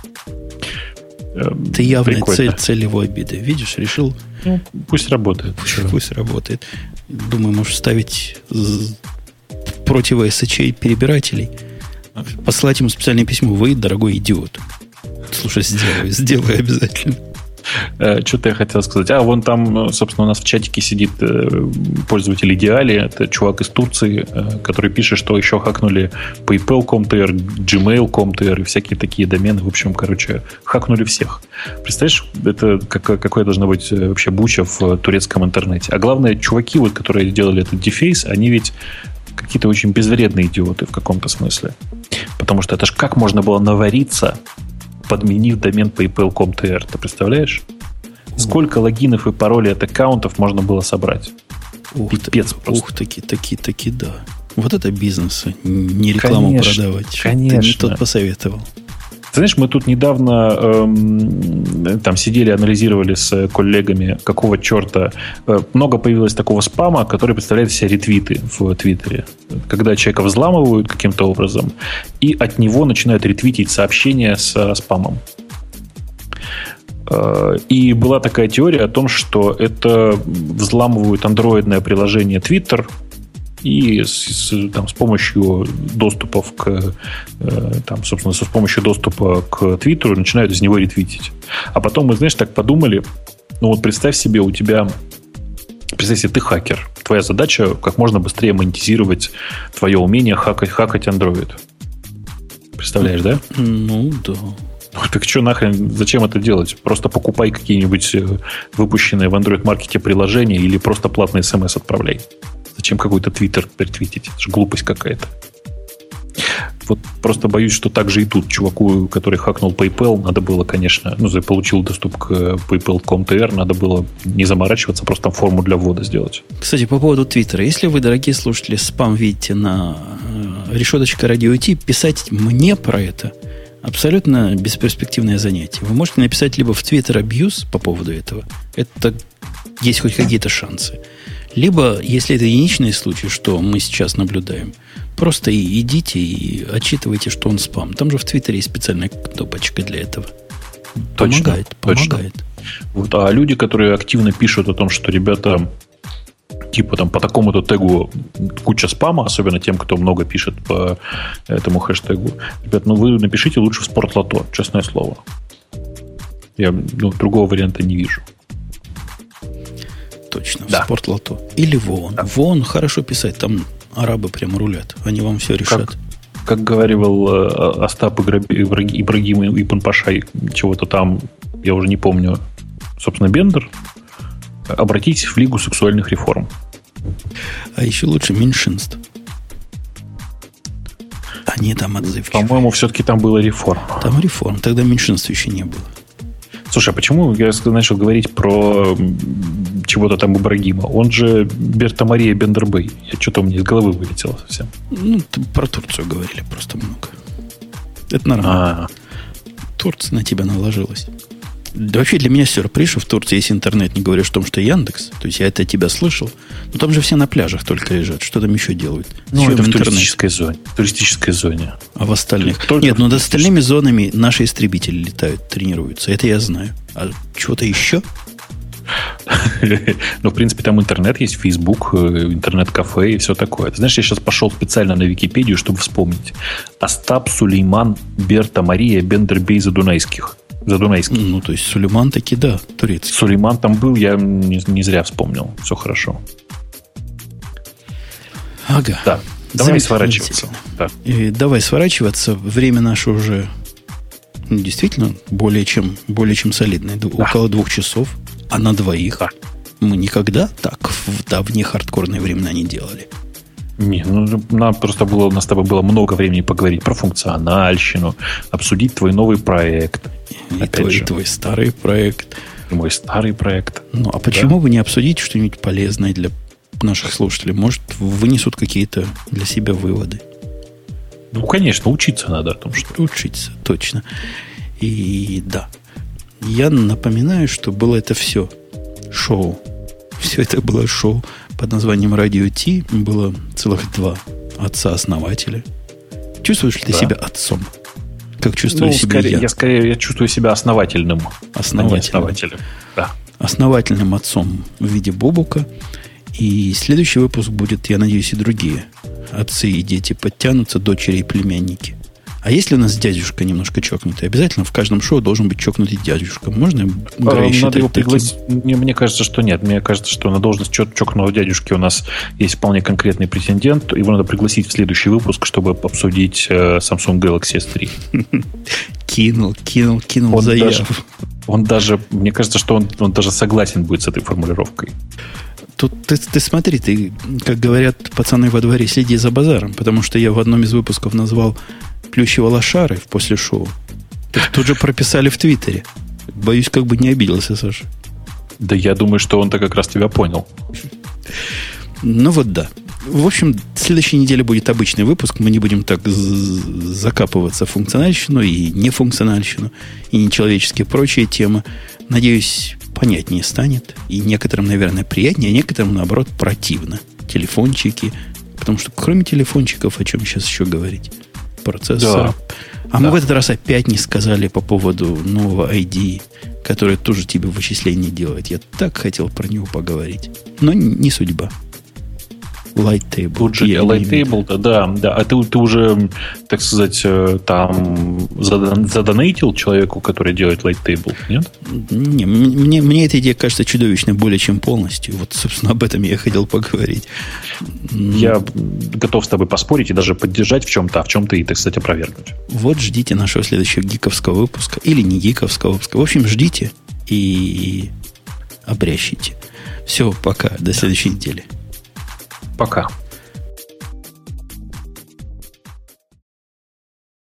Это явная цель его обиды. Видишь, решил... Ну, пусть работает. Пусть работает. Думаю, может ставить против SHA перебирателей. Послать ему специальное письмо: вы, дорогой идиот. Слушай, сделаю обязательно. Что-то я хотел сказать. Вон там, собственно, у нас в чатике сидит пользователь Идеали. Это чувак из Турции, который пишет, что еще хакнули PayPal.com.tr, Gmail.com.tr и всякие такие домены. В общем, хакнули всех. Представляешь, это какая должна быть вообще буча в турецком интернете. А главное, чуваки, которые делали этот дефейс, они ведь какие-то очень безвредные идиоты в каком-то смысле. Потому что это ж как можно было навариться, подменив домен PayPal.com.tr. Ты представляешь? Сколько логинов и паролей от аккаунтов можно было собрать? Пипец просто. Таки, да. Вот это бизнес. Не рекламу продавать. Конечно. Ты не тот посоветовал. Ты знаешь, мы тут недавно там сидели, анализировали с коллегами, какого черта много появилось такого спама, который представляет из себя ретвиты в Твиттере. Когда человека взламывают каким-то образом, и от него начинают ретвитить сообщения с спамом. И была такая теория о том, что это взламывают андроидное приложение Twitter, и с помощью доступов собственно, с помощью доступа к Твиттеру начинают из него ретвитить. А потом мы, знаешь, так подумали, представь себе, ты хакер. Твоя задача как можно быстрее монетизировать твое умение хакать Android. Представляешь, да? Ну, да. Так что нахрен, зачем это делать? Просто покупай какие-нибудь выпущенные в Android-маркете приложения или просто платный смс отправляй. Зачем какой-то твиттер ретвитить? Это же глупость какая-то. Вот просто боюсь, что так же и тут чуваку, который хакнул PayPal, надо было, конечно, получил доступ к PayPal.com.tr, надо было не заморачиваться, просто там форму для ввода сделать. Кстати, по поводу Твиттера. Если вы, дорогие слушатели, спам видите на решеточка Радио Ти, писать мне про это абсолютно бесперспективное занятие. Вы можете написать либо в Twitter абьюз по поводу этого. Это есть хоть какие-то шансы. Либо, если это единичный случай, что мы сейчас наблюдаем, просто идите и отчитывайте, что он спам. Там же в Твиттере есть специальная кнопочка для этого. Помогает. Вот, а люди, которые активно пишут о том, что ребята по такому-то тегу куча спама, особенно тем, кто много пишет по этому хэштегу, ребят, вы напишите лучше в Спортлото, честное слово. Я другого варианта не вижу. точно, в спортлото. Или в ООН. В ООН хорошо писать, там арабы прямо рулят. Они вам все решат. Как говорил Остап Ибрагим Ибн Пашай, чего-то там, я уже не помню, собственно, Бендер, обратитесь в Лигу сексуальных реформ. А еще лучше меньшинств. Они там отзывчивые. По-моему, все-таки там было реформ. Там реформ, тогда меньшинств еще не было. Слушай, а почему я начал говорить про чего-то там Ибрагима? Он же Берта Мария Бендербей. Что-то у меня из головы вылетело совсем. Про Турцию говорили просто много. Это нормально. Турция на тебя наложилась. Да вообще для меня сюрприз, что в Турции есть интернет, не говоришь о том, что Яндекс. То есть я это от тебя слышал. Но там же все на пляжах только лежат. Что там еще делают? Это в туристической зоне. Туристической зоне. А в остальных? Нет, над остальными зонами наши истребители летают, тренируются. Это я знаю. А чего-то еще? Ну, в принципе, там интернет есть, Facebook, интернет-кафе и все такое. Ты знаешь, я сейчас пошел специально на Википедию, чтобы вспомнить. Остап Сулейман Берта Мария Бендербей Задунайских. Ну, то есть Сулейман таки, да, турецкий. Сулейман там был, я не зря вспомнил. Все хорошо. Ага. Да. Давай сворачиваться. Да. Давай сворачиваться. Время наше уже действительно более чем солидное. Да. Около 2 часов. А на двоих мы никогда так в давние хардкорные времена не делали. Не, нам просто у нас с тобой было много времени поговорить про функциональщину, обсудить твой новый проект. И твой старый проект. И мой старый проект. Ну, а почему бы не обсудить что-нибудь полезное для наших слушателей? Может, вынесут какие-то для себя выводы? Ну, конечно, учиться надо о том, что... Учиться, точно. И да. Я напоминаю, что было это все шоу. Все это было шоу под названием «Радио Ти». Было целых 2 отца-основателя. Чувствуешь ли ты себя отцом? Как чувствую себя я? Я чувствую себя основательным. Основателем. Да. Основательным отцом в виде Бобука. И следующий выпуск будет, я надеюсь, и другие. Отцы и дети подтянутся, дочери и племянники. А если у нас дядюшка немножко чокнутый, обязательно в каждом шоу должен быть чокнутый дядюшка. Можно надо его пригласить? Мне кажется, что нет. Мне кажется, что на должность чокнутого дядюшки у нас есть вполне конкретный претендент. Его надо пригласить в следующий выпуск, чтобы обсудить Samsung Galaxy S3. Кинул заявку. Он даже, мне кажется, что он даже согласен будет с этой формулировкой. Тут ты смотри, ты, как говорят пацаны во дворе, следи за базаром, потому что я в одном из выпусков назвал Плющева лошары после шоу. Тут же прописали в Твиттере. Боюсь, как бы не обиделся, Саша. Да я думаю, что он-то как раз тебя понял. Ну вот да. В общем, в следующей неделе будет обычный выпуск. Мы не будем так закапываться в функциональщину и нефункциональщину, и нечеловеческие прочие темы. Надеюсь, понятнее станет. И некоторым, наверное, приятнее, а некоторым, наоборот, противно. Телефончики. Потому что кроме телефончиков, о чем сейчас еще говорить? Процессор. Да. А мы в этот раз опять не сказали по поводу нового ID, который тоже тебе вычисление делает. Я так хотел про него поговорить. Но не судьба. Lighttable. Тут же Lighttable, да. А ты уже, так сказать, там задонейтил человеку, который делает Lighttable, нет? Не, мне эта идея кажется чудовищной более чем полностью. Вот, собственно, об этом я хотел поговорить. Я готов с тобой поспорить и даже поддержать в чем-то, а в чем-то и, так сказать, опровергнуть. Вот ждите нашего следующего гиковского выпуска. Или не гиковского выпуска. В общем, ждите и обрящите. Все, пока. До следующей недели. Пока.